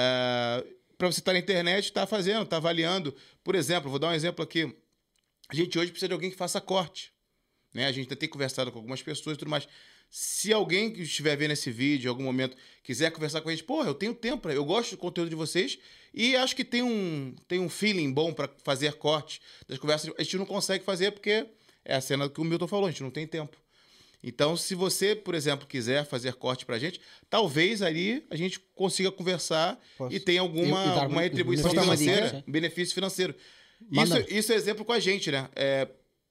Para você estar na internet, tá fazendo, tá avaliando. Por exemplo, vou dar um exemplo aqui. A gente hoje precisa de alguém que faça corte, né? A gente ainda tem conversado com algumas pessoas e tudo mais. Se alguém que estiver vendo esse vídeo em algum momento quiser conversar com a gente, porra, eu tenho tempo, eu gosto do conteúdo de vocês e acho que tem um, tem um feeling bom para fazer corte das conversas. A gente não consegue fazer porque é a cena que o Milton falou, a gente não tem tempo. Então, se você, por exemplo, quiser fazer corte pra gente, talvez ali a gente consiga conversar Posso? e tenha alguma, E- e dar alguma um- retribuição benefício financeira, financeiro. um benefício financeiro. Manda. Isso, isso é exemplo com a gente, né? É,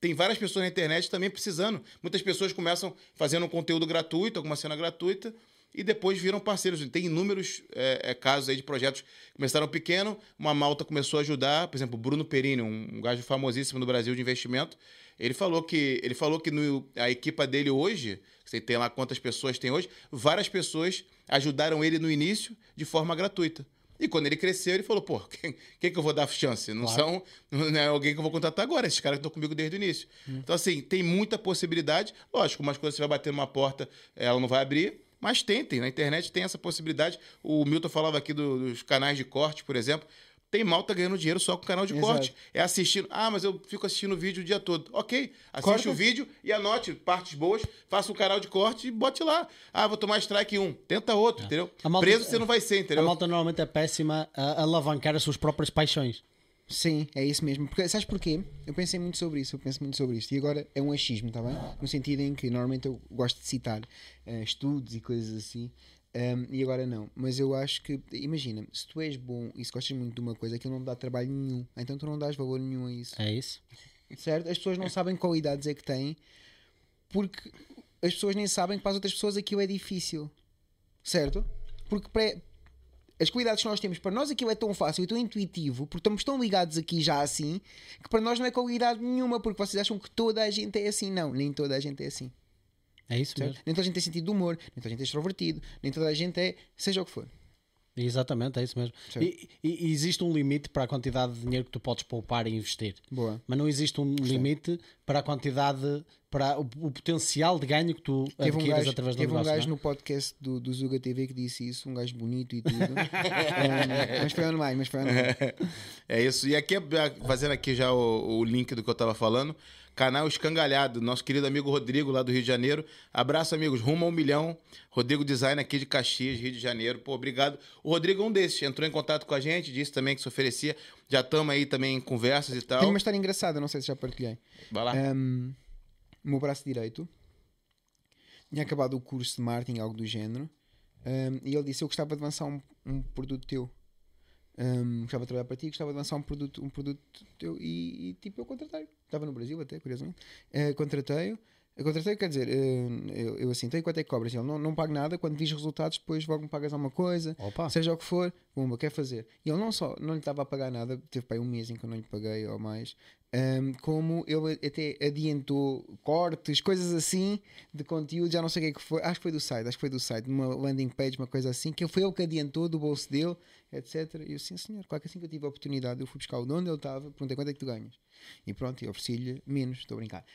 tem várias pessoas na internet também precisando. Muitas pessoas começam fazendo um conteúdo gratuito, alguma cena gratuita, e depois viram parceiros. Tem inúmeros é, é, casos aí de projetos que começaram pequeno, uma malta começou a ajudar, por exemplo, o Bruno Perini, um, um gajo famosíssimo no Brasil de investimento, ele falou que, ele falou que no, a equipa dele hoje, você tem lá quantas pessoas tem hoje, várias pessoas ajudaram ele no início de forma gratuita. E quando ele cresceu, ele falou, pô, quem, quem que eu vou dar chance? Não Claro. são não é alguém que eu vou contratar agora, esses caras que estão comigo desde o início. Hum. Então, assim, tem muita possibilidade. Lógico, umas coisas você vai bater numa porta, ela não vai abrir, mas tentem. Na internet tem essa possibilidade. O Milton falava aqui do, dos canais de corte, por exemplo. Tem malta ganhando dinheiro só com canal de Exato. corte. É assistindo. Ah, mas eu fico assistindo vídeo o dia todo. Ok, assiste Corta. o vídeo e anote partes boas, faça um canal de corte e bote lá. Ah, vou tomar strike um. Tenta outro, entendeu? A malta- Preso você não vai ser, A entendeu? malta normalmente é péssima a alavancar as suas próprias paixões. Sim, é isso mesmo. Porque, sabes porquê? Eu pensei muito sobre isso, eu penso muito sobre isto. E agora é um achismo, está bem? No sentido em que normalmente eu gosto de citar uh, estudos e coisas assim. Um, e agora não. Mas eu acho que, imagina, se tu és bom e se gostas muito de uma coisa, aquilo não te dá trabalho nenhum. Então tu não dás valor nenhum a isso. É isso? Certo? As pessoas não sabem qualidades é que têm porque as pessoas nem sabem que para as outras pessoas aquilo é difícil. Certo? Porque para as qualidades que nós temos, para nós aquilo é tão fácil e tão intuitivo, porque estamos tão ligados aqui já assim, que para nós não é qualidade nenhuma, porque vocês acham que toda a gente é assim. Não, nem toda a gente é assim. É isso Certo? mesmo. Nem toda a gente tem sentido de humor, nem toda a gente é extrovertido, nem toda a gente é seja o que for. Exatamente, é isso mesmo. E, e- e existe um limite para a quantidade de dinheiro que tu podes poupar e investir. Boa. Mas não existe um limite para a quantidade, para o, o potencial de ganho que tu Teve um adquiras gajo, através do teve um negócio. gajo não é? no podcast do, do Zuga T V que disse isso, um gajo bonito e tudo. um, mas foi ano mais, mas foi ano mais. É isso. E aqui, fazendo aqui já o, o link do que eu tava falando, canal Escangalhado, nosso querido amigo Rodrigo, lá do Rio de Janeiro. Abraço, amigos, rumo a um milhão. Rodrigo Design aqui de Caxias, Rio de Janeiro. Pô, obrigado. O Rodrigo é um desses, entrou em contato com a gente, disse também que se oferecia. Já estamos aí também em conversas e tal. Tenho uma história engraçada, não sei se já partilhei. Vai lá. Um, o meu braço direito tinha acabado o curso de marketing, algo do género, um, e ele disse: eu gostava de lançar um, um produto teu. Um, gostava de trabalhar para ti, gostava de lançar um produto, um produto teu, e, e tipo eu contratei. Estava no Brasil até, curiosamente. Uh, contratei-o. Eu contratei, quer dizer, uh, eu, eu assim, então, e quanto é que cobras? Ele: não, não pago nada, quando vis resultados, depois logo me pagas alguma coisa, Opa. seja o que for, bumba, quer fazer. E ele não só não lhe estava a pagar nada, teve para aí um mês em que eu não lhe paguei ou mais, um, como ele até adiantou cortes, coisas assim de conteúdo, já não sei o que é que foi, acho que foi do site, acho que foi do site, uma landing page, uma coisa assim, que foi ele que adiantou do bolso dele, etcétera. E eu, sim senhor, claro que assim que eu tive a oportunidade, eu fui buscar o de onde ele estava, perguntei quanto é que tu ganhas. E pronto, e ofereci-lhe menos, estou a brincar.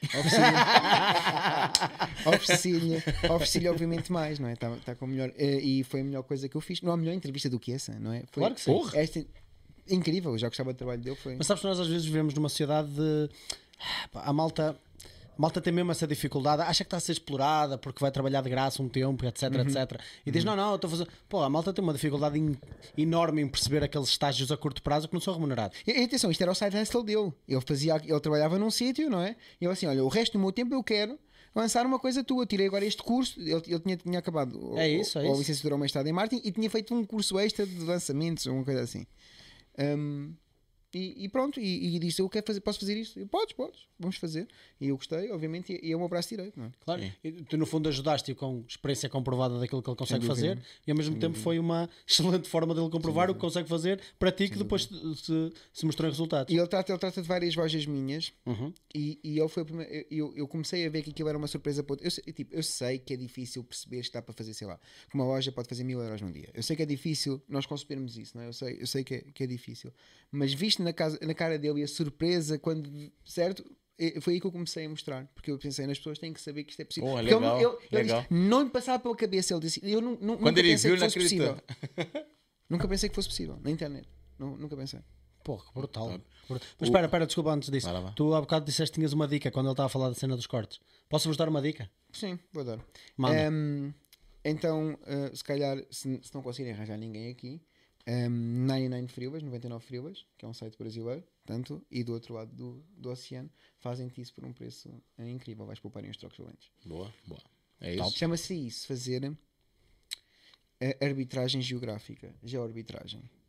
Ofereci-lhe, ofereci-lhe, ofereci-lhe obviamente mais, não é? Está tá com a melhor, eh, e foi a melhor coisa que eu fiz. Não há melhor entrevista do que essa, não é? Foi Claro que sim. Porra. esta, incrível, eu já gostava do trabalho dele. Foi. Mas sabes que nós às vezes vivemos numa sociedade de... Pá, a malta... A malta tem mesmo essa dificuldade, acha que está a ser explorada porque vai trabalhar de graça um tempo, etc, Uhum. etcétera. E diz: não, não, eu estou a fazer. Pô, a malta tem uma dificuldade in- enorme em perceber aqueles estágios a curto prazo que não são remunerados. E, e atenção, isto era o side hustle dele. Ele, fazia, ele trabalhava num sítio, não é? E ele assim: olha, o resto do meu tempo eu quero lançar uma coisa tua. Tirei agora este curso. Ele, ele tinha, tinha acabado É isso, é ou, ou isso. licenciatura ou mestrado em marketing e tinha feito um curso extra de lançamentos ou uma coisa assim. Um, e, e pronto, e, e disse: eu quero fazer, posso fazer isto? Eu, podes, podes, vamos fazer. E eu gostei, obviamente, e é o meu braço direito, não é? Claro. Sim. E tu, no fundo, ajudaste-o com experiência comprovada daquilo que ele consegue dúvida. fazer e, ao mesmo tempo, foi uma excelente forma dele comprovar o que consegue fazer para ti, que depois se, se mostrou em resultados. E ele trata, ele trata de várias lojas minhas. Uhum. E, e ele foi o primeiro, eu, eu comecei a ver que aquilo era uma surpresa para outro. Eu, sei- tipo, eu sei que é difícil perceber que dá para fazer, sei lá, que uma loja pode fazer mil euros num dia. Eu sei que é difícil nós consumirmos isso, não é? Eu sei, eu sei que, é, que é difícil. Mas visto na, casa, na cara dele e a surpresa, quando, certo? Eh, Foi aí que eu comecei a mostrar, porque eu pensei: nas pessoas têm que saber que isto é possível. Porra, Porque ele- legal, ele, ele legal. disse, não lhe passava pela cabeça. Ele disse: eu nu, nu, Quando nunca ele pensei viu, que ele fosse não possível. Nunca pensei que fosse possível na internet. Nu- Nunca pensei. Pô, que brutal. Top. Brutal. Mas espera, espera, desculpa antes disso. Vai lá, vai. Tu há bocado disseste que tinhas uma dica quando ele estava a falar da cena dos cortes. Posso-vos dar uma dica? Sim, vou dar. Manda. Um, então, uh, se calhar, se, se não conseguirem arranjar ninguém aqui, um, noventa e nove Freeways, noventa e nove Freeways, que é um site brasileiro, tanto, e do outro lado do, do oceano, fazem-te isso por um preço uh, incrível. Vais poupar em uns trocos valentes. Boa, boa. É isso. Chama-se isso, fazer uh, arbitragem geográfica, geoarbitragem.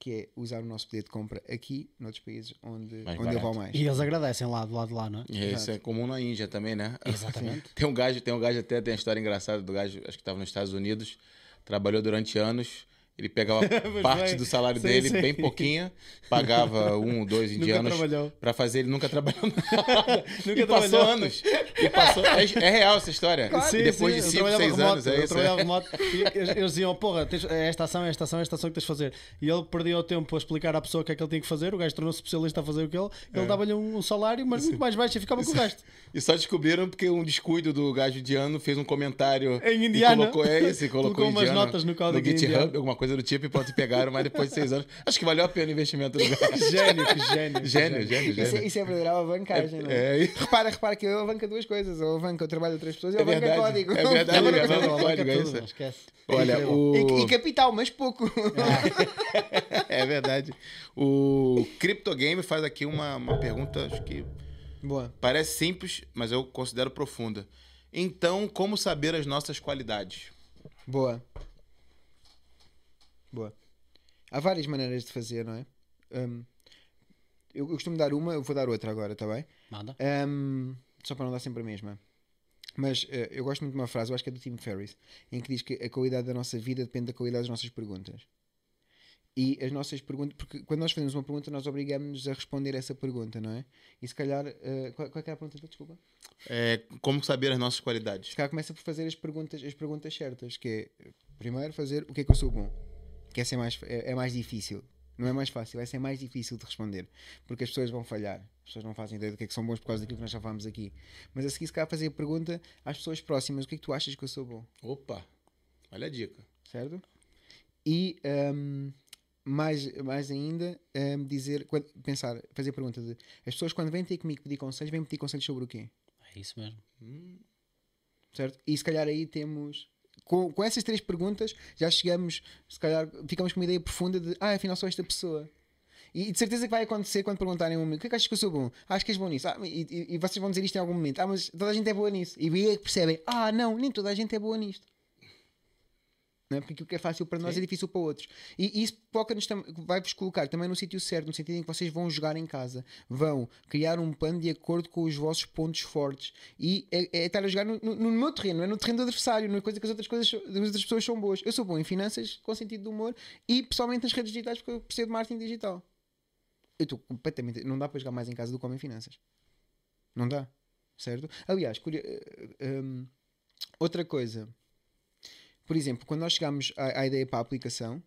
que é usar o nosso poder de compra aqui, noutros países onde, Mais onde ele barato. vale mais. E eles agradecem lá do lado de lá, não é? E isso é comum na Índia também, né? Exatamente. Tem um gajo, tem um gajo até, tem uma história engraçada do gajo, acho que estava nos Estados Unidos, trabalhou durante anos, ele pegava parte bem. do salário Sim, dele, sim. bem pouquinha, pagava um, dois Nunca indianos trabalhou. pra fazer, ele nunca trabalhou nada. Nunca e passou trabalhou. anos. E passou, é, é real essa história. Sim, e depois sim, de eu cinco, trabalhava seis remoto, anos, é eu isso. trabalhava É. remoto, e eles, eles diziam, porra, tens, é esta ação, é esta ação, é esta ação que tens de fazer. E ele perdia o tempo a explicar à pessoa o que é que ele tinha que fazer, o gajo tornou-se especialista a fazer o que ele, ele dava-lhe um, um salário, mas muito mais baixo e ficava com o resto. E só descobriram porque um descuido do gajo indiano fez um comentário Em indiano. e colocou, é isso, e colocou, Colocou umas indiano notas no código GitHub, indiano. alguma coisa do tipo, e pode pegaram, mas depois de seis anos, acho que valeu a pena o investimento do gajo. Gênio, que gênio. que Gênio, gênio, Isso é, gênio. isso é verdadeira alavancagem, não é? É, é. Repara, repara que eu avanco duas coisas. Ou avanco o trabalho de outras pessoas e É avanco verdade, código. é verdade, Agora, é verdade. agora, agora, código, é tudo, isso. não esquece. Olha, Incrível. o... E, e capital, mas pouco. É verdade. O Cryptogame faz aqui uma, uma pergunta, acho que Boa. parece simples, mas eu considero profunda. Então, como saber as nossas qualidades? Boa. Boa. Há várias maneiras de fazer, não é? Hum, eu, eu costumo dar uma, eu vou dar outra agora, está bem? Manda. Hum, só para não dar sempre a mesma. Mas eh, eu gosto muito de uma frase, eu acho que é do Tim Ferriss, em que diz que a qualidade da nossa vida depende da qualidade das nossas perguntas. E as nossas perguntas, porque quando nós fazemos uma pergunta, nós obrigamos-nos a responder essa pergunta, não é? E se calhar, eh, qual, qual é que era a pergunta? Desculpa. É, como saber as nossas qualidades? Se calhar começa por fazer as perguntas, as perguntas certas, que é, primeiro, fazer o que é que eu sou bom. Que essa é mais, é, é mais difícil. Não é mais fácil, vai ser mais difícil de responder. Porque as pessoas vão falhar. As pessoas não fazem ideia do que é que são bons por causa daquilo que nós já falámos aqui. Mas a seguir, se calhar, fazer a pergunta às pessoas próximas: o que é que tu achas que eu sou bom? Opa, olha a dica. Certo? E hum, mais, mais ainda, hum, dizer, quando- pensar, fazer a pergunta de: as pessoas quando vêm ter comigo pedir conselhos, vêm pedir conselhos sobre o quê? É isso mesmo. Certo? E se calhar aí temos. Com, com essas três perguntas, já chegamos, se calhar, ficamos com uma ideia profunda de: ah, afinal sou esta pessoa. E, e de certeza que vai acontecer quando perguntarem a um amigo: o que é que achas que eu sou bom? Ah, acho que és bom nisso. Ah, e, e, e vocês vão dizer isto em algum momento: ah, mas toda a gente é boa nisso. E aí é que percebem: ah, não, nem toda a gente é boa nisto. Não é? Porque aquilo que é fácil para nós Sim. é difícil para outros. E isso foca-nos tam- vai-vos colocar também no sítio certo, no sentido em que vocês vão jogar em casa, vão criar um plano de acordo com os vossos pontos fortes. E é, é estar a jogar no, no- no meu terreno, não é no terreno do adversário, não é coisa que as outras, coisas, as outras pessoas são boas. Eu sou bom em finanças, com sentido de humor, e pessoalmente nas redes digitais, porque eu percebo de marketing digital. Eu estou completamente. Não dá para jogar mais em casa do que como em finanças. Não dá. Certo? Aliás, curio- hum, outra coisa. Por exemplo, quando nós chegamos à, à ideia para a aplicação,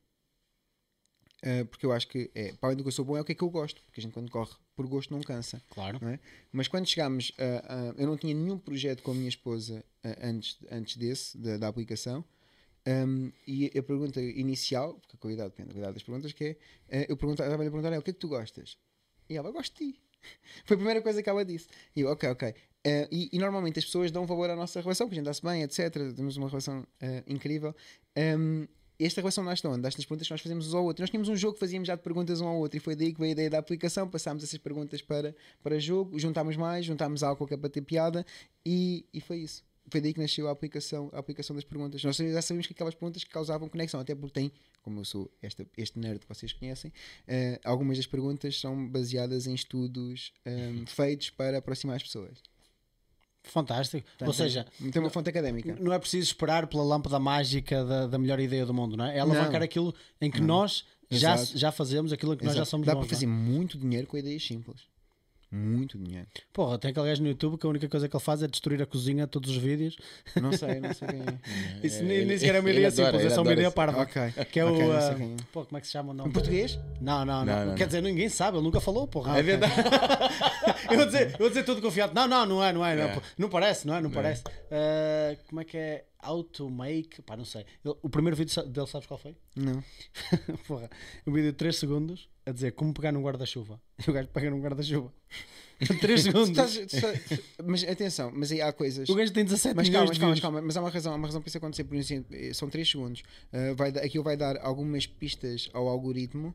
uh, porque eu acho que é, para além do que eu sou bom, é o que é que eu gosto, porque a gente quando corre por gosto não cansa, Claro. não é? Mas quando chegámos a, a- eu não tinha nenhum projeto com a minha esposa uh, antes, antes desse, da, da aplicação, um, e a pergunta inicial, porque a qualidade depende da qualidade das perguntas, que é, uh, eu perguntava, estava-lhe a perguntar: é, o que é que tu gostas? E ela: gosto de ti. Foi a primeira coisa que ela disse. E eu: ok, ok. Uh, e, e normalmente as pessoas dão valor à nossa relação, porque a gente dá-se bem, etcétera. Temos uma relação uh, incrível. Um, esta relação nasce de onde? Das perguntas que nós fazemos uns ao outro. Nós tínhamos um jogo que fazíamos já de perguntas um ao outro, e foi daí que veio a ideia da aplicação. Passámos essas perguntas para, para jogo, juntámos mais, juntámos algo que é para ter piada, e, e foi isso. Foi daí que nasceu a aplicação, a aplicação das perguntas. Nós já sabíamos que aquelas perguntas que causavam conexão, até porque tem, como eu sou esta, este nerd que vocês conhecem, uh, algumas das perguntas são baseadas em estudos um, feitos para aproximar as pessoas. Fantástico. Portanto, Ou seja, tem uma fonte académica. não é preciso esperar pela lâmpada mágica da, da melhor ideia do mundo, não é? É alavancar Não. aquilo em que nós já, Exato. já fazemos, aquilo em que nós já Exato. somos Dá bons. para fazer muito dinheiro com ideias simples. Muito dinheiro. Não é? Porra, tem aquele gajo no YouTube que a única coisa que ele faz é destruir a cozinha, todos os vídeos. Não sei, não sei quem é. Isso nem, ele- nem sequer é uma ele ideia adora, simples, ele é só uma adora ideia isso. parva. Ok. Que é Ok, o. não sei ah, quem é. pô, como é que se chama o nome? Em português? Não, não, não. Não, não, Quer não. dizer, ninguém sabe, ele nunca falou, porra. É verdade. eu, vou dizer, eu vou dizer tudo confiado. Não, não, não é, não é. Não, É. não, não parece, não é? Não parece. Ah, como é que é? Automake? Pá, não sei. Ele- o primeiro vídeo sa- dele, sabes qual foi? Não. Porra, um vídeo de três segundos a dizer como pegar num guarda-chuva. E o gajo pega num guarda-chuva. três segundos. Estás- estás- mas atenção, mas aí há coisas. O gajo tem dezassete Mas milhões calma, de calma, views. calma, mas há uma razão, há uma razão para isso acontecer. Por exemplo, eh, são três segundos. Uh, vai, dar- aquilo vai dar algumas pistas ao algoritmo,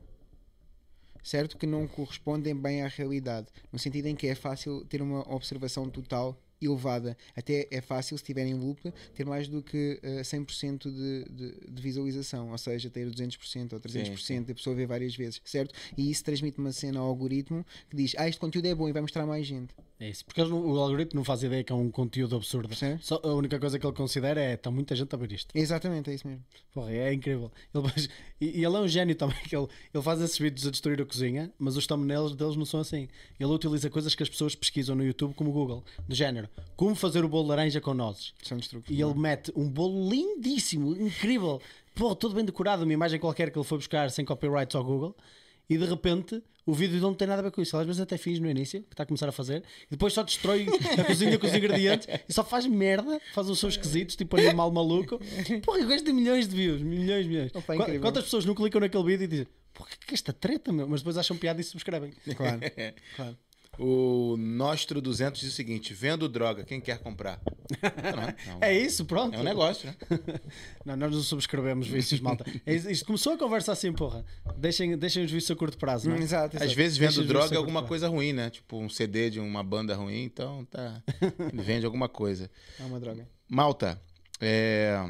certo? Que não correspondem bem à realidade. No sentido em que é fácil ter uma observação total elevada. Até é fácil, se tiverem loop, ter mais do que uh, cem por cento de, de, de visualização, ou seja, ter duzentos por cento ou trezentos por cento, sim, sim. A pessoa vê várias vezes, certo? E isso transmite uma cena ao algoritmo que diz, ah, este conteúdo é bom e vai mostrar mais gente. É isso, porque eles, o algoritmo não faz ideia que é um conteúdo absurdo. Só, a única coisa que ele considera é está muita gente a ver isto. Exatamente, é isso mesmo. Porra, é incrível. Ele, e, e ele é um gênio também, que ele, ele faz esses vídeos a destruir a cozinha, mas os thumbnails deles não são assim. Ele utiliza coisas que as pessoas pesquisam no YouTube como o Google, do género, como fazer o bolo de laranja com nozes. São truques, e ele mete um bolo lindíssimo, incrível, porra, todo bem decorado, uma imagem qualquer que ele foi buscar sem copyrights ao Google, e de repente o vídeo não tem nada a ver com isso. Ele às vezes até finge no início que está a começar a fazer e depois só destrói a cozinha com os ingredientes e só faz merda, faz os seus esquisitos, tipo animal maluco. Porra, eu gosto de milhões de views, milhões, milhões. Opa, Qu- Quantas pessoas não clicam naquele vídeo e dizem, porra, que é esta treta, meu? Mas depois acham piada e subscrevem. Claro, claro. O Nostro duzentos diz o seguinte: vendo droga, quem quer comprar? Não, não. É isso, pronto. É um negócio, né? Não, nós não subscrevemos vícios, malta. É isso- Isto começou a conversa assim, porra. Deixem, deixem os vícios a curto prazo, não é? Hum, exato, exato. Às vezes Deixa vendo eu ver droga se é eu alguma curto. coisa ruim, né? Tipo um C D de uma banda ruim, então tá. Ele vende alguma coisa. É uma droga. Malta, é.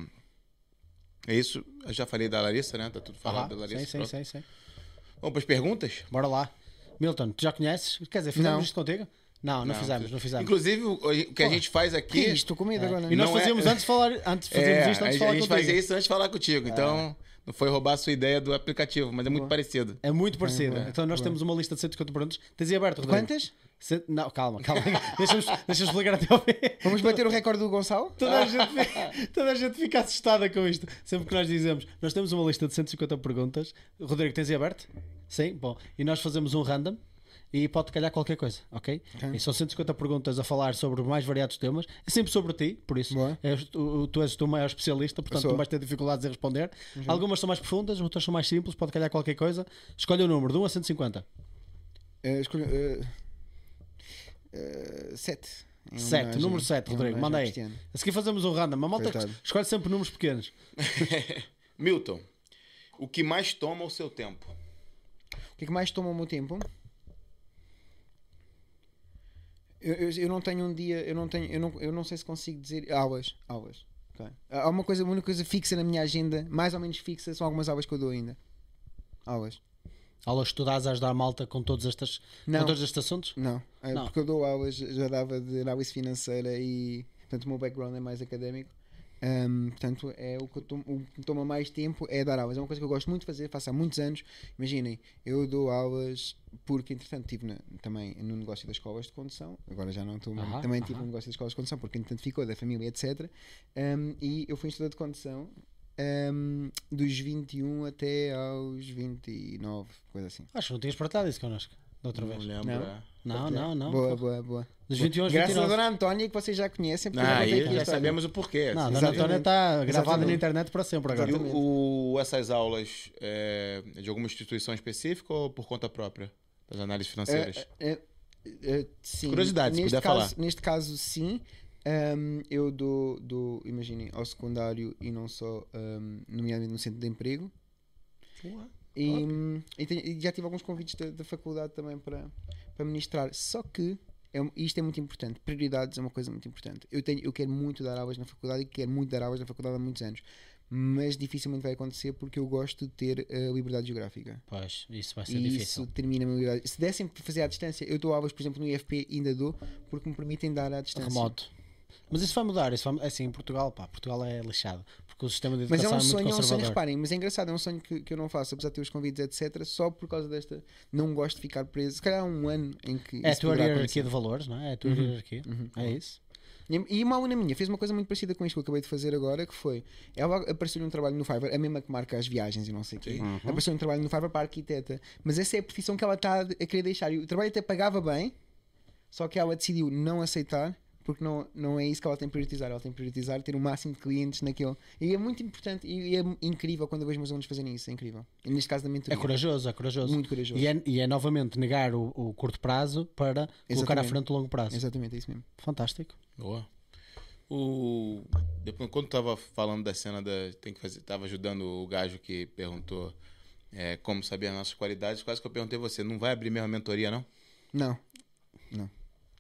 É isso. Eu já falei da Larissa, né? Tá tudo falado Ah, da Larissa. sim, sim, pronto. sim, sim. Vamos para as perguntas? Bora lá. Milton, tu já conheces? Quer dizer, fizemos Não. isto contigo? Não, não, fizemos, não fizemos. Inclusive, o o que a Porra, gente faz Que aqui. é isto? Estou com medo agora. E nós Não é- fazíamos antes de falar, antes fazíamos É, isto a antes de gente falar a gente contigo. fazia isso antes de falar contigo. Então, não foi roubar a sua ideia do aplicativo, mas é muito Boa. parecido. É muito parecido. boa, Então nós boa. temos uma lista de cento e cinquenta perguntas. Tens aí aberto, Rodrigo? Quantas? Cent- Não, calma, calma. Deixa-me deixa explicar até ao fim. Vamos bater o recorde do Gonçalo? Toda a, gente, fica- toda a gente fica assustada com isto. Sempre que nós dizemos, nós temos uma lista de cento e cinquenta perguntas. Rodrigo, tens aí aberto? Sim? Bom. E nós fazemos um random e pode calhar qualquer coisa, ok? Ok. E são cento e cinquenta perguntas a falar sobre mais variados temas. É sempre sobre ti, por isso. Boa. És, tu, tu és o teu maior especialista, portanto sou. não vais ter dificuldades em responder. Algumas são mais profundas, outras são mais simples, pode calhar qualquer coisa. Escolhe o número, de um a cento e cinquenta. Uh, escolho. Uh, uh, sete. Em sete, homenagem- número sete, em Rodrigo, homenagem manda ao aí. Cristiano. A seguir fazemos um random. A malta Coitado. escolhe sempre números pequenos. Milton, o que mais toma o seu tempo? O que é que mais toma o meu tempo? Eu, eu, eu não tenho um dia, eu não tenho, eu não, eu não sei se consigo dizer aulas, aulas. Ok. Há uma coisa, uma única coisa fixa na minha agenda, mais ou menos fixa, são algumas aulas que eu dou ainda. Aulas. Aulas estudadas a ajudar a malta com todos, estas, com Não. todos estes assuntos? Não, é Não. porque eu dou aulas, já dava de análise financeira e, portanto, o meu background é mais académico. Ahm, portanto, é o que, eu tomo, o que me toma mais tempo é dar aulas. É uma coisa que eu gosto muito de fazer, faço há muitos anos. Imaginem, eu dou aulas porque, entretanto, estive na- também no negócio das escolas de condução. Agora já não estou, mas Aham, também estive aham. no negócio das escolas de condução porque, entretanto, ficou da família, etcétera. Ahm, e eu fui instrutor de condução ahm, dos vinte e um até aos vinte e nove, coisa assim. Acho que não tinhas partilhado isso connosco da outra Não vez. lembro. Não. é. Não, não, não. Boa, pô. boa, boa. Dos Boa. vinte e um aos Graças vinte e à nove. Dona Antónia, que vocês já conhecem. porque eu Ah, contei aí aqui a já história. sabemos o porquê. Não, a Sim. Dona Antónia está gravada Exatamente. na internet para sempre agora. E Exatamente. o, o- essas aulas é de alguma instituição específica ou por conta própria? Das análises financeiras? É, é, é, sim. Curiosidade, se neste puder caso, falar. Neste caso, sim. Ahm, eu dou, dou, imaginem, ao secundário e não só, ahm, nomeadamente no centro de emprego. E, hum, e tenho- e já tive alguns convites da, da faculdade também para, para ministrar. Só que é, um- isto é muito importante. Prioridades é uma coisa muito importante. Eu, tenho, eu quero muito dar aulas na faculdade e quero muito dar aulas na faculdade há muitos anos. Mas dificilmente vai acontecer porque eu gosto de ter a liberdade geográfica. Pois, isso vai ser E difícil. isso termina a minha liberdade. Se dessem para fazer à distância, eu dou aulas, por exemplo, no I F P, ainda dou, porque me permitem dar à distância. Remoto. Mas isso vai mudar. Isso vai, é assim, em Portugal, pá, Portugal é lixado. Porque o sistema de Mas é educação um é, muito sonho, é um sonho, conservador. reparem, mas é engraçado, é um sonho que, que eu não faço, apesar de ter os convites, etcétera, só por causa desta. Não gosto de ficar preso. Se calhar há um ano em que. É a isso tua poderá hierarquia acontecer. de valores, não é? É a tua Uhum. hierarquia. Uhum. É isso. E e uma aluna minha fez uma coisa muito parecida com isto que eu acabei de fazer agora, que foi, ela apareceu um trabalho no Fiverr, a mesma que marca as viagens e não sei o quê, Uhum. apareceu um trabalho no Fiverr para arquiteta, mas essa é a profissão que ela está a querer deixar, e o trabalho até pagava bem, só que ela decidiu não aceitar, porque não, não é isso que ela tem que priorizar, ela tem que priorizar ter o máximo de clientes naquele, e é muito importante, e é incrível quando eu vejo meus alunos fazerem isso, é incrível, e neste caso da mentoria. É corajoso, é corajoso. Muito corajoso. E é, e é novamente negar o, o curto prazo para colocar à Exatamente. frente o longo prazo. Exatamente, é isso mesmo. Fantástico. Boa. O... Depois, quando tava falando da cena da. Tem que fazer. Tava ajudando o gajo que perguntou é, como saber as nossas qualidades, quase que eu perguntei a você, não vai abrir mesmo a mentoria, não? Não, não.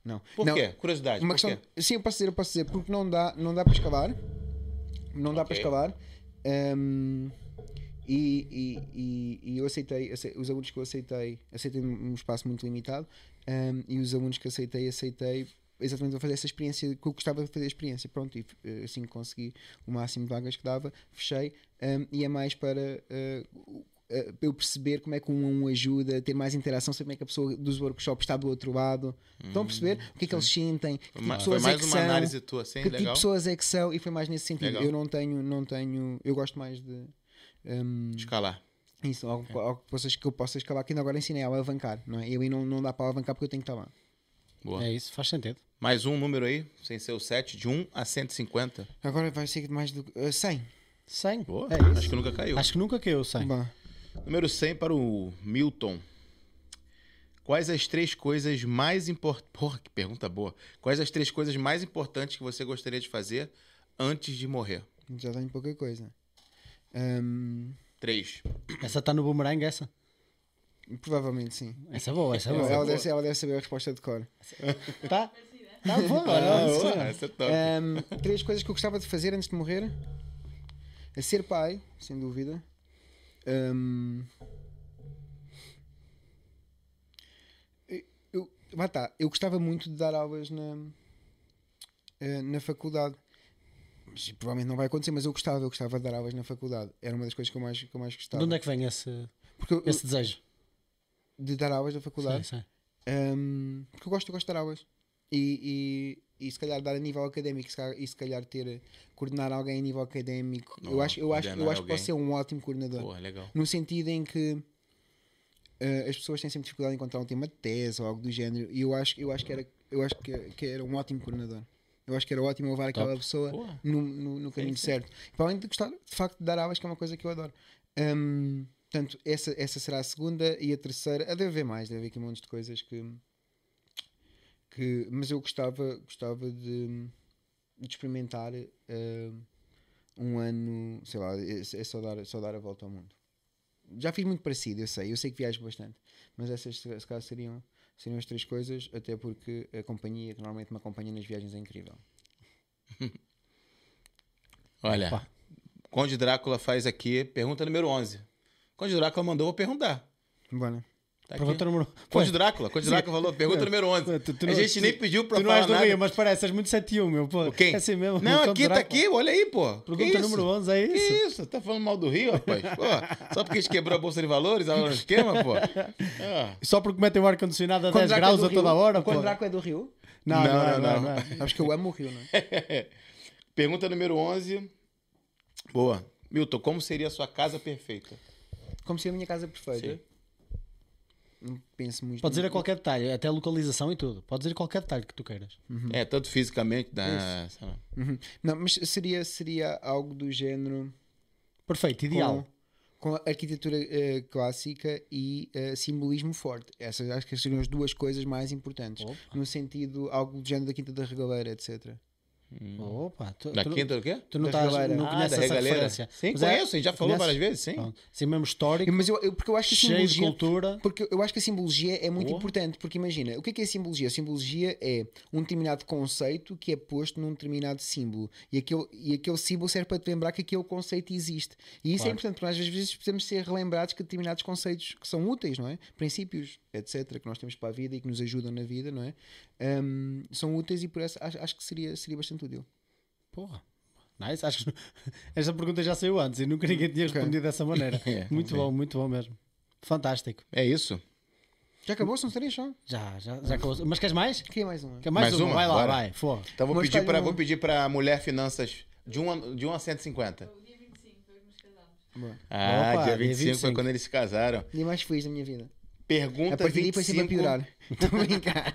Não. Por não. quê? Curiosidade, Uma por questão, quê? sim, eu posso dizer, eu posso dizer, porque não dá, não dá para escalar. Não dá Ok. para escalar. Hum, e, e, e, e eu aceitei, ace- os alunos que eu aceitei, aceitei num espaço muito limitado. hum, e os alunos que aceitei, aceitei exatamente para fazer essa experiência que eu gostava de fazer a experiência. Pronto, e eh, assim que consegui o máximo de vagas que dava, fechei. hum, e é mais para eh, uh, eu perceber como é que um a um ajuda, ter mais interação, saber como é que a pessoa dos workshops está do outro lado. Estão a perceber o que é que eles sentem, que Foi, tipo ma- de foi pessoas mais é que uma são, análise tua, assim, que tipo de legal. pessoas é que são, e foi mais nesse sentido. Legal. Eu não tenho, não tenho, eu gosto mais de hum, Escalar. isso, algo, algo que, possas, que eu possa escalar, que ainda agora ensinei a alavancar, não é? E aí não, não dá para alavancar porque eu tenho que estar lá. Boa. É isso, faz sentido. Mais um número aí, sem ser o sete, de um a cento e cinquenta. Agora vai ser mais do uh, cem. cem. Boa. É isso. Acho que nunca caiu. Acho que nunca caiu cem. Bom, Número cem para o Milton. Quais as três coisas mais importantes... Porra, que pergunta boa. Quais as três coisas mais importantes que você gostaria de fazer antes de morrer? já tenho pouca coisa. Hum, Três. Essa está no boomerang, essa? provavelmente sim. Essa é boa, essa é Ela, boa. ela deve, ela deve saber a resposta de cor. Tá? Tá bom, Ah, olha. boa, essa é top. Hum, três coisas que eu gostava de fazer antes de morrer: a ser pai, sem dúvida. Hum, eu, lá tá, eu gostava muito de dar aulas na, eh, na faculdade. Mas, provavelmente não vai acontecer, mas eu gostava, eu gostava de dar aulas na faculdade. Era uma das coisas que eu mais, que eu mais De gostava. onde é que vem esse, Porque eu- esse desejo? de dar aulas na faculdade. Sim, sim. Um, porque eu gosto, eu gosto de dar aulas. E, e, e se calhar dar a nível académico se calhar- e se calhar ter coordenar alguém a nível académico. Oh, eu acho, eu acho, eu coordenar acho que posso ser alguém. um ótimo coordenador. Porra, legal. No sentido em que uh, as pessoas têm sempre dificuldade em encontrar um tema de tese ou algo do género. E eu acho, eu acho que era, eu acho que, que era um ótimo coordenador. Eu acho que era ótimo levar aquela pessoa Porra. no, no, no caminho sim. certo. Para além de gostar, de facto, de dar aulas, que é uma coisa que eu adoro. Um, portanto, essa, essa será a segunda. E a terceira, ah, deve haver mais, deve haver aqui um monte de coisas que. que mas eu gostava, gostava de, de experimentar uh, um ano, sei lá, é, é só, dar, só dar a volta ao mundo. Já fiz muito parecido, eu sei, eu sei que viajo bastante, mas essas se calhar seriam, seriam as três coisas, até porque a companhia que normalmente me acompanha nas viagens é incrível. Olha, Opa. Conde Drácula faz aqui, pergunta número onze. Conde Drácula mandou, vou perguntar. Bora. Tá aqui. Pergunta número. Conde Drácula, Conde Drácula falou, pergunta número onze. Tu- tu a não- gente tu- nem pediu pra Tu não falar és do nada. Rio, mas pareces muito sete e um, meu. Pô. Quem? É assim mesmo. Não, o Conde aqui tá Drácula. aqui, olha aí, pô. Que Pergunta isso? número onze, é Que isso? isso? Tá falando mal do Rio, rapaz? Pô, só porque a gente quebrou a bolsa de valores, ela no esquema, pô. Ah. Só porque metem o ar-condicionado a Quando dez Drácula graus é a do toda Rio? hora, pô. Quando Drácula é do Rio? Não, não, Não, não, não, não, não. não. Sabes que eu amo o Rio, não é? Pergunta número onze. Boa. Milton, como seria a sua casa perfeita? Como se a minha casa perfeita. Sim. Não penso muito. Podes ir a qualquer detalhe, até a localização e tudo. Podes ir a qualquer detalhe que tu queiras. É, tanto fisicamente, da... sei lá. Uhum. Não, mas seria, seria algo do género. Perfeito, ideal. Com, com arquitetura eh, clássica e eh, simbolismo forte. Essas acho que seriam as duas coisas mais importantes. Opa. No sentido, algo do género da Quinta da Regaleira, etcétera. Opa, tu, Da tu, quinta do quê? tu não, da estás, Regaleira. não Ah, conheces da essa regaleira. referência. Sim, Mas é- conheço, a gente já falou conheces? várias vezes, sim. Pronto. Sim, mesmo histórico, Mas eu, eu- porque eu acho que a cheio de simbologia. cultura. Porque eu acho que a simbologia é muito Boa. importante, porque imagina, o que é que é a simbologia? A simbologia é um determinado conceito que é posto num determinado símbolo e aquele, e aquele símbolo serve para te lembrar que aquele conceito existe. E isso é Claro. importante, porque às vezes precisamos ser relembrados que determinados conceitos que são úteis, não é? Princípios, etcétera, que nós temos para a vida e que nos ajudam na vida, não é? Hum, são úteis e por isso acho, acho que seria, seria bastante útil. Porra. Nice. Acho que esta pergunta já saiu antes e nunca ninguém tinha Ok. respondido dessa maneira. É, Muito sim. bom, muito bom mesmo. Fantástico. É isso? Já acabou? São três só? Já, já, já acabou. Mas queres mais? Quem é mais uma? Quer mais, Mais uma? uma? Vai lá, Bora. vai. Fogo. Então vou Mas pedir, escolhe pra, um. vou pedir pra Mulher Finanças de um, de um a cento e cinquenta. O dia vinte e cinco foi que nos casamos. Boa. Ah, Opa, dia dia vinte e cinco foi vinte e cinco. quando eles se casaram. Dia mais feliz da minha vida. Pergunta A partir daí vinte foi e sempre a cinco. piorar. Estou a brincar.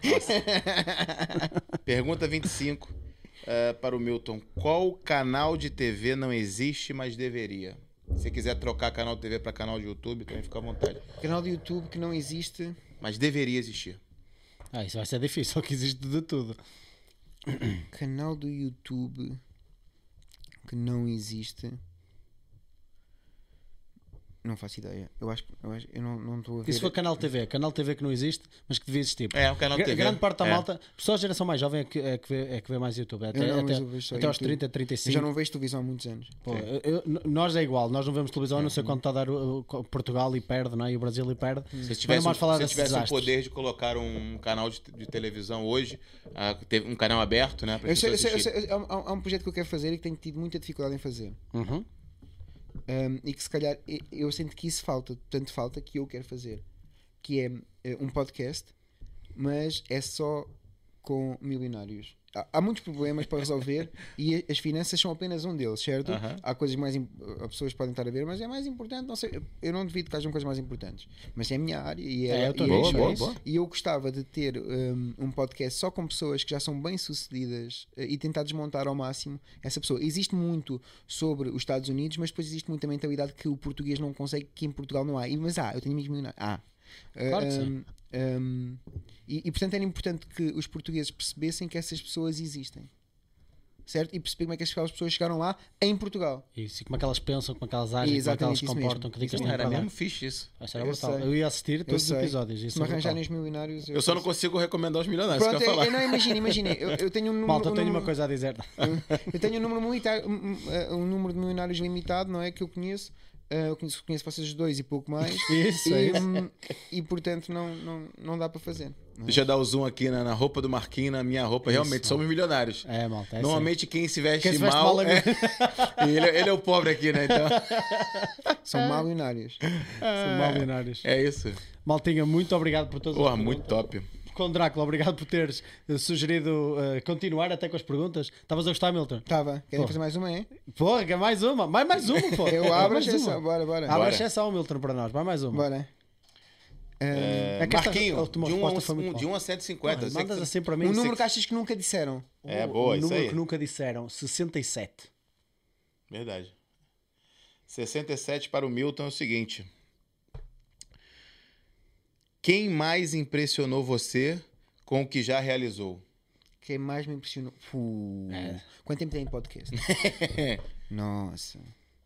Pergunta vinte e cinco eh, para o Milton. Qual canal de T V não existe, mas deveria? Se quiser trocar canal de T V para canal de YouTube, também fica à vontade. Canal do YouTube que não existe. Mas deveria existir. Ah, isso vai ser difícil, só que existe de tudo. Canal do YouTube que não existe. Não faço ideia. Eu acho que eu, acho, eu não não estou a ver. E se for canal T V? Canal T V que não existe, mas que devia existir. É, o canal Gra- T V. Grande parte da É. malta, só a geração mais jovem é que, é que, vê, é que vê mais YouTube. Até, Eu não, mas até, eu vejo só até aos YouTube. trinta, trinta e Eu cinco. já não vejo televisão há muitos anos. Pô, eu- eu- nós é igual, nós não vemos televisão, a não ser quando está a dar o, o Portugal e perde, não é? E o Brasil e perde. Se Mas tivesse, não vamos falar se desses tivesse o desastres. poder de colocar um canal de, de televisão hoje, ah, teve um canal aberto, né? Para Eu as sei, eu pessoas sei, eu assistirem. sei, há, há- há um projeto que eu quero fazer e que tenho tido muita dificuldade em fazer. Uhum. Um, e que se calhar eu, eu sinto que isso falta, tanto falta que eu quero fazer. Que é eh, um podcast, mas é só com milionários. Há, há muitos problemas para resolver e a- as finanças são apenas um deles, certo? Aham. Há coisas mais. im- Há pessoas que podem estar a ver, mas é mais importante. Não sei, eu- eu não duvido que hajam coisas mais importantes, mas é a minha área e é, É, eu tô e nisso, é é isso. isso. E eu gostava de ter um, um podcast só com pessoas que já são bem sucedidas eh, e tentar desmontar ao máximo essa pessoa. Existe muito sobre os Estados Unidos, mas depois existe muita mentalidade que o português não consegue, que em Portugal não há. E, mas há, eu tenho amigos milionários. Há. Claro que Um, um, e, e portanto era importante que os portugueses percebessem que essas pessoas existem. Certo? E perceber como é que aquelas pessoas chegaram lá em Portugal. Isso, e como é que elas pensam, como é que elas agem, como é que Exatamente, elas se isso comportam, mesmo. que dicas Isso têm Era para dar. mesmo fixe isso. Isso era Eu brutal. sei. Eu ia assistir todos os sei. episódios. Se Isso me é brutal. arranjarem os milionários. Eu só não faço. consigo recomendar os milionários, Pronto, que eu eu, ia eu falar. não imagino, imagina. Eu, eu tenho um número. Malta, um tenho número- uma coisa a dizer. Eu tenho um número muito um, um, um número de milionários limitado, não é? Que eu conheço. Uh, eu conheço, conheço vocês os dois e pouco mais. Isso, e, é isso. hum, e portanto não, não, não dá para fazer. não é? Deixa eu dar o zoom aqui na, na roupa do Marquinhos, na minha roupa. Isso, Realmente, mano. somos milionários. É, malta. É Normalmente quem se veste, Quem se veste mal, mal é- é... E ele, ele é o pobre aqui, né? Então, São milionários. São mal milionários. é isso. Maltinha, muito obrigado por todas Porra, as muito perguntas. top. Com Drácula, obrigado por teres eh, sugerido eh, continuar até com as perguntas. Estavas a gostar, Milton? Estava. Querem Pô. fazer mais uma, é? Porra, que é mais uma. Mais, mais uma, pô. Eu abro a mais exceção. uma. Bora, bora. Abre a Bora. exceção, Milton, para nós. Vai mais uma. Bora. Um, É, É que esta- Marquinho, a última de um, a resposta um, foi muito um- de boa. um a cento e cinquenta. Porra, eu sei que mandas você- assim para mim. um número Sex- que achas que nunca disseram. É, o- boa, o isso número aí. que nunca disseram. sessenta e sete. Verdade. sessenta e sete para o Milton é o seguinte. Quem mais impressionou você com o que já realizou? Quem mais me impressionou. Fu. É. Quanto tempo tem de podcast? Nossa.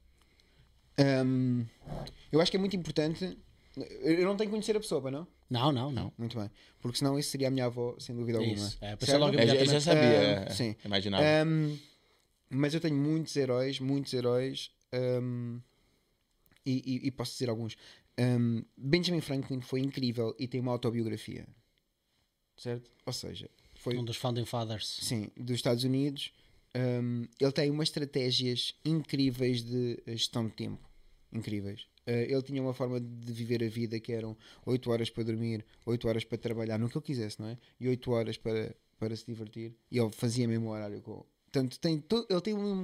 Um, eu acho que é muito importante. Eu não tenho que conhecer a pessoa, para não? Não, não, não. Muito bem. Porque senão isso seria a minha avó, sem dúvida alguma. Isso. É, pensei Certo? logo Eu já, eu já imediatamente. sabia, Ah, é, sim. imaginava. Um, mas eu tenho muitos heróis, muitos heróis. um, e, e- e posso dizer alguns. Um, Benjamin Franklin foi incrível e tem uma autobiografia. Certo? Ou seja, foi Um dos Founding Fathers. sim, dos Estados Unidos. Um, ele tem umas estratégias incríveis de gestão de tempo. Incríveis. Uh, ele tinha uma forma de viver a vida que eram oito horas para dormir, oito horas para trabalhar, no que ele quisesse, não é? E oito horas para, para se divertir. E ele fazia mesmo o horário com. Portanto, tem to... ele tem um.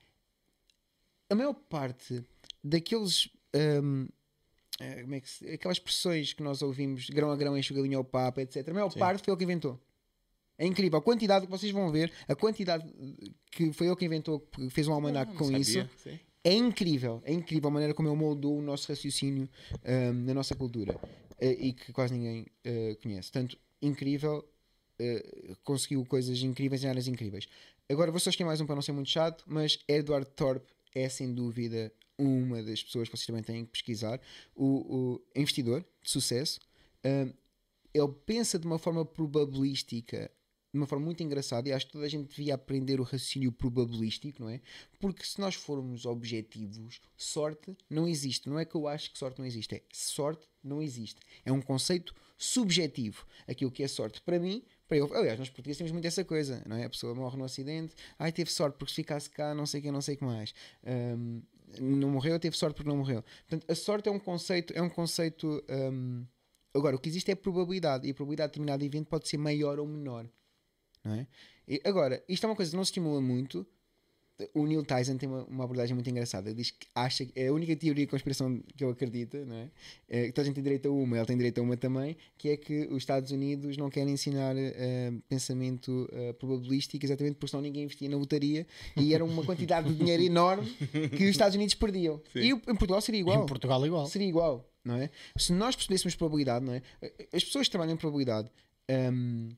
A maior parte daqueles. um, eh, como é que se... Aquelas expressões que nós ouvimos, grão a grão, enche o galinho ao papa, etcétera. A maior Sim. parte foi ele que inventou. É incrível. A quantidade que vocês vão ver, a quantidade que foi ele que inventou, que fez um almanac Não com sabia, isso, sim. é incrível. É incrível a maneira como ele moldou o nosso raciocínio ahm, na nossa cultura eh, e que quase ninguém eh, conhece. Tanto incrível, eh, conseguiu coisas incríveis em áreas incríveis. Agora vou só escolher mais um para não ser muito chato, mas Edward Thorpe é sem dúvida uma das pessoas que vocês também têm que pesquisar. O, o investidor de sucesso. ahm, ele pensa de uma forma probabilística, de uma forma muito engraçada, e acho que toda a gente devia aprender o raciocínio probabilístico, não é? Porque se nós formos objetivos, sorte não existe. Não é que eu acho que sorte não existe, é sorte não existe. É um conceito subjetivo. Aquilo que é sorte para mim, para eu. Aliás, nós portugueses temos muito essa coisa, não é? A pessoa morre num acidente, ai, teve sorte porque se ficasse cá, não sei o que, não sei o que mais. Ahm, não morreu, teve sorte porque não morreu. Portanto, a sorte é um conceito, é um conceito. ahm, Agora, o que existe é a probabilidade, e a probabilidade de determinado evento pode ser maior ou menor. Não é? E agora, isto é uma coisa que não se estimula muito. O Neil Tyson tem uma, uma abordagem muito engraçada. Ele diz que acha que é a única teoria de conspiração que ele acredita, não é? É que toda a gente tem direito a uma, ele tem direito a uma também, que é que os Estados Unidos não querem ensinar eh, pensamento eh, probabilístico, exatamente porque senão ninguém investia na lotaria e era uma quantidade de dinheiro enorme que os Estados Unidos perdiam. Sim. E o- em Portugal seria igual. Em Portugal igual. Seria igual, não é? Se nós percebêssemos probabilidade, não é? As pessoas que trabalham em probabilidade hum,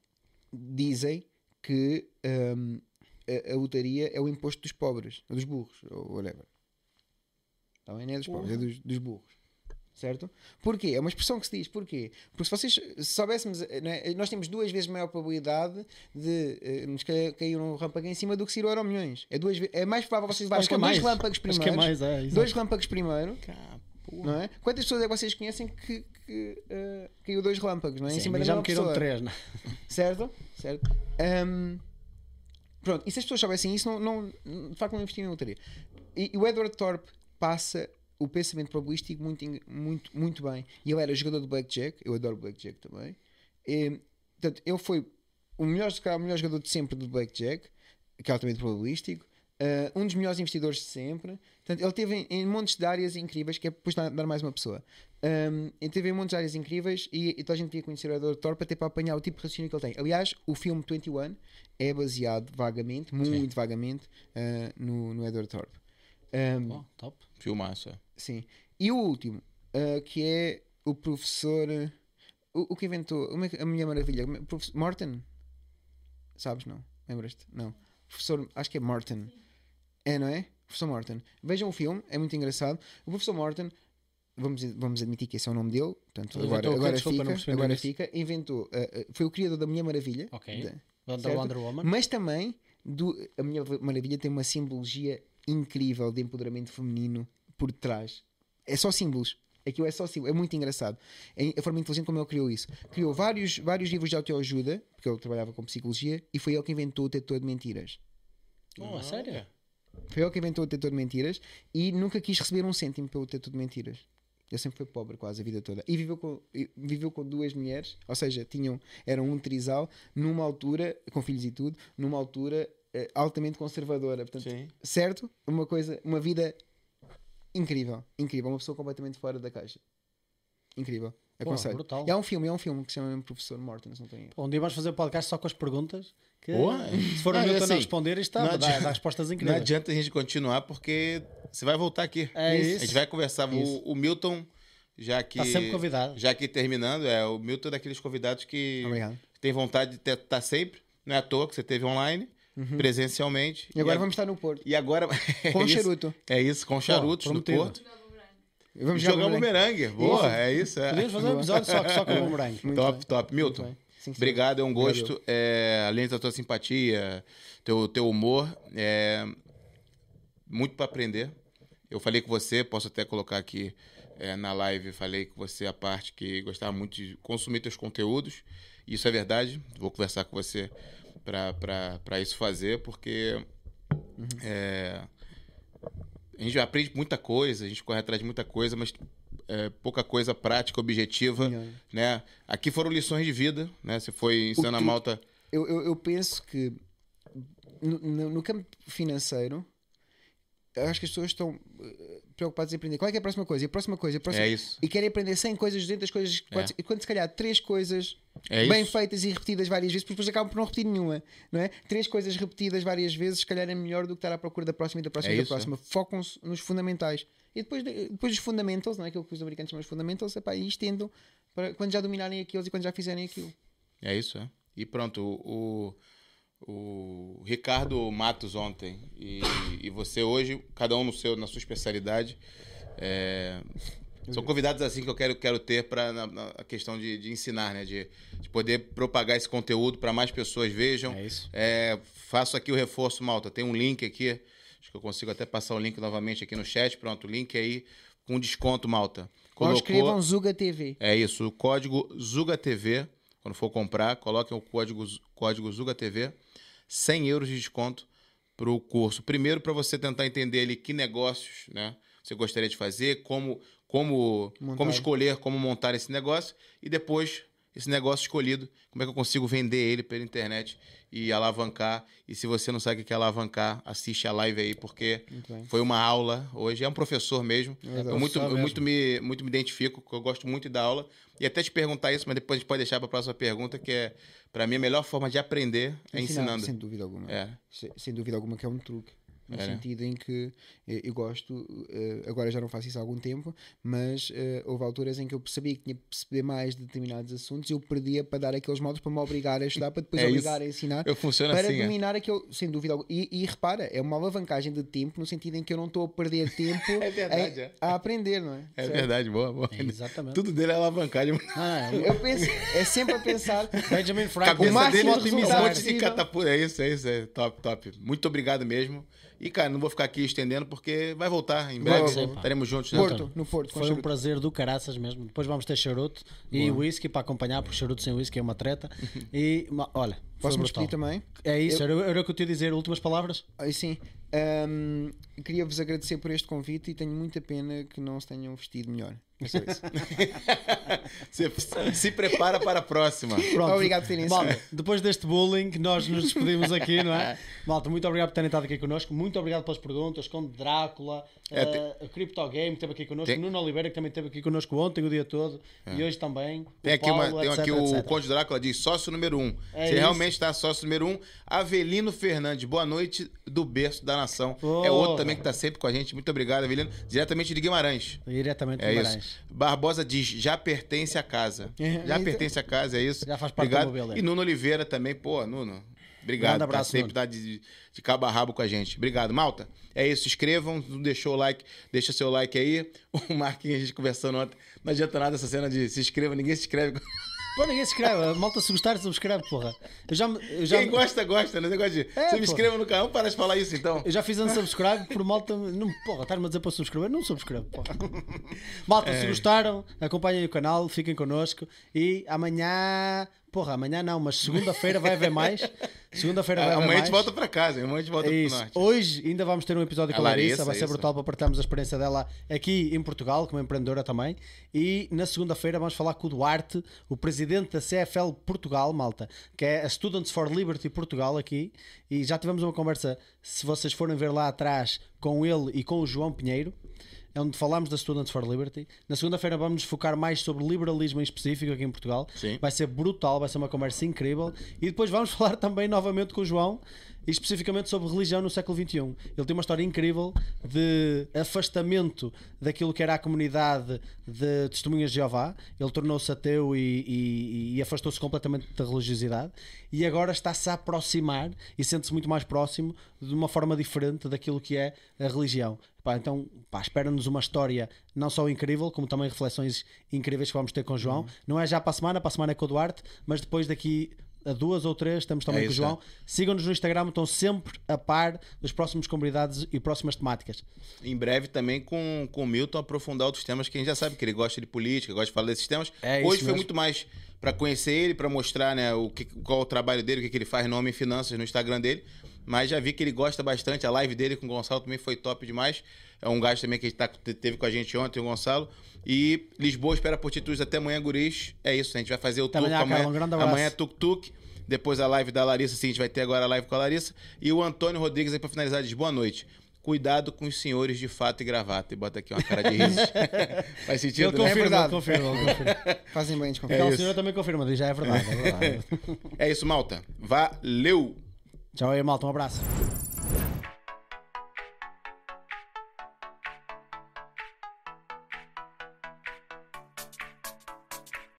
dizem que hum, a, a lotaria é o imposto dos pobres, ou dos burros, ou whatever. Tá bem? Não é dos pobres, é dos, dos burros. Certo? Porquê? É uma expressão que se diz. Porquê? Porque se vocês se soubéssemos, né, nós temos duas vezes maior probabilidade de uh, nos cair, cair um relâmpago em cima do que se ir o Euro Milhões. É, duas, é mais provável vocês levarem com dois relâmpagos primeiro. Acho que é mais, é, exato. Dois relâmpagos primeiro. Cá, Não é? Quantas pessoas é que vocês conhecem que, que uh, caiu dois relâmpagos, não é? Sim, em cima da já mesma me caíram pessoa. três, não? Certo? Certo. Um, pronto, e se as pessoas soubessem isso, não, não, de facto não investiam em lotaria. E, e o Edward Thorpe passa o pensamento probabilístico muito, muito, muito bem. E ele era jogador de Blackjack, eu adoro Blackjack também. E, portanto, ele foi o melhor, o melhor jogador de sempre do Blackjack, que é altamente probabilístico. Uh, um dos melhores investidores de sempre. Portanto, ele teve em, em montes de áreas incríveis, que é depois dar, dar mais uma pessoa. Um, ele teve em montes de áreas incríveis e, e toda a gente devia conhecer o Edward Thorpe até para apanhar o tipo de raciocínio que ele tem. Aliás, o filme vinte e um é baseado vagamente, muito Sim. vagamente, uh, no, no Edward Thorpe. Um, Oh, top. Filmaço, é. Sim. E o último, uh, que é o professor. uh, O, o que inventou como é que- a Mulher Maravilha? O professor Morton? Sabes, não? Lembras-te? Não. Professor, acho que é Morton. É, não é? Professor Morton. Vejam o filme, é muito engraçado. O professor Morton, vamos, vamos admitir que esse é o nome dele, portanto, Ele agora, inventou o quê? agora Desculpa, não fica. percebi no Agora início. fica. Inventou. uh, uh, foi o criador da Mulher Maravilha. Ok. Da- Wonder, certo? Wonder Woman. Mas também do, a Mulher Maravilha tem uma simbologia incrível de empoderamento feminino por trás. É só símbolos. Aquilo é só símbolos. É muito engraçado. É a forma inteligente como ele criou isso. Criou vários, vários livros de autoajuda, porque ele trabalhava com psicologia, e foi ele que inventou o detetor de mentiras. Oh, a sério? Foi ele que inventou o detetor de mentiras e nunca quis receber um cêntimo pelo detetor de mentiras. Ele sempre foi pobre quase a vida toda. E viveu com, e viveu com duas mulheres, ou seja, tinham, eram um trisal, numa altura, com filhos e tudo, numa altura eh, altamente conservadora. Portanto, Sim. certo? Uma coisa, uma vida incrível, incrível, uma pessoa completamente fora da caixa. Incrível. Aconselho. brutal. E há um filme, é um filme que se chama mesmo Professor Morton, se não tenho erro. Um dia vamos fazer o podcast só com as perguntas. Que, Boa. se for o Não, meu e a assim, não responder, isto não dá, dá, adianta- dá respostas Não incríveis. adianta a gente continuar porque você vai voltar aqui. É isso. A gente vai conversar. Isso. O, o Milton, já que. Está sempre convidado. Já que terminando, é o Milton é daqueles convidados que Obrigado. tem vontade de estar sempre. Não é à toa que você teve online, presencialmente. E agora a- vamos estar no Porto. E agora. é Com o isso, charuto. É isso, com charutos no prometido. Porto. Vamos Jogar bumerangue. bumerangue. Boa, é isso. É. Podíamos fazer um episódio só, só com o bumerangue. Muito Top, bem. top. Milton, Muito bem. Sim, sim. obrigado, é um Obrigado. gosto. É, além da tua simpatia, teu, teu humor, é muito para aprender. Eu falei com você, posso até colocar aqui é, na live, falei com você a parte que gostava muito de consumir teus conteúdos. Isso é verdade. Vou conversar com você para isso fazer, porque é, a gente aprende muita coisa, a gente corre atrás de muita coisa, mas é, pouca coisa prática, objetiva, Não. né? Aqui foram lições de vida, né? Você foi ensinando a tu- malta. Eu, eu, eu penso que no, no- no campo financeiro, eu acho que as pessoas estão eh, preocupadas em aprender. Qual é que é a próxima coisa? E a próxima coisa? E, a próxima... É isso. e querem aprender cem coisas, duzentas coisas, É. quando, quando se calhar três coisas É bem isso. feitas e repetidas várias vezes, depois acabam por não repetir nenhuma. Não é? Três coisas repetidas várias vezes, se calhar é melhor do que estar à procura da próxima e da próxima É e da isso, próxima. Focam-se nos fundamentais. E depois, de- depois dos fundamentals, não é? Aquilo que os americanos chamam de fundamentals, epá, e estendam para quando já dominarem aqueles e quando já fizerem aquilo. É isso, é. E pronto, o, o, o Ricardo Matos ontem e, e você hoje, cada um no seu, na sua especialidade, é, são convidados assim que eu quero, quero ter para a questão de, de ensinar, né? De, de poder propagar esse conteúdo para mais pessoas vejam. É isso. É, faço aqui o reforço, malta. Tem um link aqui. Acho que eu consigo até passar o link novamente aqui no chat. Pronto, o link aí com desconto, malta. Ou escrevam Zuga T V. É isso, o código ZugaTV, quando for comprar, coloquem o código, código ZugaTV, cem euros de desconto para o curso. Primeiro, para você tentar entender ali que negócios, né, você gostaria de fazer, como, como, Montar. como escolher, como montar esse negócio, e depois, esse negócio escolhido, como é que eu consigo vender ele pela internet e alavancar. E se você não sabe o que é alavancar, assiste a live aí, porque Muito bem. foi uma aula hoje. É um professor mesmo. É eu muito, professor eu muito, mesmo. me, muito me identifico, porque eu gosto muito da aula. E até te perguntar isso, mas depois a gente pode deixar para a próxima pergunta, que é, para mim, a melhor forma de aprender é Ensinar, ensinando. Sem dúvida alguma. É. Se- Sem dúvida alguma que é um truque. no Era. sentido em que eh, eu gosto, eh, agora já não faço isso há algum tempo, mas eh, houve alturas em que eu sabia que tinha que perceber mais de determinados assuntos e eu perdia para dar aqueles modos para me obrigar a estudar, para depois É obrigar isso. a ensinar, Eu funciono para assim, é. dominar aquele, sem dúvida alguma. E, e repara, é uma alavancagem de tempo no sentido em que eu não estou a perder tempo É verdade, em- é. a aprender, não é? É Certo? verdade, boa, boa. Exatamente. Tudo dele é alavancagem. Ah, Eu penso, é sempre a pensar. Benjamin Franklin, Cabeça máximo dele, de um resultado monte de possível. catapulta. É isso, é isso, é top, top. Muito obrigado mesmo. E, cara, não vou ficar aqui estendendo porque vai voltar em breve. Vai, vai. Estaremos juntos, né? Porto, no Porto, com Foi um charuto. prazer do caraças mesmo. Depois vamos ter charuto e whisky para acompanhar, porque charuto sem whisky é uma treta. E ma- olha, foi Posso me brutal. despedir também? É isso, era, era o que eu te ia dizer. Últimas palavras? Aí sim. Hum, Queria-vos agradecer por este convite e tenho muita pena que não se tenham vestido melhor. É só isso. Se, se prepara para a próxima. Pronto. Obrigado por terem Malta, assistido. depois deste bullying, nós nos despedimos aqui, não é? Malta, muito obrigado por terem estado aqui connosco. Muito obrigado pelas perguntas. Conde Drácula, É, eh, tem- a Crypto Game que esteve aqui connosco, Tem- Nuno Oliveira que também esteve aqui connosco ontem, o dia todo, e hoje também. Tem o aqui, uma, Paulo, tem etc, aqui o etcétera. Conde Drácula diz sócio número um. É Você isso. realmente está sócio número um. Avelino Fernandes, boa noite do berço da nação. Porra. É outro também que está sempre com a gente. Muito obrigado, Avelino. Diretamente de Guimarães. Diretamente do É Guimarães. isso. Barbosa diz, já pertence à casa. É, Já então- pertence à casa, é isso. Já faz parte Obrigado. do mobília. E Nuno Oliveira também, pô, Nuno. Obrigado, Grande abraço, tá sempre Nuno. tá de, de cabo a rabo com a gente. Obrigado, malta. É isso, se inscrevam, não deixou o like, deixa seu like aí. O Marquinhos, a gente conversando ontem, não adianta nada essa cena de se inscreva, ninguém se inscreve. Pô, ninguém se inscreve. A malta, se gostar, subscreve, porra. Eu já, me- eu já, Quem gosta, gosta, né? Negócio de É, se pô. inscreva no canal, para de falar isso então. eu já fiz unsubscribe por malta. Não, porra, estás-me a dizer para subscrever? Não subscreve, porra. Malta, É. se gostaram, acompanhem o canal, fiquem connosco e amanhã. Porra, amanhã não, mas segunda-feira vai haver mais. Segunda-feira vai haver Amanhã a mais. gente volta para casa, amanhã a gente volta É pro isso. norte. Hoje ainda vamos ter um episódio A com a Larissa, Larissa, vai ser isso. brutal para partilharmos a experiência dela aqui em Portugal, como empreendedora também. E na segunda-feira vamos falar com o Duarte, o presidente da C F L Portugal, malta, que é a Students for Liberty Portugal aqui. E já tivemos uma conversa, se vocês forem ver lá atrás, com ele e com o João Pinheiro, é onde falámos da Students for Liberty. Na segunda-feira vamos nos focar mais sobre liberalismo em específico aqui em Portugal. Sim. Vai ser brutal, vai ser uma conversa incrível. E depois vamos falar também novamente com o João, e especificamente sobre religião no século vinte e um. Ele tem uma história incrível de afastamento daquilo que era a comunidade de testemunhas de Jeová. Ele tornou-se ateu e, e- e afastou-se completamente da religiosidade, e agora está-se a aproximar e sente-se muito mais próximo de uma forma diferente daquilo que é a religião. Pá, então, pá, espera-nos uma história não só incrível, como também reflexões incríveis que vamos ter com o João. Não é já para a semana, para a semana é com o Duarte, mas depois daqui a duas ou três estamos também É com o isso, João. é. Sigam-nos no Instagram, estão sempre a par dos próximos convidados e próximas temáticas. Em breve também com, com o Milton aprofundar outros temas que a gente já sabe que ele gosta de política, gosta de falar desses temas. É isso Hoje foi mesmo. muito mais para conhecer ele, para mostrar, né, o que, qual é o trabalho dele, o que, que ele faz no Homem em Finanças no Instagram dele. Mas já vi que ele gosta bastante. A live dele com o Gonçalo também foi top demais. É um gajo também que tá, teve com a gente ontem, o Gonçalo. E Lisboa espera por títulos até amanhã, guris. É isso, a gente vai fazer o Até tuk amanhã, amanhã. Carla, um grande abraço. Amanhã é tuk-tuk. Depois a live da Larissa, sim, a gente vai ter agora a live com a Larissa. E o Antônio Rodrigues aí para finalizar diz boa noite. Cuidado com os senhores de fato e gravata. E bota aqui uma cara de riso. Faz sentido, Ele né? confirma, verdade. ele confirma, ele confirma. Fazem bem desconfiar. Aquela isso. senhora também confirma, diz já é verdade. É verdade. É isso, malta. Valeu! Tchau aí, malta, um abraço.